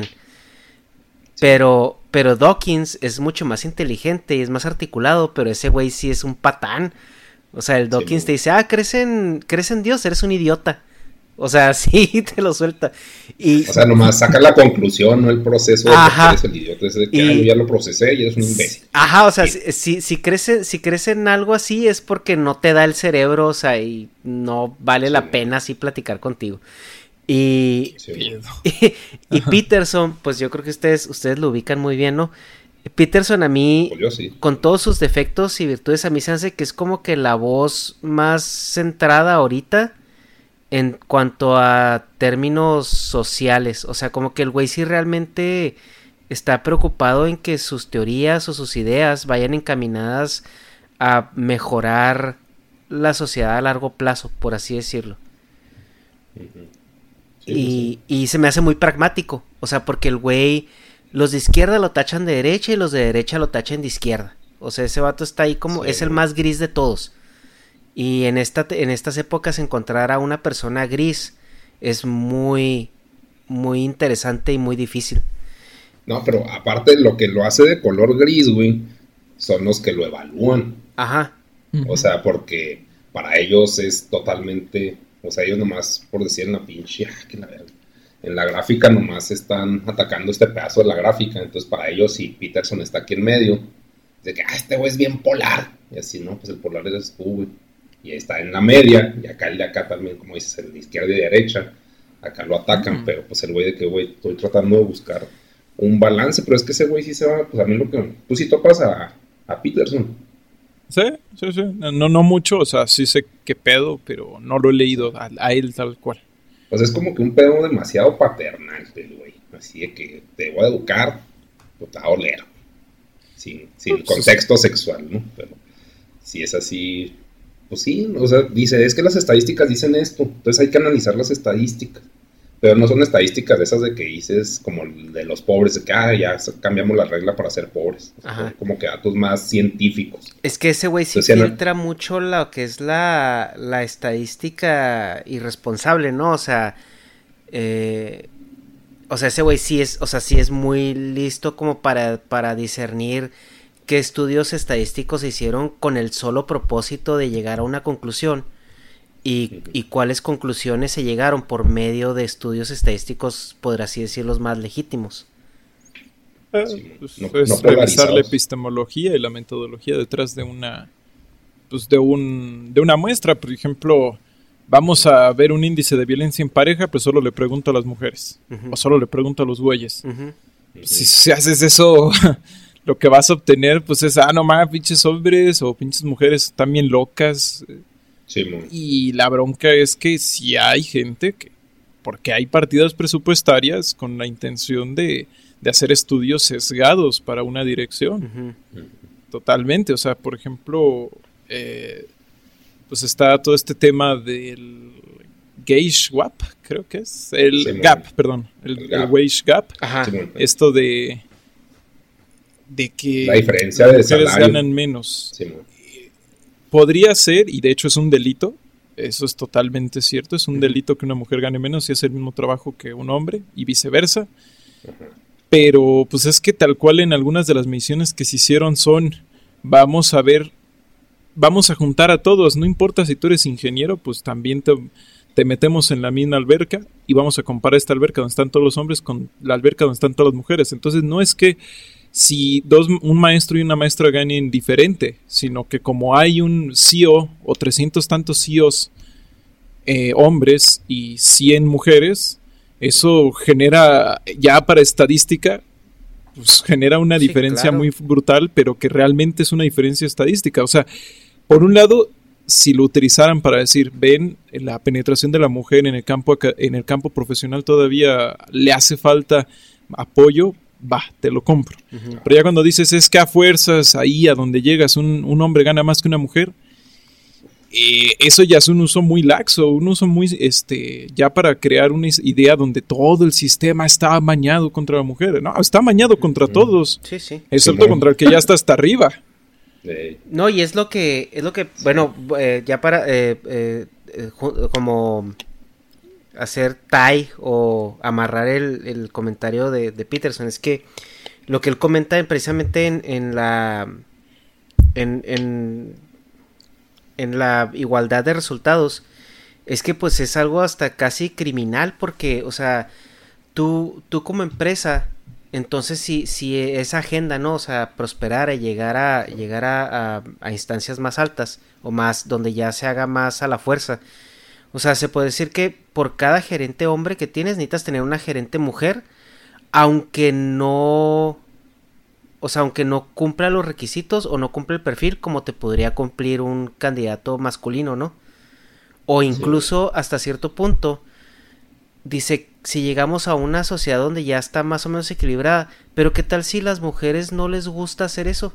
Pero Dawkins es mucho más inteligente y es más articulado, pero ese güey sí es un patán. O sea, el Dawkins te dice, crees en Dios, eres un idiota. O sea, sí, te lo suelta. O sea, nomás saca la conclusión, no el proceso de que eres el idiota. Es de que yo ya lo procesé y eres un imbécil. Ajá, o sea, si crees en algo así es porque no te da el cerebro, o sea, y no vale la pena así platicar contigo. Y Peterson, pues yo creo que ustedes lo ubican muy bien, ¿no? Peterson a mí, con todos sus defectos y virtudes, a mí se hace que es como que la voz más centrada ahorita en cuanto a términos sociales. O sea, como que el güey sí realmente está preocupado en que sus teorías o sus ideas vayan encaminadas a mejorar la sociedad a largo plazo, por así decirlo. Y se me hace muy pragmático, o sea, porque el güey, los de izquierda lo tachan de derecha y los de derecha lo tachan de izquierda. O sea, ese vato está ahí como, es el más gris de todos. Y en estas épocas encontrar a una persona gris es muy, muy interesante y muy difícil. No, pero aparte lo que lo hace de color gris, güey, son los que lo evalúan. Ajá. O sea, porque para ellos es totalmente, o sea, ellos nomás, por decir en la pinche, que la verdad, en la gráfica nomás están atacando este pedazo de la gráfica, entonces para ellos si Peterson está aquí en medio, de que, este güey es bien polar, y así, ¿no? Pues el polar eres tú, güey, y está en la media, y acá el de acá también, como dices, el de izquierda y derecha, acá lo atacan, pero pues el güey de que, güey, estoy tratando de buscar un balance, pero es que ese güey sí se va, pues a mí lo que, tú sí topas a Peterson. Sí. No mucho, o sea, sí sé qué pedo, pero no lo he leído a él tal cual. Pues es como que un pedo demasiado paternal del güey, así de que te voy a educar, pues te va a oler, sin contexto sexual, ¿no? Pero si es así, pues sí, o sea, dice, es que las estadísticas dicen esto, entonces hay que analizar las estadísticas, pero no son estadísticas de esas de que dices como de los pobres, de que ya cambiamos la regla para ser pobres, o sea, son como que datos más científicos. Es que ese güey sí filtra mucho lo que es la estadística irresponsable, ¿no? O sea, ese güey sí es muy listo como para discernir qué estudios estadísticos se hicieron con el solo propósito de llegar a una conclusión y cuáles conclusiones se llegaron por medio de estudios estadísticos, por así decirlo, los más legítimos. Es revisar la epistemología y la metodología detrás de una muestra. Por ejemplo, vamos a ver un índice de violencia en pareja, pero solo le pregunto a las mujeres, o solo le pregunto a los güeyes. Si haces eso, lo que vas a obtener pues es, no mames, pinches hombres o pinches mujeres están bien locas. Sí, y la bronca es que si hay gente porque hay partidas presupuestarias con la intención de hacer estudios sesgados para una dirección. Totalmente, o sea, por ejemplo, pues está todo este tema del Gage Gap, creo que es, el Wage Gap. Esto de que la diferencia de mujeres salario ganan menos. Podría ser, y de hecho es un delito, eso es totalmente cierto, es un delito que una mujer gane menos si hace el mismo trabajo que un hombre y viceversa. Pero pues es que tal cual en algunas de las mediciones que se hicieron vamos a juntar a todos, no importa si tú eres ingeniero, pues también te metemos en la misma alberca y vamos a comparar esta alberca donde están todos los hombres con la alberca donde están todas las mujeres. Entonces no es que si un maestro y una maestra ganen diferente, sino que como hay un CEO o 300 tantos CEOs hombres y 100 mujeres, eso genera, ya para estadística, pues genera una diferencia muy brutal, pero que realmente es una diferencia estadística. O sea, por un lado, si lo utilizaran para decir, ven, la penetración de la mujer en el campo profesional todavía le hace falta apoyo, te lo compro. Pero ya cuando dices, es que a fuerzas, ahí a donde llegas, un hombre gana más que una mujer, eso ya es un uso muy laxo, un uso muy, ya para crear una idea donde todo el sistema está amañado contra la mujer. No, está amañado contra todos. Sí. Excepto contra el que ya está hasta arriba. No, y es lo que, bueno, ya para, como hacer tie o amarrar el comentario de Peterson, es que lo que él comenta precisamente en la igualdad de resultados es que pues es algo hasta casi criminal, porque, o sea, tú como empresa, entonces si esa agenda, ¿no? O sea, prosperar y llegar a instancias más altas o más donde ya se haga más a la fuerza. O sea, se puede decir que por cada gerente hombre que tienes, necesitas tener una gerente mujer, aunque no cumpla los requisitos o no cumple el perfil como te podría cumplir un candidato masculino, ¿no? O incluso hasta cierto punto, dice, si llegamos a una sociedad donde ya está más o menos equilibrada, pero ¿qué tal si las mujeres no les gusta hacer eso?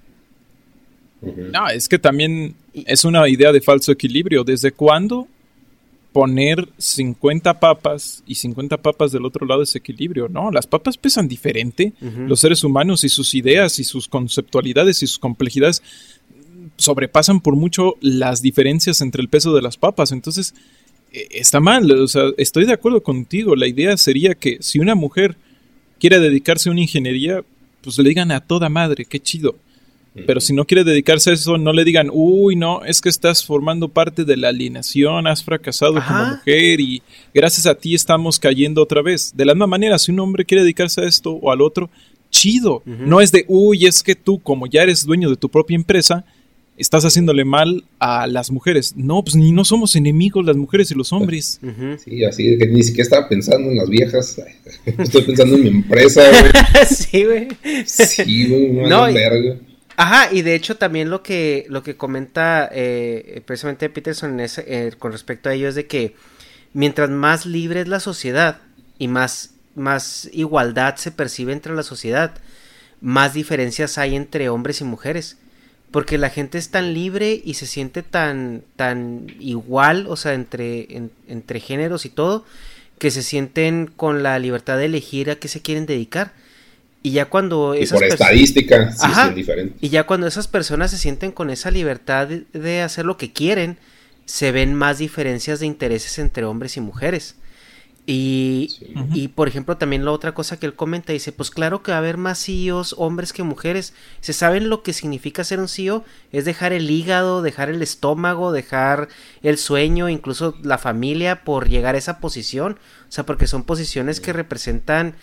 No, es que también es una idea de falso equilibrio. ¿Desde cuándo poner 50 papas y 50 papas del otro lado es equilibrio? No, las papas pesan diferente. Los seres humanos y sus ideas y sus conceptualidades y sus complejidades sobrepasan por mucho las diferencias entre el peso de las papas. Entonces, está mal. O sea, estoy de acuerdo contigo. La idea sería que si una mujer quiere dedicarse a una ingeniería, pues le digan a toda madre, qué chido. Pero si no quiere dedicarse a eso, no le digan, uy, no, es que estás formando parte de la alienación, has fracasado como mujer y gracias a ti estamos cayendo otra vez. De la misma manera, si un hombre quiere dedicarse a esto o al otro, chido. No es de, uy, es que tú, como ya eres dueño de tu propia empresa, estás haciéndole mal a las mujeres. No, pues ni no somos enemigos las mujeres y los hombres. Sí, así que ni siquiera estaba pensando en las viejas. Estoy pensando en mi empresa, güey. Sí, güey. Sí, güey, no, verga. Ajá, y de hecho también lo que comenta precisamente Peterson con respecto a ello es de que mientras más libre es la sociedad y más igualdad se percibe entre la sociedad, más diferencias hay entre hombres y mujeres. Porque la gente es tan libre y se siente tan igual, o sea, entre géneros y todo, que se sienten con la libertad de elegir a qué se quieren dedicar. Y ya cuando esas por estadística, sí es diferente. Y ya cuando esas personas se sienten con esa libertad de hacer lo que quieren, se ven más diferencias de intereses entre hombres y mujeres. Y por ejemplo, también la otra cosa que él comenta, dice, pues claro que va a haber más CEOs hombres que mujeres. ¿Se saben lo que significa ser un CEO? Es dejar el hígado, dejar el estómago, dejar el sueño, incluso la familia por llegar a esa posición. O sea, porque son posiciones que representan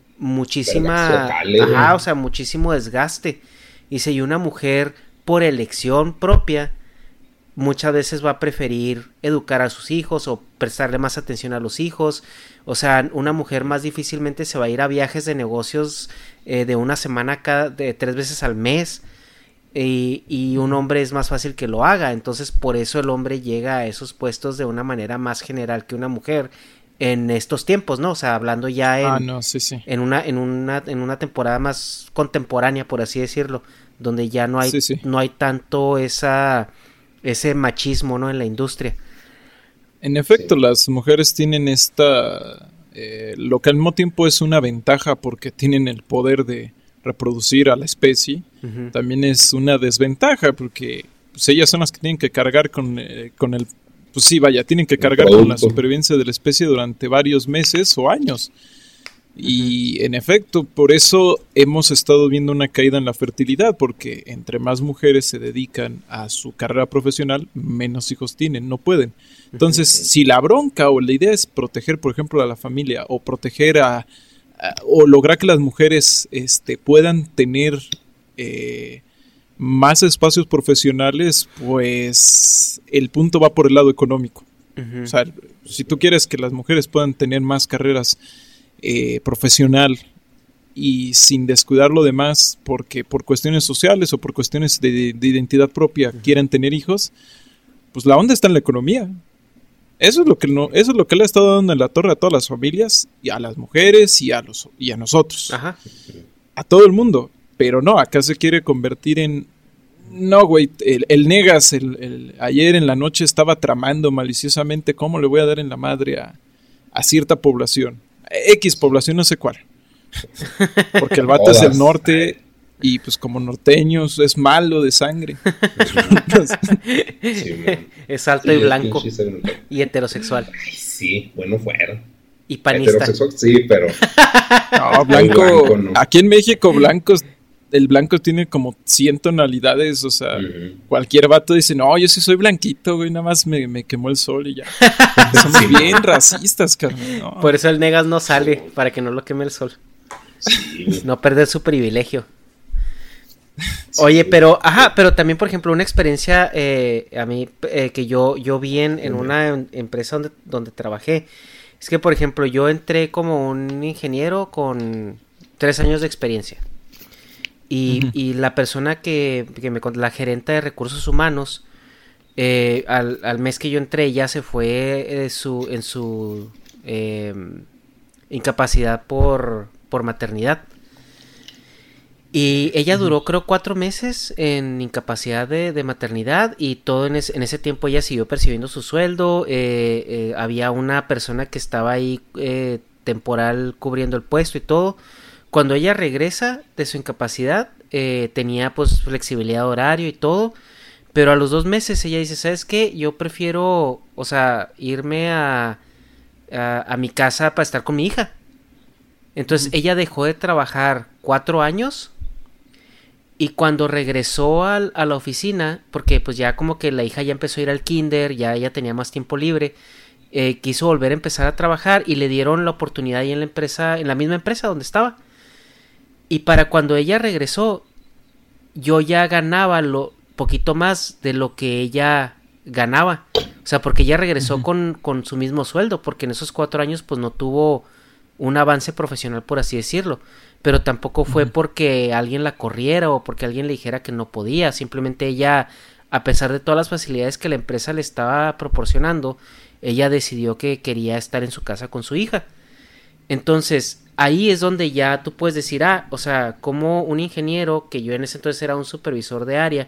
muchísimo desgaste. Dice, y una mujer por elección propia muchas veces va a preferir educar a sus hijos o prestarle más atención a los hijos. O sea, una mujer más difícilmente se va a ir a viajes de negocios de una semana de 3 veces al mes, y un hombre es más fácil que lo haga. Entonces por eso el hombre llega a esos puestos de una manera más general que una mujer en estos tiempos, ¿no? O sea, hablando ya en una temporada más contemporánea, por así decirlo, donde ya no hay tanto ese machismo, ¿no? En la industria. En efecto, las mujeres tienen lo que al mismo tiempo es una ventaja porque tienen el poder de reproducir a la especie, también es una desventaja porque pues, ellas son las que tienen que cargar con el pues sí, vaya, tienen que cargar con la supervivencia de la especie durante varios meses o años. Y en efecto, por eso hemos estado viendo una caída en la fertilidad, porque entre más mujeres se dedican a su carrera profesional, menos hijos tienen, no pueden. Entonces, si la bronca o la idea es proteger, por ejemplo, a la familia, o proteger o lograr que las mujeres puedan tener más espacios profesionales, pues el punto va por el lado económico. O sea, si tú quieres que las mujeres puedan tener más carreras profesional y sin descuidar lo demás porque por cuestiones sociales o por cuestiones de identidad propia quieren tener hijos, pues la onda está en la economía. Eso es lo que le ha estado dando en la torre a todas las familias y a las mujeres y a nosotros. A todo el mundo. Pero no, acá se quiere convertir en... No, güey, el Negas ayer en la noche estaba tramando maliciosamente cómo le voy a dar en la madre a cierta población. X población, no sé cuál. Porque el vato es del norte y pues como norteños es malo de sangre. Es alto y blanco y heterosexual. Ay, sí, bueno fuera. Y panista. Heterosexual sí, pero... No, blanco no. Aquí en México el blanco tiene como 100 tonalidades, o sea, cualquier vato dice, no, yo sí soy blanquito, güey, nada más me quemó el sol y ya. Somos bien racistas, carnal. No. Por eso el Negas no sale, para que no lo queme el sol. Sí. No perder su privilegio. Sí. Oye, pero también, por ejemplo, una experiencia a mí que yo vi en una empresa donde trabajé, es que, por ejemplo, yo entré como un ingeniero con 3 años de experiencia. Y la persona que la gerente de recursos humanos, al mes que yo entré, ya se fue en su incapacidad por maternidad. Y ella duró, creo, 4 meses en incapacidad de maternidad, y todo en ese tiempo ella siguió percibiendo su sueldo. Había una persona que estaba ahí temporal cubriendo el puesto y todo. Cuando ella regresa de su incapacidad, tenía pues flexibilidad de horario y todo, pero a los 2 meses ella dice, ¿sabes qué? Yo prefiero, o sea, irme a mi casa para estar con mi hija. Entonces ella dejó de trabajar 4 años Y cuando regresó a la oficina, porque pues ya como que la hija ya empezó a ir al kinder, ya ella tenía más tiempo libre, quiso volver a empezar a trabajar y le dieron la oportunidad ahí en la empresa, en la misma empresa donde estaba. Y para cuando ella regresó, yo ya ganaba lo poquito más de lo que ella ganaba. O sea, porque ella regresó con su mismo sueldo, porque en esos 4 años pues no tuvo un avance profesional, por así decirlo. Pero tampoco fue porque alguien la corriera o porque alguien le dijera que no podía. Simplemente ella, a pesar de todas las facilidades que la empresa le estaba proporcionando, ella decidió que quería estar en su casa con su hija. Entonces, ahí es donde ya tú puedes decir, o sea, como un ingeniero, que yo en ese entonces era un supervisor de área,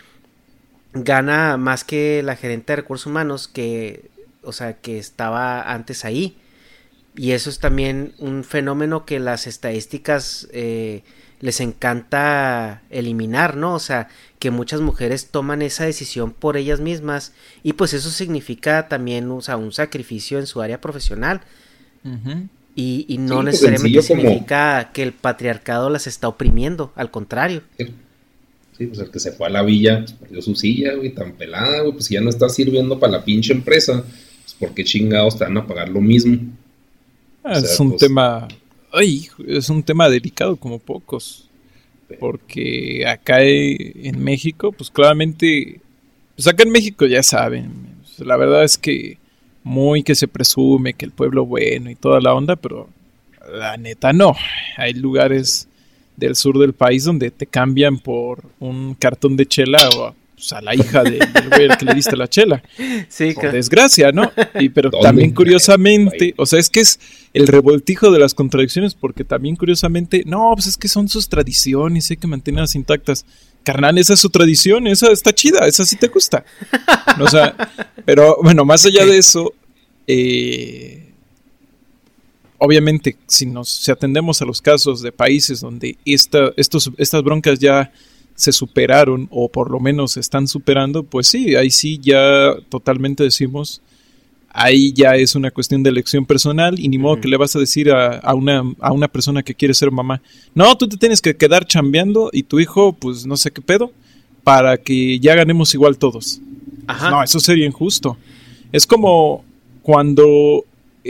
gana más que la gerente de recursos humanos que estaba antes ahí. Y eso es también un fenómeno que las estadísticas les encanta eliminar, ¿no? O sea, que muchas mujeres toman esa decisión por ellas mismas y pues eso significa también, o sea, un sacrificio en su área profesional. Y no necesariamente significa que el patriarcado las está oprimiendo, al contrario. Sí, pues el que se fue a la villa, pues perdió su silla, güey, tan pelada, güey, pues si ya no está sirviendo para la pinche empresa, pues ¿por qué chingados te van a pagar lo mismo? Es un tema, es un tema delicado como pocos, porque acá en México, pues claramente, pues acá en México ya saben, la verdad es que muy que se presume que el pueblo bueno y toda la onda, pero la neta no, hay lugares del sur del país donde te cambian por un cartón de chela o pues, a la hija del güey al que le diste la chela. Sí, por desgracia, ¿no? Pero también curiosamente, o sea, es que es el revoltijo de las contradicciones, porque también curiosamente, no, pues es que son sus tradiciones, hay que mantenerlas intactas. Carnal, esa es su tradición, esa está chida, esa sí te gusta. O sea, pero bueno, más allá de eso, obviamente, si atendemos a los casos de países donde estas broncas ya se superaron o por lo menos se están superando, pues sí, ahí sí ya totalmente decimos, ahí ya es una cuestión de elección personal y ni modo que le vas a decir a una persona que quiere ser mamá, no, tú te tienes que quedar chambeando y tu hijo, pues no sé qué pedo, para que ya ganemos igual todos. Ajá. No, eso sería injusto. Es como cuando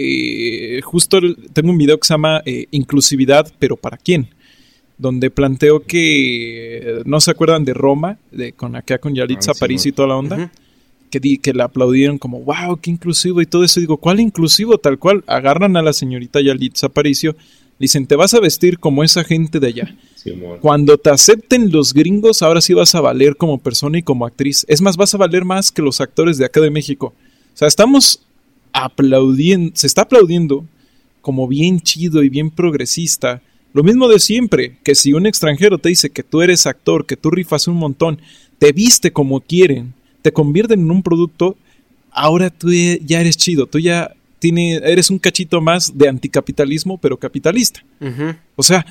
justo tengo un video que se llama Inclusividad, pero ¿para quién? Donde planteo que no se acuerdan de Roma, con Yalitza Aparicio y toda la onda, que la aplaudieron como wow, qué inclusivo y todo eso. Digo, ¿cuál inclusivo? Tal cual, agarran a la señorita Yalitza Aparicio, dicen, te vas a vestir como esa gente de allá. Sí, cuando te acepten los gringos, ahora sí vas a valer como persona y como actriz. Es más, vas a valer más que los actores de acá de México. O sea, estamos aplaudiendo, se está aplaudiendo como bien chido y bien progresista. Lo mismo de siempre, que si un extranjero te dice que tú eres actor, que tú rifas un montón, te viste como quieren, te convierten en un producto, ahora tú ya eres chido, tú ya eres un cachito más de anticapitalismo, pero capitalista. O sea,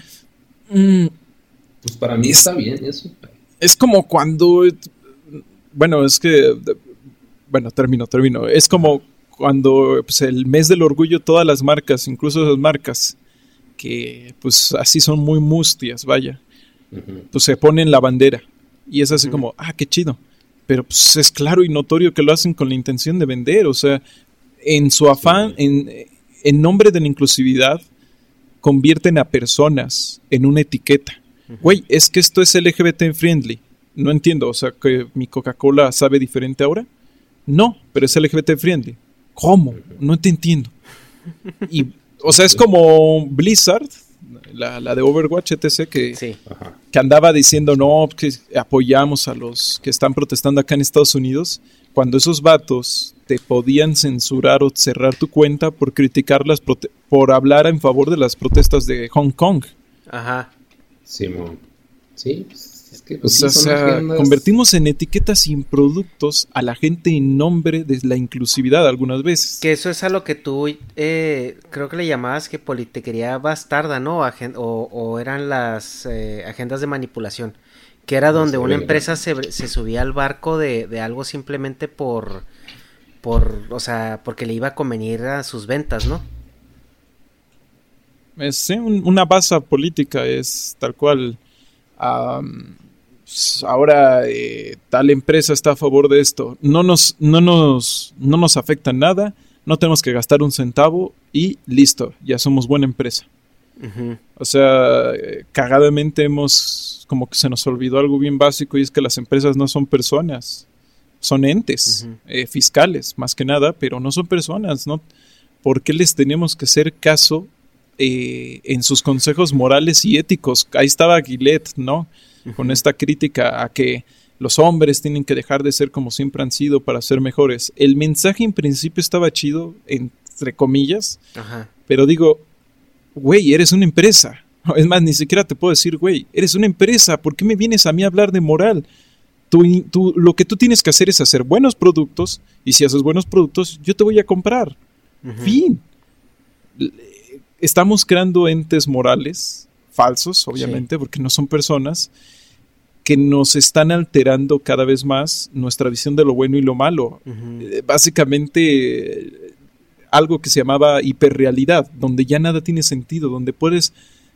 pues para mí está bien eso. Es como cuando, bueno, es que, bueno, termino. Es como cuando pues, el mes del orgullo, todas las marcas, incluso esas marcas que pues así son muy mustias, vaya, pues se ponen la bandera y es así como, qué chido, pero pues es claro y notorio que lo hacen con la intención de vender, o sea, en su afán, en nombre de la inclusividad, convierten a personas en una etiqueta. Güey, es que esto es LGBT friendly, no entiendo, o sea, que mi Coca-Cola sabe diferente ahora, no, pero es LGBT friendly. ¿Cómo? No te entiendo. Y o sea, es como Blizzard, la de Overwatch, etc., que andaba diciendo, no, que apoyamos a los que están protestando acá en Estados Unidos, cuando esos vatos te podían censurar o cerrar tu cuenta por criticarlas, por hablar en favor de las protestas de Hong Kong. Ajá. Simón. Sí, es que pues, o sea, convertimos en etiquetas y en productos a la gente en nombre de la inclusividad algunas veces. Que eso es a lo que tú creo que le llamabas que politiquería bastarda, ¿no? O eran las agendas de manipulación, que era donde una empresa se subía al barco de algo simplemente por o sea, porque le iba a convenir a sus ventas, ¿no? Es una base política, es tal cual. ahora tal empresa está a favor de esto. No nos afecta en nada, no tenemos que gastar un centavo y listo, ya somos buena empresa. Uh-huh. O sea, cagadamente como que se nos olvidó algo bien básico, y es que las empresas no son personas, son entes fiscales más que nada, pero no son personas, ¿no? ¿Por qué les tenemos que hacer caso en sus consejos morales y éticos? Ahí estaba Gillette, ¿no? Con esta crítica a que los hombres tienen que dejar de ser como siempre han sido para ser mejores. El mensaje en principio estaba chido, entre comillas, pero digo, güey, eres una empresa. Es más, ni siquiera te puedo decir, güey, eres una empresa, ¿por qué me vienes a mí a hablar de moral? Lo que tú tienes que hacer es hacer buenos productos, y si haces buenos productos, yo te voy a comprar. Fin. Estamos creando entes morales falsos, obviamente, porque no son personas, que nos están alterando cada vez más nuestra visión de lo bueno y lo malo. Básicamente, algo que se llamaba hiperrealidad, donde ya nada tiene sentido, donde puedes,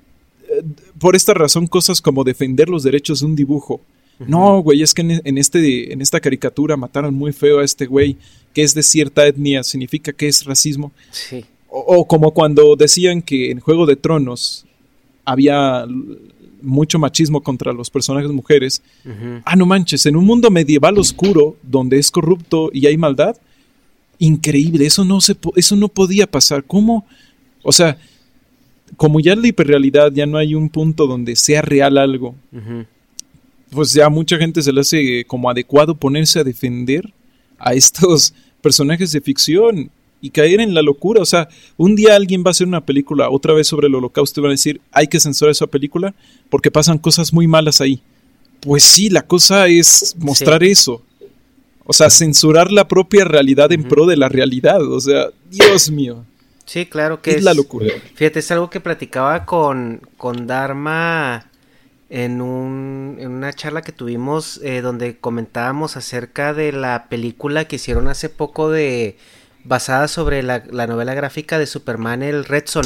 por esta razón, cosas como defender los derechos de un dibujo. No, güey, es que en esta caricatura mataron muy feo a este güey, que es de cierta etnia, significa que es racismo. Sí. O como cuando decían que en Juego de Tronos había mucho machismo contra los personajes mujeres. No manches, en un mundo medieval oscuro, donde es corrupto y hay maldad, increíble, eso no podía pasar. ¿Cómo? O sea, como ya en la hiperrealidad ya no hay un punto donde sea real algo, pues ya mucha gente se le hace como adecuado ponerse a defender a estos personajes de ficción y caer en la locura. O sea, un día alguien va a hacer una película otra vez sobre el Holocausto y van a decir, hay que censurar esa película porque pasan cosas muy malas ahí. Pues sí, la cosa es mostrar eso. O sea, censurar la propia realidad en pro de la realidad. O sea, Dios mío. Sí, claro que es la locura. Fíjate, es algo que platicaba con Dharma en una charla que tuvimos donde comentábamos acerca de la película que hicieron hace poco basada sobre la novela gráfica de Superman, el Red Son,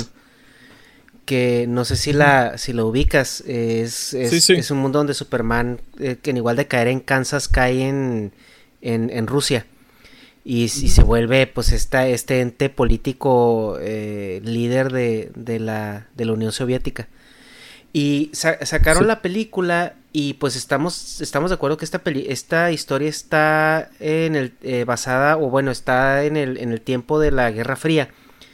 que no sé si la ubicas. Es un mundo donde Superman, que en igual de caer en Kansas, cae en Rusia y se vuelve pues este ente político líder de la Unión Soviética. Y sacaron la película y pues estamos de acuerdo que esta historia está basada, o bueno, está en el tiempo de la Guerra Fría.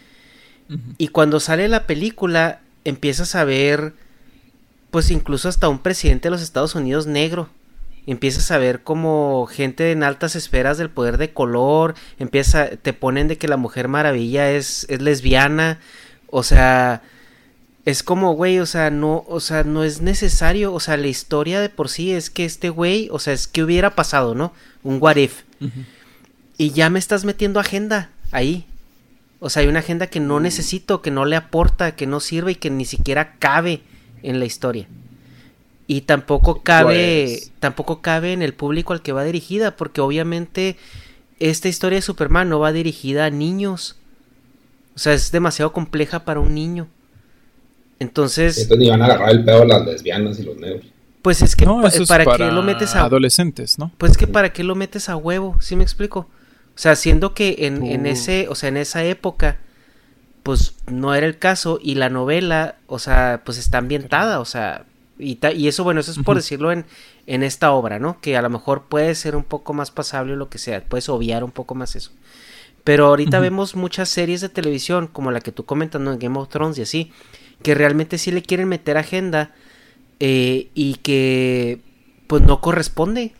Y cuando sale la película empiezas a ver pues incluso hasta un presidente de los Estados Unidos negro. Empiezas a ver como gente en altas esferas del poder de color, te ponen de que la Mujer Maravilla es lesbiana. O sea, es como, güey, o sea, no es necesario. O sea, la historia de por sí es que este güey, o sea, es que hubiera pasado, ¿no? Un what if. Y ya me estás metiendo agenda ahí. O sea, hay una agenda que no necesito, que no le aporta, que no sirve y que ni siquiera cabe en la historia. Y tampoco cabe en el público al que va dirigida, porque obviamente esta historia de Superman no va dirigida a niños. O sea, es demasiado compleja para un niño. Entonces ni van a agarrar el pedo a las lesbianas y los negros. Pues es que para qué lo metes a adolescentes, ¿no? Pues que para qué lo metes a huevo, ¿sí me explico? O sea, siendo que en esa época pues no era el caso, y la novela, o sea, pues está ambientada, o sea, y eso, bueno, eso es por decirlo en esta obra, ¿no? Que a lo mejor puede ser un poco más pasable o lo que sea, puedes obviar un poco más eso. Pero ahorita vemos muchas series de televisión, como la que tú comentas, ¿no? En Game of Thrones y así, que realmente sí le quieren meter agenda y que pues no corresponde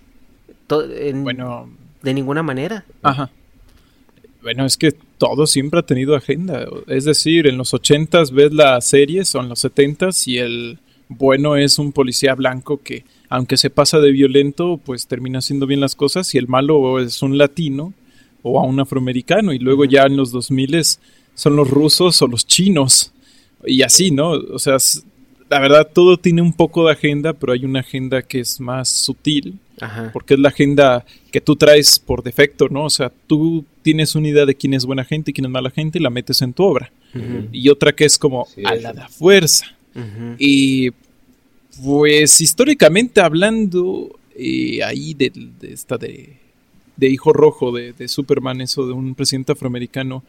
de ninguna manera. Ajá. Bueno, es que todo siempre ha tenido agenda. Es decir, en los 80s ves las series, o en los 70s, y el bueno es un policía blanco que, aunque se pasa de violento, pues termina haciendo bien las cosas, y el malo es un latino o a un afroamericano, y luego ya en los 2000s son los rusos o los chinos, y así, ¿no? O sea, la verdad todo tiene un poco de agenda, pero hay una agenda que es más sutil. Ajá. Porque es la agenda que tú traes por defecto, ¿no? O sea, tú tienes una idea de quién es buena gente y quién es mala gente y la metes en tu obra. Y otra que es como a la fuerza. Y Pues históricamente hablando, ahí de Hijo Rojo de Superman, eso de un presidente afroamericano,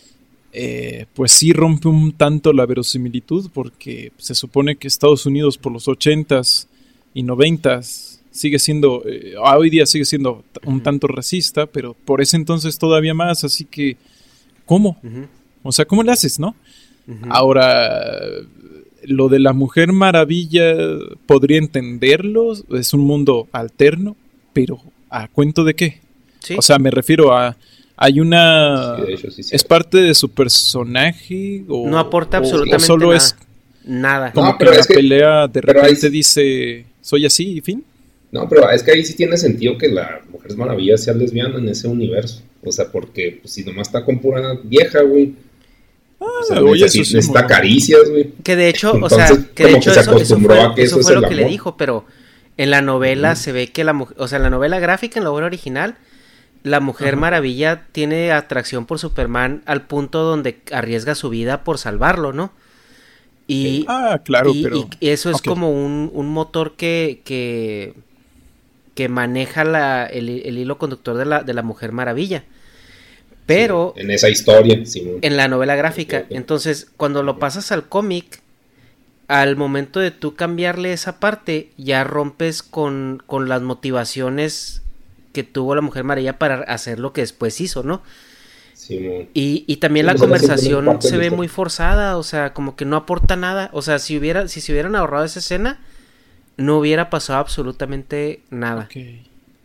pues sí rompe un tanto la verosimilitud, porque se supone que Estados Unidos por los 80s y 90s sigue siendo, hoy día sigue siendo un tanto racista, pero por ese entonces todavía más, así que, ¿cómo? O sea, ¿cómo le haces, no? Ahora, lo de la Mujer Maravilla podría entenderlo, es un mundo alterno, pero ¿a cuento de qué? ¿Sí? O sea, me refiero a, hay una, sí, de hecho, sí, ¿es parte de su personaje? O, no aporta absolutamente o solo nada. Es nada. Como no, que en la pelea de repente dice, soy así y fin. No, pero es que ahí sí tiene sentido que la Mujer Maravilla sea lesbiana en ese universo. O sea, porque pues, si nomás está con pura vieja, güey. O sea, necesita caricias, güey. Que de hecho, entonces, o sea, que de hecho eso fue lo que le dijo, pero en la novela se ve que la mujer, o sea, en la novela gráfica, en la obra original, la Mujer Maravilla tiene atracción por Superman al punto donde arriesga su vida por salvarlo, ¿no? Y, claro, pero... y eso es como un motor que maneja el hilo conductor de la Mujer Maravilla. Pero... Sí, en esa historia, sí. En la novela gráfica. Entonces, cuando lo pasas al cómic, al momento de tú cambiarle esa parte, ya rompes con las motivaciones que tuvo la Mujer Maravilla para hacer lo que después hizo, ¿no? Sí, y también la conversación se ve muy forzada, o sea, como que no aporta nada. O sea, si se hubieran ahorrado esa escena, no hubiera pasado absolutamente nada. Okay.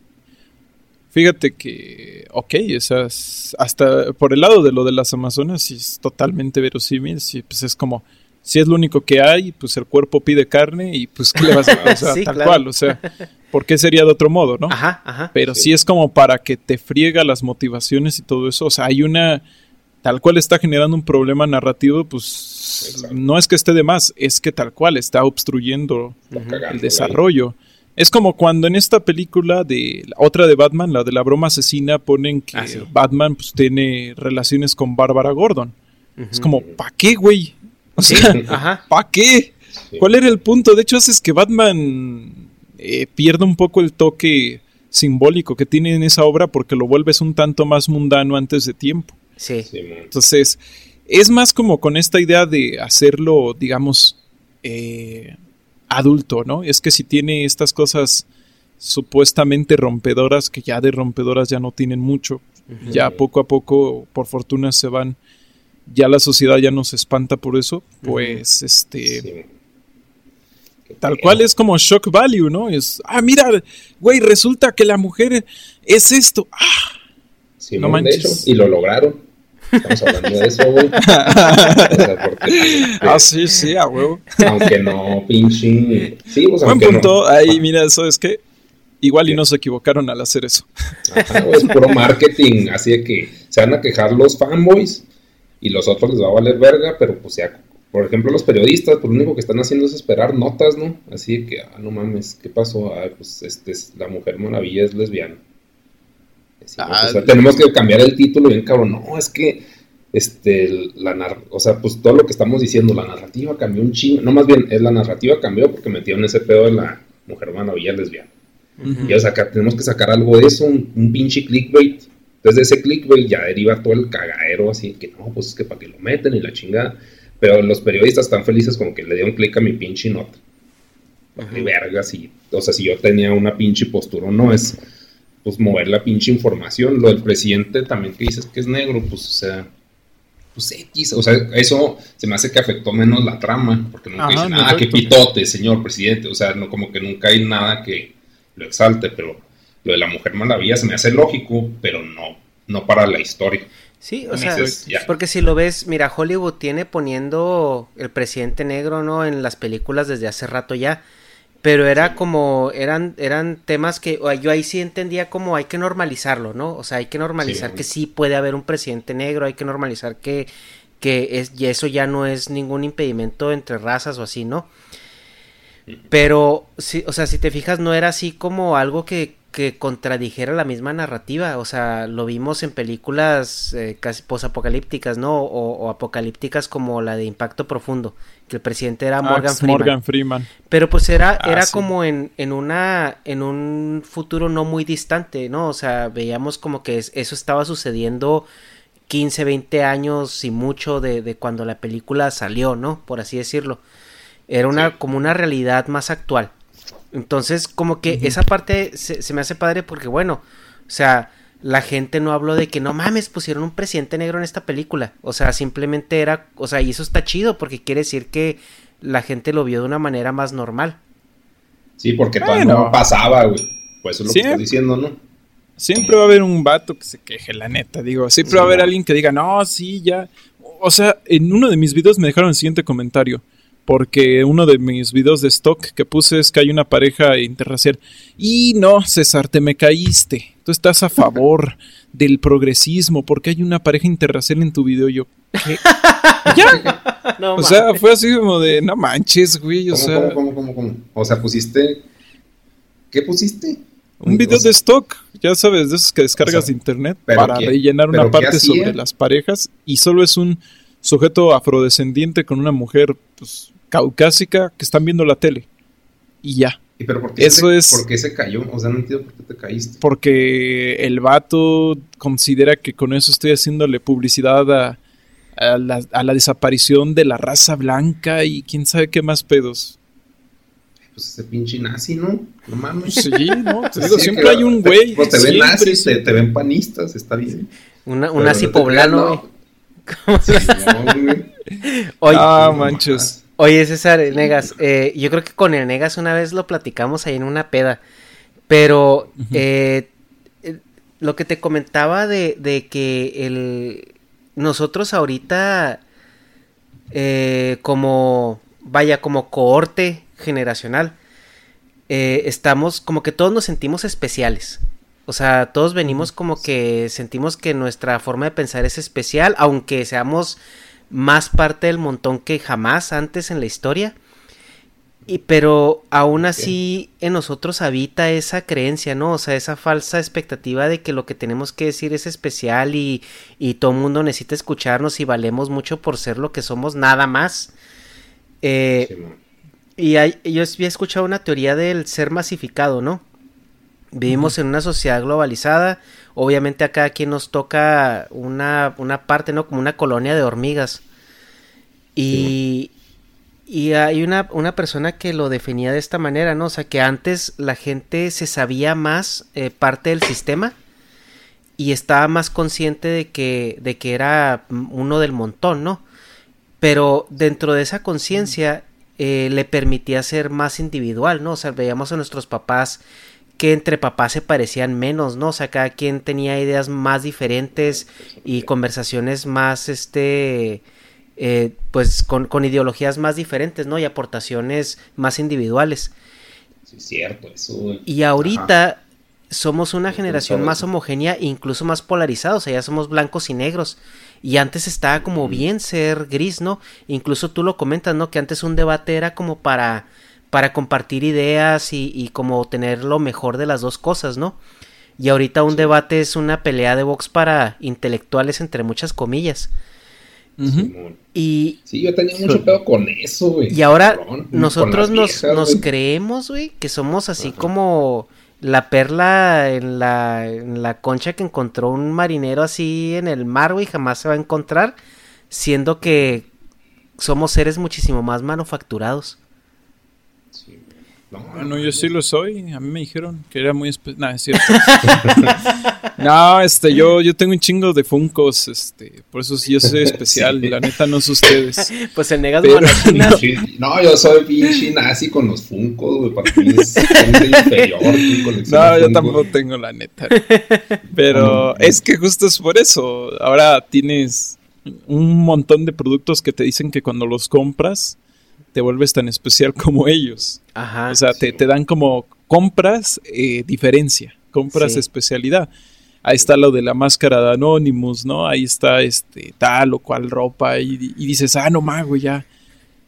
Fíjate que, esas, hasta por el lado de lo de las Amazonas, sí es totalmente verosímil, sí, pues es como, si es lo único que hay, pues el cuerpo pide carne y pues ¿qué le vas a hacer? O sea, sí, tal cual, o sea, ¿por qué sería de otro modo, no? Ajá. Pero sí es como para que te friega las motivaciones y todo eso, o sea, hay una, tal cual está generando un problema narrativo, pues exacto. No es que esté de más, es que tal cual está obstruyendo el desarrollo. Es como cuando en esta película de otra de Batman, la de la broma asesina, ponen que Batman pues tiene relaciones con Bárbara Gordon. Es como, ¿pa' qué, güey? O sea, ¿pa' qué? Sí. ¿Cuál era el punto? De hecho, haces que Batman pierda un poco el toque simbólico que tiene en esa obra porque lo vuelves un tanto más mundano antes de tiempo. Sí. Entonces, es más como con esta idea de hacerlo, digamos, adulto, ¿no? Es que si tiene estas cosas supuestamente rompedoras, que ya de rompedoras ya no tienen mucho, ya poco a poco, por fortuna se van, ya la sociedad ya no se espanta por eso, pues tal cual es como shock value, ¿no? Es, mira, güey, resulta que la mujer es esto. Sí, no manches. De hecho, y lo lograron. Estamos hablando de eso, güey. O sea, porque, sí, a huevo. Aunque no, pinche. Sí, pues buen punto. No. Ahí, mira, eso es que igual y no se equivocaron al hacer eso. Ajá, es puro marketing. Así de que se van a quejar los fanboys y los otros les va a valer verga, pero pues ya, por ejemplo, los periodistas, pues lo único que están haciendo es esperar notas, ¿no? Así de que, no mames, ¿qué pasó? Pues la Mujer Maravilla es lesbiana. Sí, o sea, tenemos que cambiar el título bien cabrón. No, es que o sea, pues todo lo que estamos diciendo, la narrativa cambió un chingo. No, más bien, la narrativa cambió porque metieron ese pedo de la Mujer Maravilla lesbiana. Y o sea, tenemos que sacar algo de eso, un pinche clickbait. Entonces de ese clickbait ya deriva todo el cagadero, así que no, pues es que para que lo meten y la chingada. Pero los periodistas están felices con que le dieron click a mi pinche nota. Y vergas, o sea, si yo tenía una pinche postura o no, es pues mover la pinche información. Lo del presidente también que dices que es negro, pues o sea, pues X, o sea, eso se me hace que afectó menos la trama, porque nunca dicen, qué pitote, señor presidente, o sea, no, como que nunca hay nada que lo exalte, pero lo de la Mujer Maravilla se me hace lógico, pero no para la historia. Sí, o sea, porque si lo ves, mira, Hollywood tiene poniendo el presidente negro, ¿no? En las películas desde hace rato ya. Pero era como, eran temas que yo ahí sí entendía como hay que normalizarlo, ¿no? O sea, hay que normalizar que sí puede haber un presidente negro, hay que normalizar que y eso ya no es ningún impedimento entre razas o así, ¿no? Pero, sí, o sea, si te fijas, no era así como algo que que contradijera la misma narrativa. O sea, lo vimos en películas casi posapocalípticas, ¿no? O apocalípticas como la de Impacto Profundo, que el presidente era Morgan Freeman. Pero pues era sí. Como en un futuro no muy distante, ¿no? O sea, veíamos como que eso estaba sucediendo 15, 20 años y mucho de cuando la película salió, ¿no? Por así decirlo. Era como una realidad más actual. Entonces, como que esa parte se me hace padre porque, bueno, o sea, la gente no habló de que no mames, pusieron un presidente negro en esta película. O sea, simplemente era, o sea, y eso está chido porque quiere decir que la gente lo vio de una manera más normal. Sí, porque todavía no pasaba, güey. Pues eso es lo que estás diciendo, ¿no? Siempre va a haber un vato que se queje, la neta, digo. Siempre va a haber alguien que diga, no, sí, ya. O sea, en uno de mis videos me dejaron el siguiente comentario. Porque uno de mis videos de stock que puse es que hay una pareja interracial. Y no, César, te me caíste. Tú estás a favor del progresismo porque hay una pareja interracial en tu video. Yo, ¿qué? ¿Ya? No, o sea, fue así como de, no manches, güey. ¿Cómo? O sea, pusiste... ¿Qué pusiste? Un video de stock, ya sabes, de esos que descargas de internet para rellenar una parte sobre las parejas. Y solo es un sujeto afrodescendiente con una mujer, pues, caucásica que están viendo la tele y ya. ¿Y pero por qué se cayó? O sea, no entiendo por qué te caíste. Porque el vato considera que con eso estoy haciéndole publicidad a la desaparición de la raza blanca y quién sabe qué más pedos. Pues ese pinche nazi, ¿no? No mames. Sí, no, te digo, siempre hay un güey. Pues te ven nazis, te ven panistas, está bien. Un nazi poblano, güey. Oye, manches. Oye, César, Negas, yo creo que con el Negas una vez lo platicamos ahí en una peda, pero lo que te comentaba de que nosotros ahorita como cohorte generacional, estamos como que todos nos sentimos especiales. O sea, todos venimos como que sentimos que nuestra forma de pensar es especial, aunque seamos más parte del montón que jamás antes en la historia. Pero aún así en nosotros habita esa creencia, ¿no? O sea, esa falsa expectativa de que lo que tenemos que decir es especial y todo el mundo necesita escucharnos y valemos mucho por ser lo que somos, nada más. Y yo había escuchado una teoría del ser masificado, ¿no? Vivimos en una sociedad globalizada, obviamente a cada quien nos toca una parte, ¿no? Como una colonia de hormigas. Y hay una persona que lo definía de esta manera, ¿no? O sea, que antes la gente se sabía más parte del sistema y estaba más consciente de que era uno del montón, ¿no? Pero dentro de esa conciencia le permitía ser más individual, ¿no? O sea, veíamos a nuestros papás que entre papás se parecían menos, ¿no? O sea, cada quien tenía ideas más diferentes y conversaciones más, pues con ideologías más diferentes, ¿no? Y aportaciones más individuales. Sí, es cierto, eso. Y ahorita somos una generación más homogénea e incluso más polarizada, o sea, ya somos blancos y negros. Y antes estaba como bien ser gris, ¿no? Incluso tú lo comentas, ¿no? Que antes un debate era como para compartir ideas y como tener lo mejor de las dos cosas, ¿no? Y ahorita un debate es una pelea de box para intelectuales, entre muchas comillas. Y sí, yo tenía mucho pedo con eso, güey. Y ahora nosotros nos creemos, güey, que somos así como la perla en la concha que encontró un marinero así en el mar, güey, jamás se va a encontrar, siendo que somos seres muchísimo más manufacturados. Bueno, yo sí lo soy. A mí me dijeron que era muy especial. No, es cierto. No, yo tengo un chingo de Funkos, por eso sí yo soy especial. La neta no sé ustedes. Pues el Negas no, yo soy pinche nazi con los Funkos, güey. Para mí es inferior. No, yo tampoco tengo la neta. Pero es que justo es por eso. Ahora tienes un montón de productos que te dicen que cuando los compras te vuelves tan especial como ellos. Ajá. O sea, te dan como compras diferencia, compras especialidad. Ahí está lo de la máscara de Anonymous, ¿no? Ahí está tal o cual ropa y dices, no mames, ya.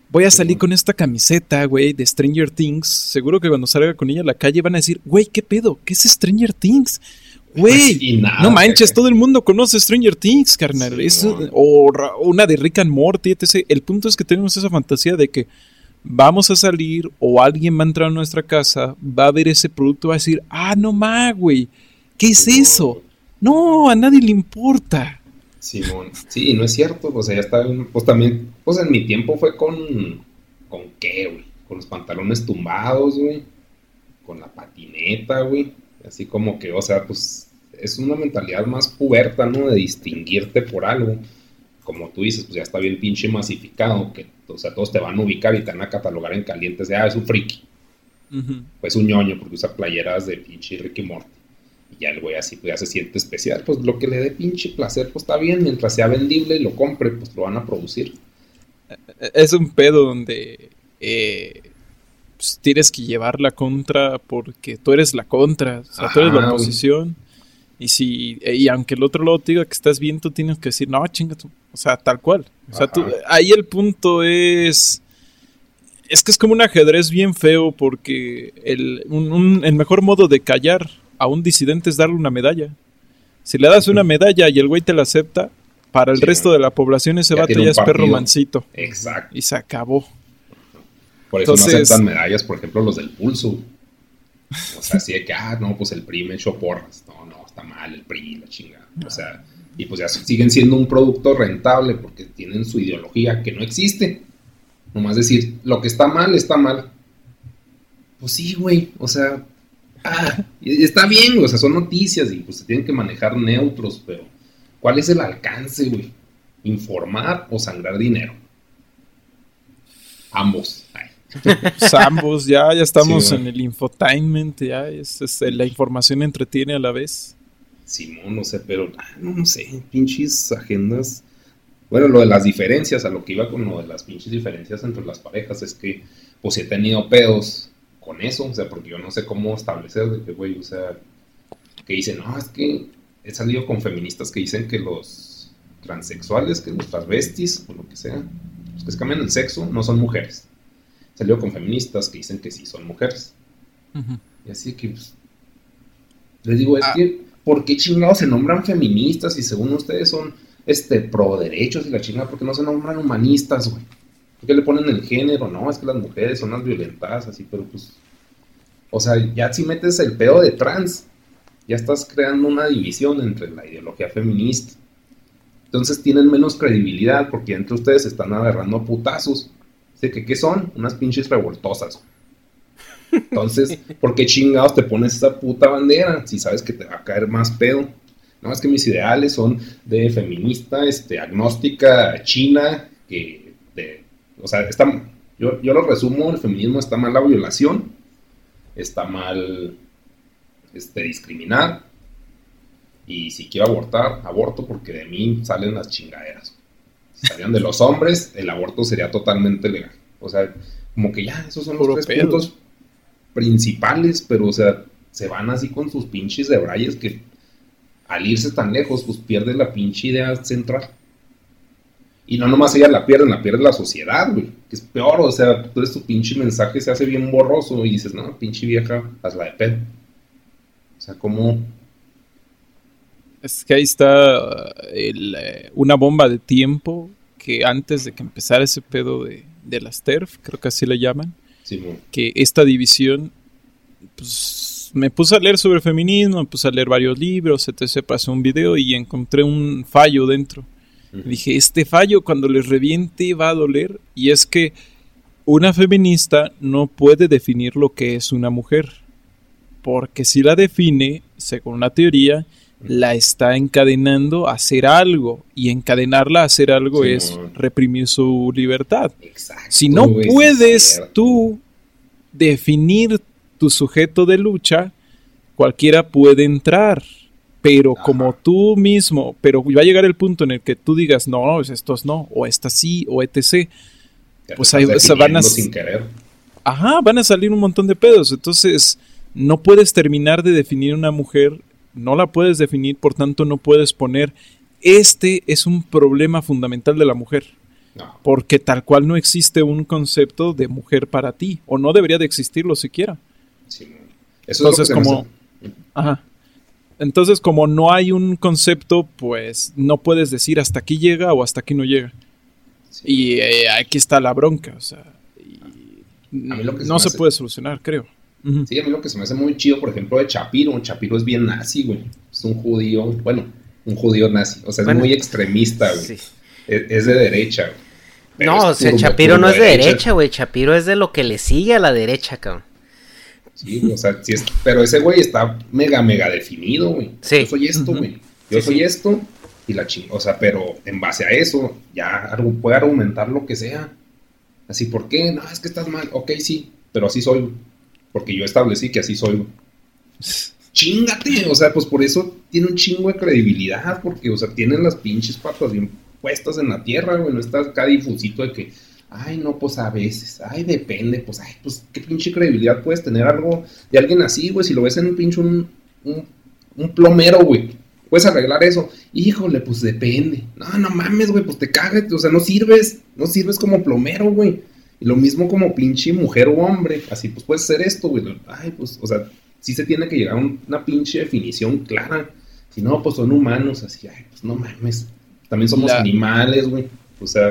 voy a salir con esta camiseta, güey, de Stranger Things. Seguro que cuando salga con ella a la calle van a decir, güey, ¿qué pedo? ¿Qué es Stranger Things? Güey, no manches, todo el mundo conoce Stranger Things, carnal. Sí, o una de Rick and Morty, etc. El punto es que tenemos esa fantasía de que vamos a salir o alguien va a entrar a nuestra casa, va a ver ese producto y va a decir, no ma, güey, ¿qué es eso? No, a nadie le importa. Simón, sí, no es cierto, o sea, ya está, pues también, pues en mi tiempo fue ¿con qué, güey? Con los pantalones tumbados, güey, con la patineta, güey, así como que, o sea, pues es una mentalidad más puberta, ¿no? De distinguirte por algo, como tú dices, pues ya está bien pinche masificado, que, o sea, todos te van a ubicar y te van a catalogar en calientes de, es un friki, pues un ñoño, porque usa playeras de pinche Ricky Morty. Y ya el güey así pues ya se siente especial, pues lo que le dé pinche placer pues está bien, mientras sea vendible y lo compre, pues lo van a producir. Es un pedo donde pues, tienes que llevar la contra porque tú eres la contra, o sea, tú eres la oposición. Y aunque el otro lado te diga que estás bien, tú tienes que decir, no, chinga tú, o sea, tal cual. O sea, ahí el punto es que es como un ajedrez bien feo porque el mejor modo de callar a un disidente es darle una medalla. Si le das una medalla y el güey te la acepta, para el resto de la población ese vato ya es perro mansito. Exacto. Y se acabó. Por eso no aceptan medallas, por ejemplo, los del pulso. O sea, así de que, no, pues el PRI me echó porras. No, está mal el PRI, la chingada. O sea, y pues ya siguen siendo un producto rentable porque tienen su ideología que no existe. Nomás decir, lo que está mal, está mal. Pues sí, güey, o sea... está bien, o sea, son noticias y pues se tienen que manejar neutros, pero ¿cuál es el alcance, güey? ¿Informar o sangrar dinero? Ambos. Pues ambos, ya estamos en el infotainment, ya la información entretiene a la vez. Simón, no sé, pero no sé, pinches agendas. Bueno, lo de las diferencias, a lo que iba con lo de las pinches diferencias entre las parejas es que pues he tenido pedos con eso, o sea, porque yo no sé cómo establecer de que, güey, o sea, que dicen, no, es que he salido con feministas que dicen que los transexuales, que los transvestis, o lo que sea, los que se cambian el sexo, no son mujeres. He salido con feministas que dicen que sí son mujeres. Y así que, pues, les digo, es que, ¿por qué chingados se nombran feministas y según ustedes son, pro derechos y la chingada? ¿Por qué no se nombran humanistas, güey? ¿Por qué le ponen el género? No, es que las mujeres son las violentadas, así, pero pues... O sea, ya si metes el pedo de trans, ya estás creando una división entre la ideología feminista. Entonces tienen menos credibilidad porque entre ustedes se están agarrando a putazos. Así que, ¿qué son? Unas pinches revoltosas. Entonces, ¿por qué chingados te pones esa puta bandera si sabes que te va a caer más pedo? No, es que mis ideales son de feminista, agnóstica, china, que... O sea, yo lo resumo, el feminismo está mal la violación, está mal discriminar, y si quiero abortar, aborto porque de mí salen las chingaderas. Si salían de los hombres, el aborto sería totalmente legal. O sea, como que ya, esos son los tres puntos principales, pero o sea, se van así con sus pinches debrayes que al irse tan lejos, pues pierde la pinche idea central. Y no nomás ella la pierde la sociedad, güey. Que es peor, o sea, todo tu pinche mensaje se hace bien borroso y dices, no, pinche vieja, hazla de pedo. O sea, ¿cómo? Es que ahí está una bomba de tiempo que antes de que empezara ese pedo de las TERF, creo que así le llaman, sí, que esta división, pues me puse a leer sobre feminismo, me puse a leer varios libros, etc., pasé un video y encontré un fallo dentro. Dije, este fallo cuando les reviente va a doler, y es que una feminista no puede definir lo que es una mujer, porque si la define, según una teoría, la está encadenando a hacer algo, y encadenarla a hacer algo es reprimir su libertad. Exacto, si no puedes tú definir tu sujeto de lucha, cualquiera puede entrar. Pero como tú mismo, pero va a llegar el punto en el que tú digas, no, estos no, o esta sí, o etc. Pues ahí van sin querer. Van a salir un montón de pedos. Entonces, no puedes terminar de definir una mujer, no la puedes definir, por tanto no puedes poner, este es un problema fundamental de la mujer. No. Porque tal cual no existe un concepto de mujer para ti, o no debería de existirlo siquiera. Sí, eso entonces, es lo que ajá. Entonces, como no hay un concepto, pues no puedes decir hasta aquí llega o hasta aquí no llega. Sí. Y aquí está la bronca, o sea, no se puede solucionar, creo. Uh-huh. Sí, a mí lo que se me hace muy chido, por ejemplo, de Shapiro. Shapiro es bien nazi, güey. Es un judío, un judío nazi. O sea, es muy extremista, güey. Sí. Es de derecha, güey. No, o sea, Shapiro no es de derecha, güey. Shapiro es de lo que le sigue a la derecha, cabrón. Sí, o sea, sí pero ese güey está mega definido, güey. Sí. Yo soy esto, güey. Yo soy esto y la chingada. O sea, pero en base a eso, ya puede argumentar lo que sea. Así, ¿por qué? No, es que estás mal. Ok, sí, pero así soy, güey. Porque yo establecí que así soy, güey. Chíngate, o sea, pues por eso tiene un chingo de credibilidad, porque, o sea, tienen las pinches patas bien puestas en la tierra, güey. No está acá difusito de que, ay, no, pues a veces, ay, depende, pues, ay, pues, ¿qué pinche credibilidad puedes tener algo de alguien así, güey? Si lo ves en un pinche, un plomero, güey, puedes arreglar eso. Híjole, pues depende. No mames, güey, pues te cagas, o sea, no sirves como plomero, güey. Y lo mismo como pinche mujer o hombre, así, pues puedes hacer esto, güey. Ay, pues, o sea, sí se tiene que llegar a una pinche definición clara. Si no, pues son humanos, así, ay, pues no mames. También somos animales, güey. O sea...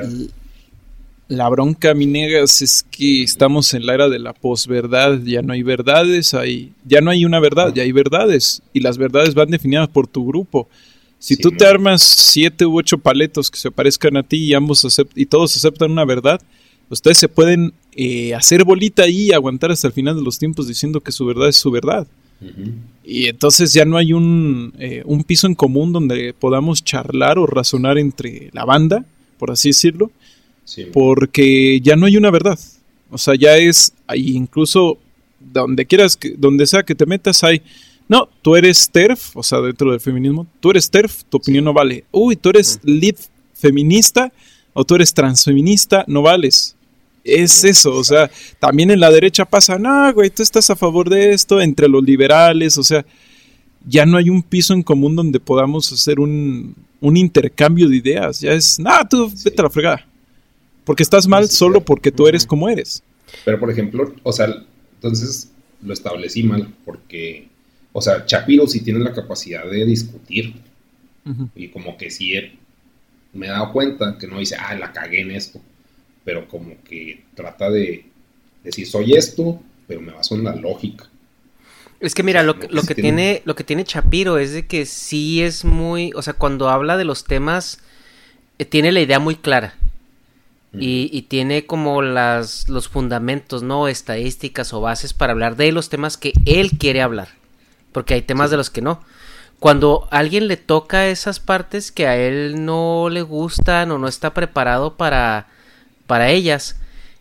La bronca, mi negas, es que estamos en la era de la posverdad. Ya no hay verdades, ya no hay una verdad, ya hay verdades. Y las verdades van definidas por tu grupo. Si tú te armas 7 u 8 paletos que se parezcan a ti y todos aceptan una verdad, ustedes se pueden hacer bolita ahí y aguantar hasta el final de los tiempos diciendo que su verdad es su verdad. Uh-huh. Y entonces ya no hay un piso en común donde podamos charlar o razonar entre la banda, por así decirlo. Sí. Porque ya no hay una verdad. O sea, ya es, incluso donde sea que te metas hay, no, tú eres TERF, o sea, dentro del feminismo, tú eres TERF, tu opinión no vale. Uy, tú eres lead feminista o tú eres transfeminista, no vales. Es eso, o sea, también en la derecha pasa, no, güey, tú estás a favor de esto, entre los liberales, o sea, ya no hay un piso en común donde podamos hacer un intercambio de ideas. Ya es, tú vete a la fregada. Porque estás mal solo porque tú eres como eres. Pero, por ejemplo, o sea, entonces lo establecí mal porque, o sea, Shapiro sí tiene la capacidad de discutir. Uh-huh. Y como que sí me he dado cuenta que no dice, la cagué en esto. Pero como que trata de decir, soy esto, pero me baso en la lógica. Es que mira, lo que tiene Shapiro es de que sí es muy, o sea, cuando habla de los temas, tiene la idea muy clara. Y tiene como los fundamentos, ¿no? Estadísticas o bases para hablar de los temas que él quiere hablar. Porque hay temas de los que no. Cuando a alguien le toca esas partes que a él no le gustan o no está preparado para ellas,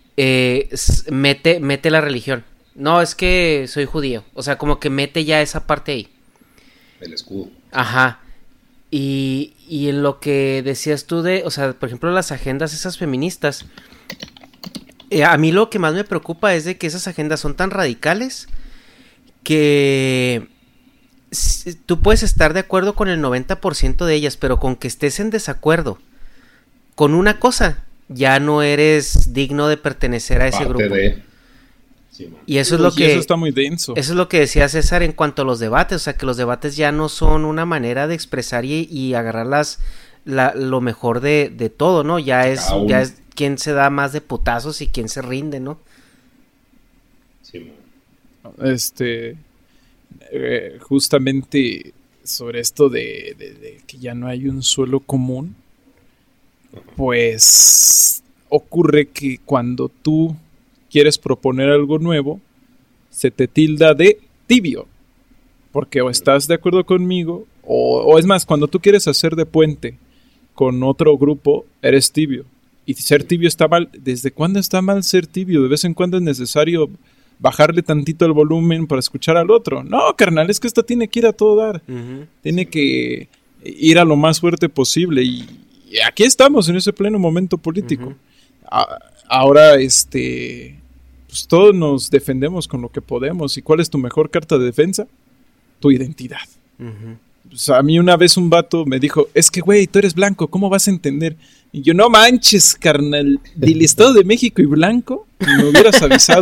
mete la religión. No, es que soy judío. O sea, como que mete ya esa parte ahí. El escudo. Ajá. Y en lo que decías tú o sea, por ejemplo, las agendas esas feministas, a mí lo que más me preocupa es de que esas agendas son tan radicales que tú puedes estar de acuerdo con el 90% de ellas, pero con que estés en desacuerdo con una cosa, ya no eres digno de pertenecer a ese grupo. Sí, y eso es lo que... Eso está muy denso. Eso es lo que decía César en cuanto a los debates, o sea, que los debates ya no son una manera de expresar y agarrar lo mejor de todo, ¿no? Ya es quién se da más de putazos y quién se rinde, ¿no? Sí, justamente sobre esto de que ya no hay un suelo común, pues ocurre que cuando tú quieres proponer algo nuevo, se te tilda de tibio, porque o estás de acuerdo conmigo, o es más, cuando tú quieres hacer de puente con otro grupo, eres tibio, y ser tibio está mal. ¿Desde cuándo está mal ser tibio? De vez en cuando es necesario bajarle tantito el volumen para escuchar al otro. No, carnal, es que esto tiene que ir a todo dar, tiene que ir a lo más fuerte posible, y aquí estamos en ese pleno momento político. Ahora, pues todos nos defendemos con lo que podemos. ¿Y cuál es tu mejor carta de defensa? Tu identidad. Pues a mí una vez un vato me dijo, es que güey, tú eres blanco, ¿cómo vas a entender? Y yo, no manches, carnal, del Estado de México y blanco, me hubieras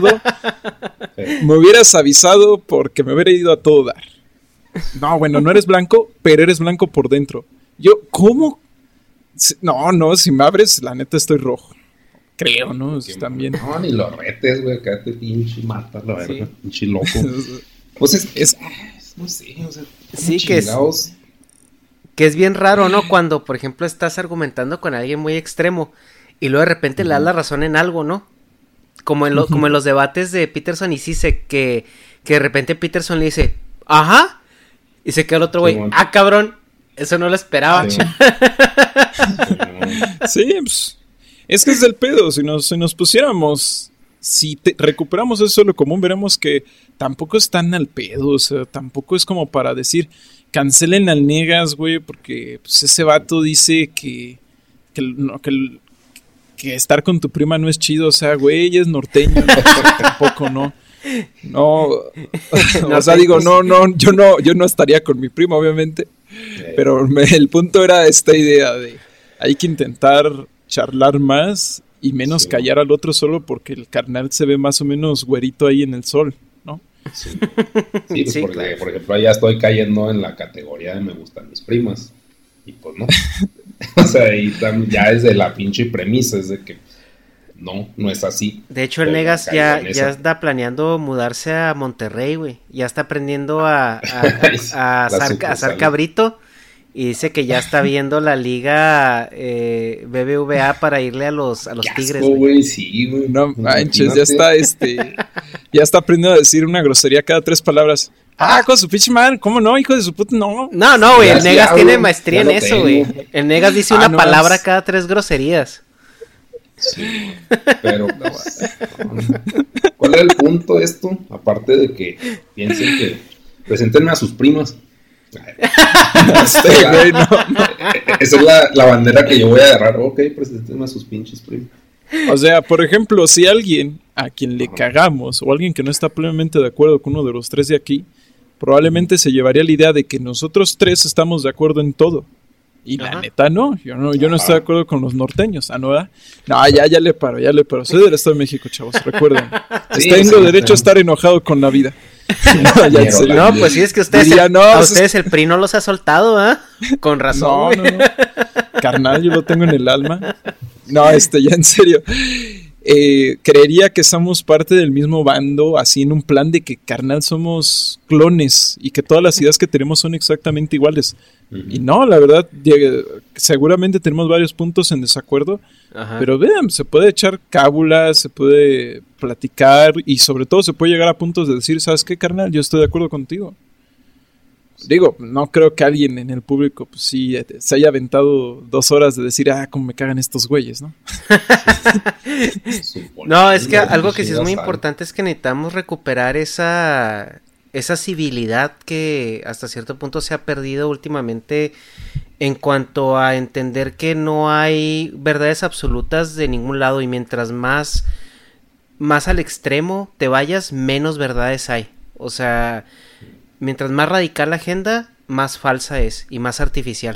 avisado porque me hubiera ido a todo dar. No, bueno, no eres blanco, pero eres blanco por dentro. Yo, ¿cómo? No, si me abres, la neta estoy rojo. Creo, ¿no? También. No, ni lo retes, güey, acá te pinche mata la verga, pinche loco. Pues es no sé, o sea, sí, que es bien raro, ¿no? Cuando, por ejemplo, estás argumentando con alguien muy extremo y luego de repente le das la razón en algo, ¿no? Como en los debates de Peterson y Zizek, que de repente Peterson le dice, ajá, y se queda el otro güey, cabrón, eso no lo esperaba. Sí, pues, es que es del pedo, si nos pusiéramos, si recuperamos eso lo común, veremos que tampoco es tan al pedo, o sea, tampoco es como para decir, cancelen al Negas, güey, porque pues, ese vato dice que estar con tu prima no es chido, o sea, güey, ella es norteño, no, tampoco, ¿no? No, o sea, digo, yo no estaría con mi prima, obviamente, pero el punto era esta idea de hay que intentar charlar más y menos callar al otro solo porque el carnal se ve más o menos güerito ahí en el sol, ¿no? Sí, pues porque, claro. Por ejemplo, ya estoy cayendo en la categoría de me gustan mis primas, y pues no, o sea, ahí ya es de la pinche premisa, es de que no es así. De hecho, el Negas ya está planeando mudarse a Monterrey, güey. Ya está aprendiendo a asar cabrito. Y dice que ya está viendo la liga BBVA para irle a los Tigres, güey. Sí, güey. No manches, ya está aprendiendo a decir una grosería cada 3 palabras. Con su pinche madre, ¿cómo no, hijo de su puta? No, güey, el Negas tiene maestría en eso, güey. El Negas dice una palabra cada 3 groserías. Sí, pero ¿cuál es el punto de esto? Aparte de que piensen que preséntenme a sus primas. Esa es la bandera que yo voy a agarrar. Ok, preséntenme a sus pinches primas. O sea, por ejemplo, si alguien a quien le cagamos o alguien que no está plenamente de acuerdo con uno de los 3 de aquí, probablemente se llevaría la idea de que nosotros 3 estamos de acuerdo en todo. Y la neta no, yo no estoy de acuerdo con los norteños, ¿no? ¿Verdad? No, ya le paro. Soy del Estado de México, chavos, recuerden. Tengo derecho a estar enojado con la vida. No, pues sí, es que ustedes ustedes el PRI no los ha soltado, ¿ah? Con razón. No. Carnal, yo lo tengo en el alma. No, ya en serio. Creería que somos parte del mismo bando, así en un plan de que, carnal, somos clones y que todas las ideas que tenemos son exactamente iguales. Y no, la verdad, seguramente tenemos varios puntos en desacuerdo, pero vean, se puede echar cábulas, se puede platicar y sobre todo se puede llegar a puntos de decir, ¿sabes qué, carnal? Yo estoy de acuerdo contigo. Digo, no creo que alguien en el público pues, sí se haya aventado 2 horas de decir, cómo me cagan estos güeyes, ¿no? No, es que algo que sí es muy importante es que necesitamos recuperar esa civilidad que hasta cierto punto se ha perdido últimamente en cuanto a entender que no hay verdades absolutas de ningún lado y mientras más al extremo te vayas, menos verdades hay. O sea, mientras más radical la agenda, más falsa es y más artificial.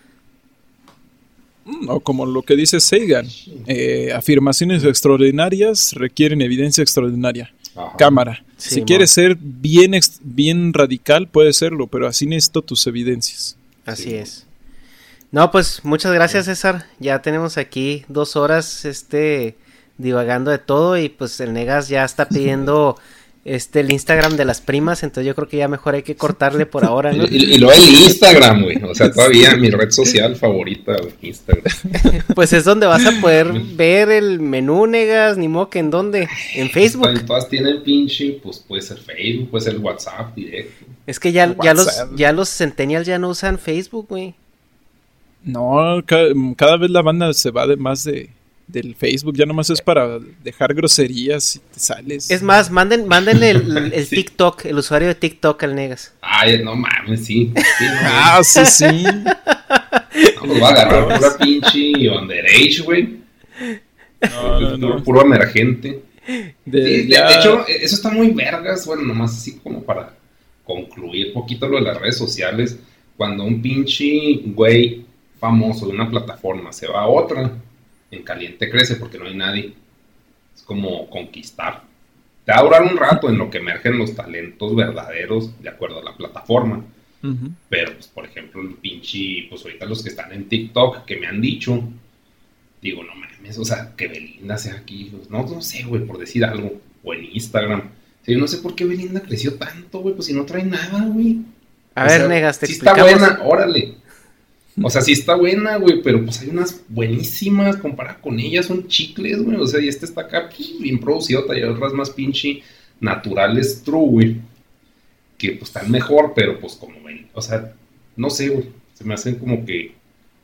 O como lo que dice Sagan, afirmaciones extraordinarias requieren evidencia extraordinaria. Cámara. Sí, si quieres ser bien radical, puede serlo, pero así necesito tus evidencias. Así es. No, pues muchas gracias, César. Ya tenemos aquí 2 horas divagando de todo y pues el Negas ya está pidiendo el Instagram de las primas, entonces yo creo que ya mejor hay que cortarle por ahora, ¿no? Y luego el Instagram, güey, o sea, todavía mi red social favorita, güey, Instagram. Pues es donde vas a poder ver el menú, Negas, ni modo que en dónde, en Facebook. Todas tienen pinche, pues puede ser Facebook, puede ser WhatsApp directo. Es que ya los centennials ya no usan Facebook, güey. No, cada vez la banda se va del Facebook, ya nomás es para dejar groserías y te sales. Es más, mándenle el TikTok, el usuario de TikTok al Negas. Ay, no mames, sí. Sí. No, pues va a agarrar pura pinche underage, güey. No. Puro emergente. De hecho, eso está muy vergas, bueno, nomás así como para concluir poquito lo de las redes sociales. cuando un pinche güey famoso de una plataforma se va a otra, en caliente crece porque no hay nadie. Es como conquistar. Te va a durar un rato en lo que emergen los talentos verdaderos de acuerdo a la plataforma. Uh-huh. Pero, pues, por ejemplo, el pinche, pues ahorita los que están en TikTok que me han dicho, digo, no mames, o sea, que Belinda sea aquí, no sé, güey, por decir algo, o en Instagram. O sea, yo no sé por qué Belinda creció tanto, güey, pues si no trae nada, güey. A ver, Negas, te explicamos. Sí está buena, órale. O sea, sí está buena, güey, pero pues hay unas buenísimas comparadas con ellas, son chicles, güey. O sea, y está acá bien producido, y otras más pinche naturales, true, güey. Que pues están mejor, pero pues como ven, o sea, no sé, güey. Se me hacen como que...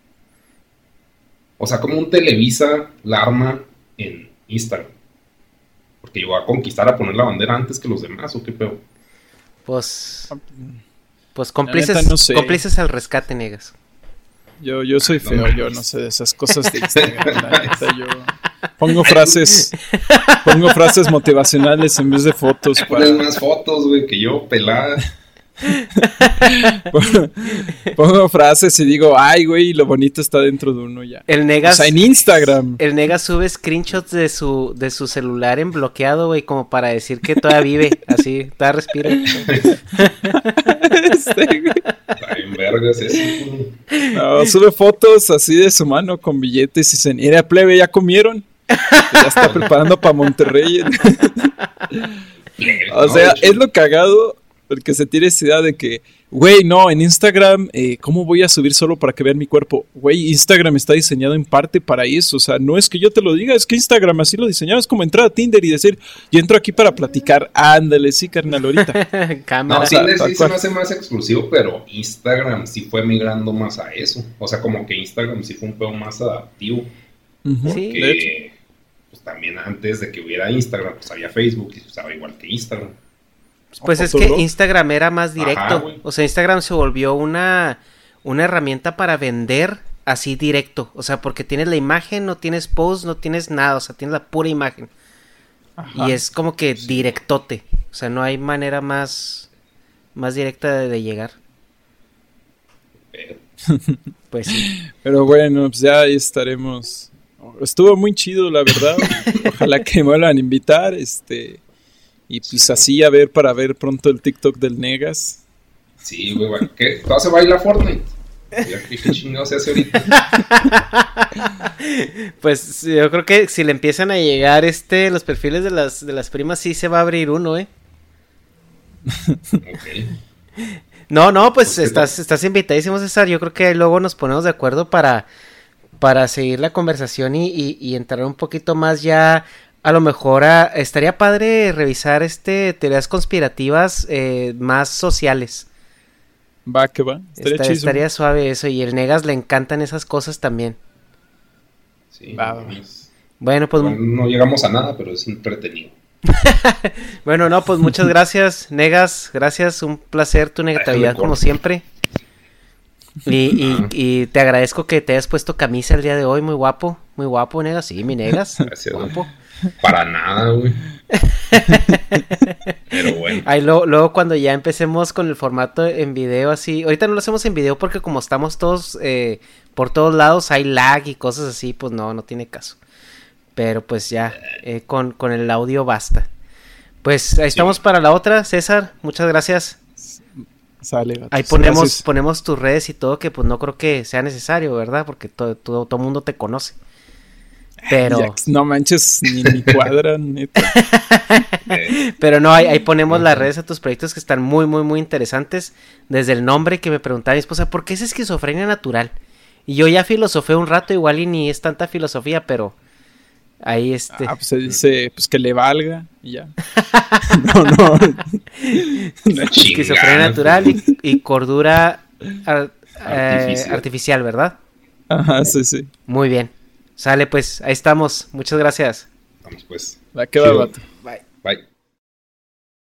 O sea, como un Televisa la arma en Instagram. Porque yo voy a conquistar a poner la bandera antes que los demás, ¿o qué peor? Pues cómplices, no sé. Cómplices al rescate, Negas. Yo soy feo, yo no sé de esas cosas de Instagram, la neta, yo pongo frases motivacionales en vez de fotos. Pones más fotos, güey, que yo, pelada. Pongo frases y digo, ay, güey, lo bonito está dentro de uno ya. El Negas, o sea, en Instagram. El Negas sube screenshots de su celular en bloqueado, güey, como para decir que todavía vive, así, todavía respira. Está en vergas ese. No, sube fotos así de su mano con billetes y dicen, mira, plebe, ¿ya comieron? Ya está preparando para Monterrey. O sea, es lo cagado. Porque se tiene esa idea de que, güey, no, en Instagram, ¿cómo voy a subir solo para que vean mi cuerpo? Güey, Instagram está diseñado en parte para eso. O sea, no es que yo te lo diga, es que Instagram así lo diseñaba. Es como entrar a Tinder y decir, yo entro aquí para platicar. Ándale, sí, carnal, ahorita. No, Tinder sí se me hace más exclusivo, pero Instagram sí fue migrando más a eso. O sea, como que Instagram sí fue un poco más adaptivo. Uh-huh. Porque, sí, de hecho, pues también antes de que hubiera Instagram, pues había Facebook y se usaba igual que Instagram. Pues es que Instagram era más directo. Ajá, o sea, Instagram se volvió una herramienta para vender así directo. O sea, porque tienes la imagen, no tienes post, no tienes nada. O sea, tienes la pura imagen. Ajá. Y es como que directote. O sea, no hay manera más directa de llegar. Pues sí. Pero bueno, pues ya ahí estaremos. Estuvo muy chido, la verdad. Ojalá que me vuelvan a invitar. Y pues así para ver pronto el TikTok del Negas. Sí, güey, bueno. ¿Qué? ¿Todo se baila Fortnite? ¿Qué chingado se hace ahorita? Pues yo creo que si le empiezan a llegar los perfiles de las primas, sí se va a abrir uno, Okay. No, pues estás invitadísimo, César. Yo creo que luego nos ponemos de acuerdo para seguir la conversación y entrar un poquito más ya. A lo mejor estaría padre revisar teorías conspirativas más sociales. Va, que va. Estaría suave eso. Y el Negas le encantan esas cosas también. Sí. Bueno, pues... No llegamos a nada, pero es entretenido. Bueno, no, pues muchas gracias, Negas. Gracias, un placer tu negatividad como siempre. Y te agradezco que te hayas puesto camisa el día de hoy. Muy guapo, Negas. Sí, mi Negas. Gracias, guapo. Para nada, güey. Pero bueno. Ahí luego cuando ya empecemos con el formato en video así. Ahorita no lo hacemos en video porque como estamos todos por todos lados hay lag y cosas así, pues no tiene caso. Pero pues ya con el audio basta. Pues ahí estamos para la otra, César. Muchas gracias. Sale. Ahí ponemos tus redes y todo, que pues no creo que sea necesario, ¿verdad? Porque todo mundo te conoce. Pero... Ya, no manches, ni mi cuadra, neta. Pero no, ahí ponemos las redes a tus proyectos que están muy, muy, muy interesantes. Desde el nombre que me preguntaba mi esposa, ¿por qué es esquizofrenia natural? Y yo ya filosofé un rato, igual y ni es tanta filosofía, pero... Ahí pues se dice, pues que le valga y ya. No. Esquizofrenia natural y cordura artificial, ¿verdad? Ajá, sí. Muy bien. Sale pues, ahí estamos. Muchas gracias. Vamos pues. Va, que va, vato. Bye. Bye.